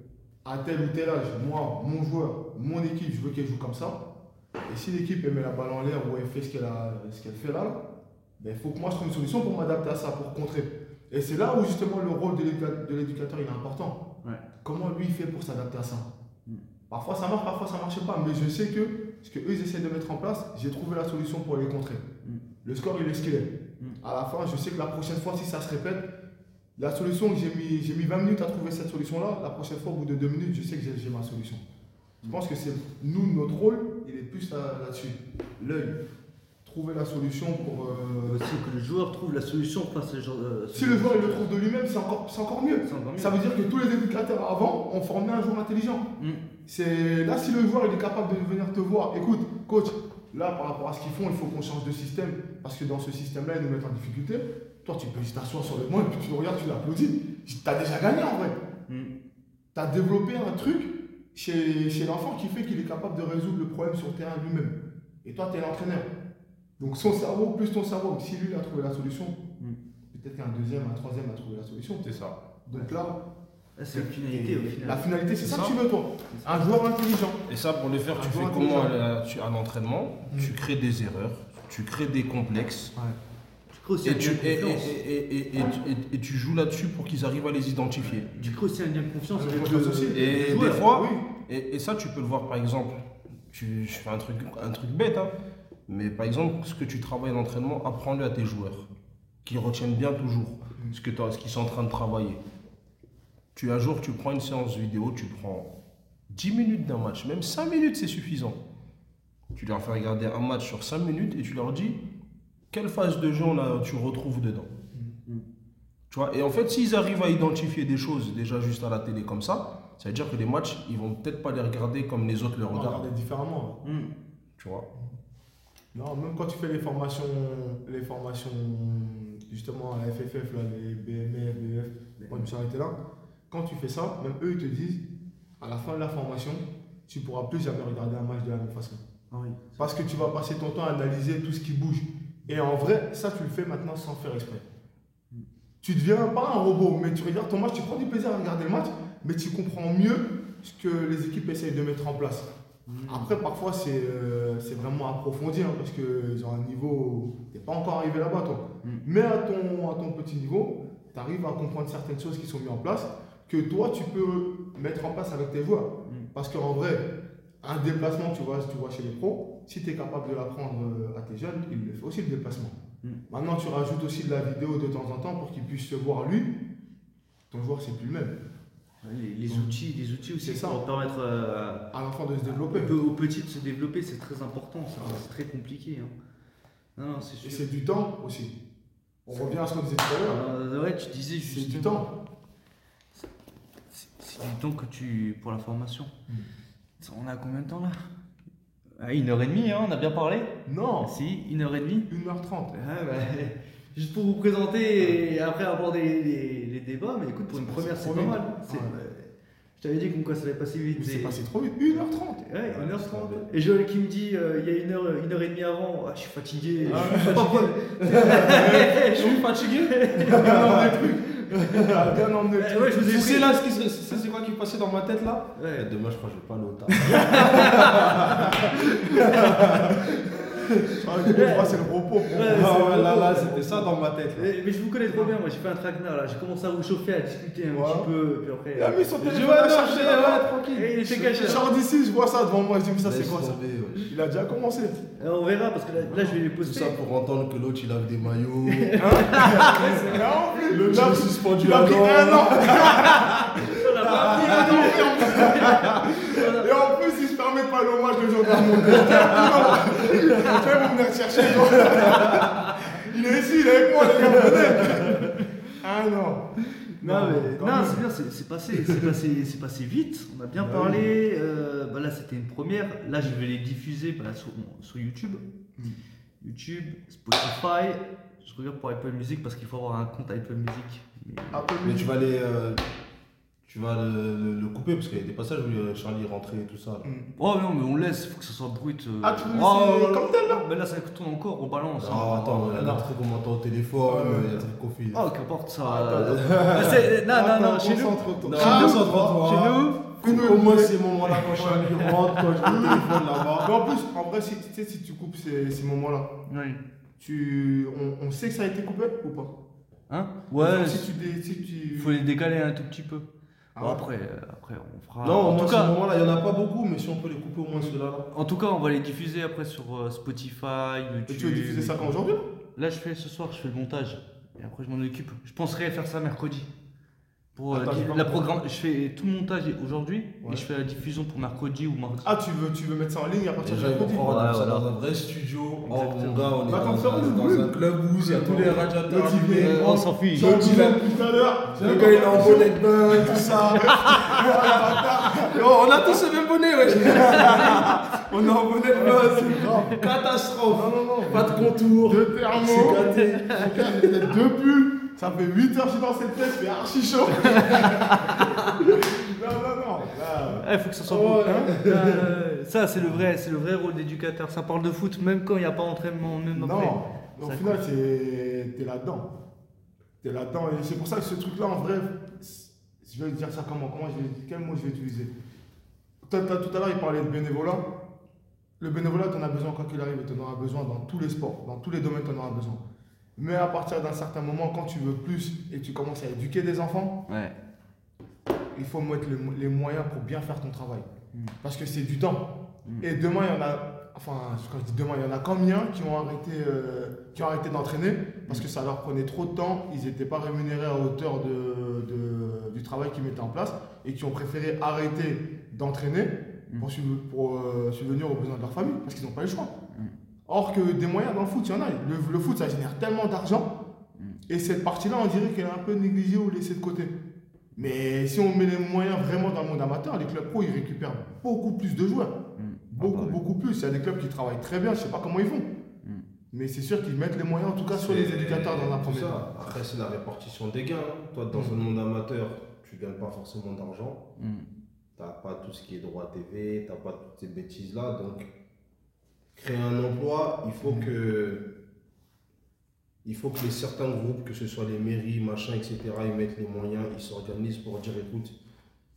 à tel ou tel âge, moi, mon joueur, mon équipe, je veux qu'elle joue comme ça. Et si l'équipe elle met la balle en l'air ou elle fait ce qu'elle a- ce qu'elle fait là, il ben, faut que moi je trouve une solution pour m'adapter à ça, pour contrer. Et c'est là où justement le rôle de l'éduca- de l'éducateur il est important.
Ouais.
Comment lui il fait pour s'adapter à ça.
Mm.
Parfois ça marche, parfois ça ne marche pas, mais je sais que ce qu'eux ils essaient de mettre en place, j'ai trouvé la solution pour les contrer.
Mm.
Le score il est ce qu'il est.
Mm.
À la fin, je sais que la prochaine fois, si ça se répète, la solution que j'ai mis, j'ai mis vingt minutes à trouver cette solution-là, la prochaine fois, au bout de deux minutes, je sais que j'ai, j'ai ma solution. Je pense que c'est nous, notre rôle, il est plus là- là-dessus. L'œil. Trouver la solution pour. euh,
Aussi que le joueur trouve la solution face à ce genre de.
Si le joueur il le trouve de lui-même, c'est encore, c'est encore mieux.
C'est encore mieux.
Ça veut dire que tous les éducateurs avant ont formé un joueur intelligent.
Mm.
C'est là si le joueur il est capable de venir te voir, écoute, coach, là par rapport à ce qu'ils font, il faut qu'on change de système parce que dans ce système-là, ils nous mettent en difficulté. Toi, tu peux juste t'asseoir sur le banc et puis tu le regardes, tu l'applaudis. T'as déjà gagné en vrai.
Mm.
T'as développé un truc chez, chez l'enfant qui fait qu'il est capable de résoudre le problème sur le terrain lui-même. Et toi, tu es l'entraîneur. Donc son cerveau plus ton cerveau, si lui il a trouvé la solution,
Mm.
peut-être qu'un deuxième, un troisième a trouvé la solution.
C'est ça.
Donc là,
Là, c'est la finalité au final.
la finalité, c'est
C'est
ça,
ça.
que tu veux toi. Un joueur intelligent.
Et ça, pour le faire, tu
Un
fais
joueur
comment
intelligent.
à, la- tu- à l'entraînement?
Mm.
Tu crées des erreurs, tu crées des complexes.
Tu crées aussi
Et
un
tu,
lien de
et, et-
confiance.
et- et- et- et- et tu joues là-dessus pour qu'ils arrivent à les identifier.
Tu crées aussi un lien de confiance
Un lien de
avec
confiance
le-
aussi.
Et
le
des
joueur.
fois,
Oui.
et, et ça, tu peux le voir par exemple, tu, je fais un truc, un truc bête, hein, mais par exemple, ce que tu travailles à l'entraînement, apprends-le à tes joueurs, qui retiennent bien toujours ce que t'as- ce qu'ils sont en train de travailler. Tu, un jour, tu prends une séance vidéo, tu prends dix minutes d'un match, même cinq minutes, c'est suffisant. Tu leur fais regarder un match sur cinq minutes et tu leur dis quelle phase de jeu on a- tu retrouves dedans.
Mm.
Tu vois, et en fait, s'ils arrivent à identifier des choses déjà juste à la télé comme ça, ça veut dire que les matchs, ils vont peut-être pas les regarder comme les autres les
On va
regardent.
regarder différemment.
Mm.
Tu vois.
Non, même quand tu fais les formations, les formations justement à la F F F, là, les B M F, B F, moi je me suis arrêté là. Quand tu fais ça, même eux ils te disent, à la fin de la formation, tu ne pourras plus jamais regarder un match de la même façon.
Ah oui.
Parce que tu vas passer ton temps à analyser tout ce qui bouge. Et en vrai, ça tu le fais maintenant sans faire exprès. Tu deviens pas un robot, mais tu regardes ton match, tu prends du plaisir à regarder le match, mais tu comprends mieux ce que les équipes essayent de mettre en place. Après, parfois, c'est euh, c'est vraiment approfondi, hein, parce qu'ils ont un niveau. Tu n'es pas encore arrivé là-bas, toi.
Mm.
Mais à ton, à ton petit niveau, tu arrives à comprendre certaines choses qui sont mises en place que toi, tu peux mettre en place avec tes joueurs.
Mm.
Parce qu'en vrai, un déplacement, tu vois, tu vois chez les pros, si tu es capable de l'apprendre à tes jeunes, il le fait aussi le déplacement.
Mm.
Maintenant, tu rajoutes aussi de la vidéo de temps en temps pour qu'il puisse se voir lui. Ton joueur, c'est plus le même.
Les, les outils, les outils aussi
C'est ça.
pour permettre euh,
À l'enfant de se développer.
aux petits de se développer, c'est très important, ça. C'est très compliqué. Hein. Non, non, c'est
Et
sûr.
c'est du temps aussi. On revient à ce qu'on disait tout à l'heure.
Euh, ouais, tu disais
C'est
justement.
du temps.
C'est c'est du temps que tu pour la formation.
Mm.
Ça, on a combien de temps là? Ah, une heure et demie, hein, on a bien parlé.
Non,
Si, une heure et demie.
une heure trente.
Ah, bah, juste pour vous présenter et après aborder les, les débats, mais écoute, pour une
C'est
première,
passé
c'est
trop
pas
vite.
mal. C'est-
Ouais.
euh, Je t'avais dit comme quoi ça allait passer vite.
Mais c'est
et-
passé trop vite. une heure trente.
Ouais, une heure
c'est
trente.
vrai.
Et Joël qui me dit, euh, il y a une heure, une heure et demie avant, ah, je suis fatigué.
Ah,
je suis fatigué.
Je suis fatigué.
Bien emmené le truc. Ah, bien emmené le
Ouais,
truc.
ouais, je vous ai
Tu
pris.
sais là, ce qui se- c'est c'est quoi qui passait dans ma tête là?
Ouais.
Demain, je crois que je vais pas aller au taf.
Ah, du coup, je vois, c'est le repos. pour moi.
Ouais,
Ah
c'est
ouais, là,
bon.
là, c'était ça dans ma tête. là.
Mais, mais je vous connais trop bien, moi j'ai fait un traquenard là, j'ai commencé à vous chauffer, à discuter un
Ouais.
petit peu, puis après.
Il a mis son
Je vais
téléphone à charger
chercher,
là-bas.
ouais, tranquille.
Et il était caché.
Je sors d'ici, je vois ça devant moi, je dis, mais ça c'est
Laisse
quoi ça?
tomber, ouais.
Il a déjà commencé.
Euh, on verra parce que là, là, je vais les
Tout
poster.
ça pour entendre que l'autre il lave des maillots.
C'est marrant.
Le
Il a
gars
pris-
suspendu
il a
à
pris
mort.
un an.
On a pas
Et en plus, il se permet de pas l'hommage le jour de mon départ. Après, vous venez me chercher. quoi. Il est ici, il est avec moi, les gars, venez. Ah non.
Non, mais,
quand
non,
même.
c'est bien, c'est c'est passé, c'est passé, c'est passé vite. On a bien
Bah
parlé. euh, bah là, c'était une première. Là, je vais les diffuser bah, sur, sur YouTube,
Mm.
YouTube, Spotify. Je regarde pour Apple Music parce qu'il faut avoir un compte Apple Music. Mais-
Apple
Mais tu
Music.
vas les. euh, Tu vas le, le- le couper parce qu'il y a des passages où euh, Charlie est rentré et tout ça. là.
Mm.
Oh non, mais on laisse, il faut que ça soit brut. euh.
Ah, tu veux
Oh,
laisser comme tel là?
Mais là, ça tourne encore, on balance. hein.
Ah, attends, il y a
non.
des trucs qu'on m'entend au téléphone,
Ouais.
il y a des trucs qu'on fait.
Oh, qu'importe ça.
Attends,
euh,
attends.
c'est- Non, non, non,
Attends,
chez nous.
concentre-toi.
Non,
Ah,
concentre-toi.
Chez nous,
Coupe-le.
Au moins ces moments-là quand Charlie rentre, quand je mets le téléphone là-bas.
Mais en plus, en vrai, si, tu sais, si tu coupes ces, ces moments-là,
oui.
tu, on, on sait que ça a été coupé ou pas?
Hein?
Par
Ouais,
exemple, si tu, dé- si tu...
il faut les décaler un tout petit peu.
Ah
Bon,
ouais.
après, euh, après, on fera.
Non, au
en,
moins
tout
ces
cas,
moments-là, il n'y en a pas beaucoup, mais si on peut les couper au moins ceux-là. là.
en tout cas, on va les diffuser après sur euh, Spotify, YouTube.
Et tu veux diffuser ça quand aujourd'hui?
Là, je fais ce soir, je fais le montage. Et après, je m'en occupe. Je penserai à faire ça mercredi. Pour euh,
Attends,
di-
j'ai pas
la
compris.
programme, je fais tout le montage aujourd'hui
Ouais.
et je fais la diffusion pour mercredi ou mardi.
Ah, tu veux, tu veux mettre ça en ligne à partir de
Déjà, ils vont
mercredi?
pouvoir
Ouais,
faire ça
voilà.
dans un vrai studio. Oh,
Exactement.
mon gars, on est
Bah,
dans,
comme ça,
un,
vous
dans
voulez.
un club où il y a tous les radiateurs
L'autre, il
allumés.
vient.
Euh, on s'en fiche.
J'ai dit tout à l'heure.
Le gars, il est en bonnet de bain, tout ça. Yo, on a tous le même bonnet, wesh. On est en bonnet de bain, c'est grave. Catastrophe.
Non, non, non.
Pas de contour.
Deux thermos.
C'est gâté.
Deux pulls. Ça fait huit heures que je suis dans cette pièce, c'est archi chaud. Non, non, non. Là,
Il faut que ça soit
Oh,
beau.
ouais.
Hein. Euh, ça, c'est le vrai, c'est le vrai rôle d'éducateur. Ça parle de foot, même quand il n'y a pas d'entraînement, même après.
non. Au
Ça
final, c'est- t'es là-dedans. T'es là-dedans. Et c'est pour ça que ce truc-là, en vrai, je vais dire ça comment, comment je vais, quel mot je vais utiliser. Toi, t'as- Tout à l'heure, il parlait de bénévolat. Le bénévolat, tu en as besoin quoi qu'il arrive, tu en auras besoin dans tous les sports, dans tous les domaines, tu en auras besoin. Mais à partir d'un certain moment, quand tu veux plus et que tu commences à éduquer des enfants,
Ouais.
il faut mettre le- les moyens pour bien faire ton travail.
Mm.
Parce que c'est du temps.
Mm.
Et demain, il y en a, enfin, quand je dis demain, il y en a combien qui ont arrêté, euh, qui ont arrêté d'entraîner parce que ça leur prenait trop de temps, ils n'étaient pas rémunérés à hauteur de, de- du travail qu'ils mettaient en place et qui ont préféré arrêter d'entraîner pour, subve- pour euh, subvenir aux besoins de leur famille parce qu'ils n'ont pas eu le choix.
Mm.
Or que des moyens dans le foot, il y en a. Le, le foot, ça génère tellement d'argent et cette partie-là, on dirait qu'elle est un peu négligée ou laissée de côté. Mais si on met les moyens vraiment dans le monde amateur, les clubs pro, ils récupèrent beaucoup plus de joueurs.
Mm.
Beaucoup,
Ah bah oui.
beaucoup plus. Il y a des clubs qui travaillent très bien, je ne sais pas comment ils font.
Mm.
Mais c'est sûr qu'ils mettent les moyens, en tout cas, sur les
C'est-
éducateurs dans un
tout
premier
ça.
temps.
Après, c'est la répartition des gains. Toi, dans
Mm.
un monde amateur, tu gagnes pas forcément d'argent.
Mm.
T'as pas tout ce qui est droit T V, t'as pas toutes ces bêtises-là. Donc, créer un emploi, il faut
Mm.
que. Il faut que les certains groupes, que ce soit les mairies, machin, et cetera, ils mettent les moyens, ils s'organisent pour dire écoute,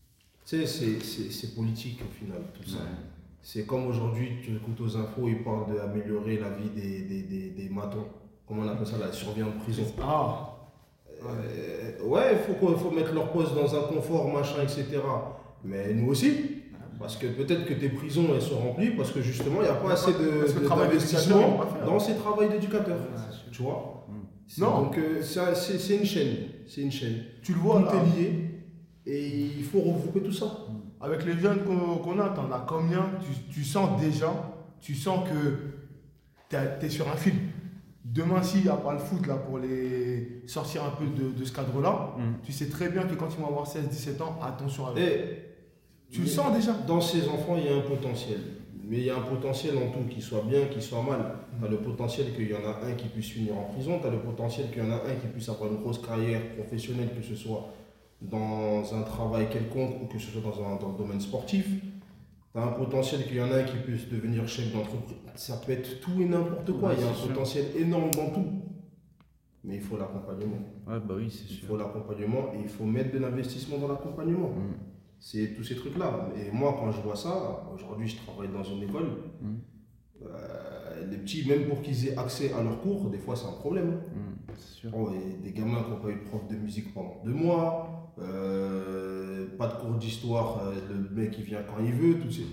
Tu sais, c'est- c'est c'est politique au final, tout ça. C'est comme aujourd'hui, tu écoutes aux infos, ils parlent d'améliorer la vie des, des, des, des matons. Comment on appelle ça, la survie en prison.
Ah,
Euh, ouais, il faut, qu'on- faut mettre leur poste dans un confort, machin, et cetera. Mais nous aussi. Parce que peut-être que tes prisons, elles sont remplies parce que justement, il n'y a pas assez de-
Parce que le
de-
travail d'éducateur, ils vont
d'investissement
pas faire.
dans ces travails d'éducateurs.
Ouais.
Tu vois. C'est-
Non.
Donc, euh, ça, c'est c'est une chaîne. C'est une chaîne.
tu le vois
Tout
là,
est lié. Et il faut regrouper tout ça.
avec les jeunes qu'on qu'on a, t'en as combien tu, tu sens déjà, tu sens que t'es es sur un fil. Demain, s'il n'y a pas le foot là pour les sortir un peu de, de ce cadre-là,
Mm.
tu sais très bien que quand ils vont avoir seize dix-sept ans, attention à eux.
Et
Tu le sens déjà.
dans ces enfants, il y a un potentiel. Mais il y a un potentiel en tout, qu'il soit bien, qu'il soit mal. Tu as le potentiel qu'il y en a un qui puisse finir en prison, tu as le potentiel qu'il y en a un qui puisse avoir une grosse carrière professionnelle, que ce soit dans un travail quelconque ou que ce soit dans, un, dans le domaine sportif. Tu as un potentiel qu'il y en a un qui puisse devenir chef d'entreprise. Ça peut être tout et n'importe quoi.
Ouais,
il y a un
c'est sûr.
potentiel énorme dans tout. Mais il faut l'accompagnement.
Ouais, bah oui, c'est
Il
sûr.
faut l'accompagnement et il faut mettre de l'investissement dans l'accompagnement.
Mm.
C'est tous ces trucs-là. Et moi, quand je vois ça, aujourd'hui, je travaille dans une école.
Mm.
euh, les petits, même pour qu'ils aient accès à leurs cours, des fois, c'est un problème.
Mm, c'est sûr.
Oh, et des gamins qui n'ont pas eu de prof de musique pendant deux mois, euh, pas de cours d'histoire, euh, le mec il vient quand il veut, tout ça.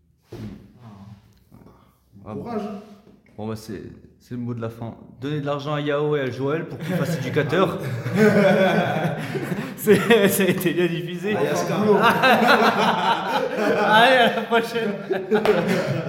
Ah,
Courage.
Bon, bah, c'est c'est le mot de la fin. Donnez de l'argent à Yao et à Joël pour qu'ils fassent éducateur. C'est- Ça a été bien diffusé.
Ayaska.
Allez, à la prochaine.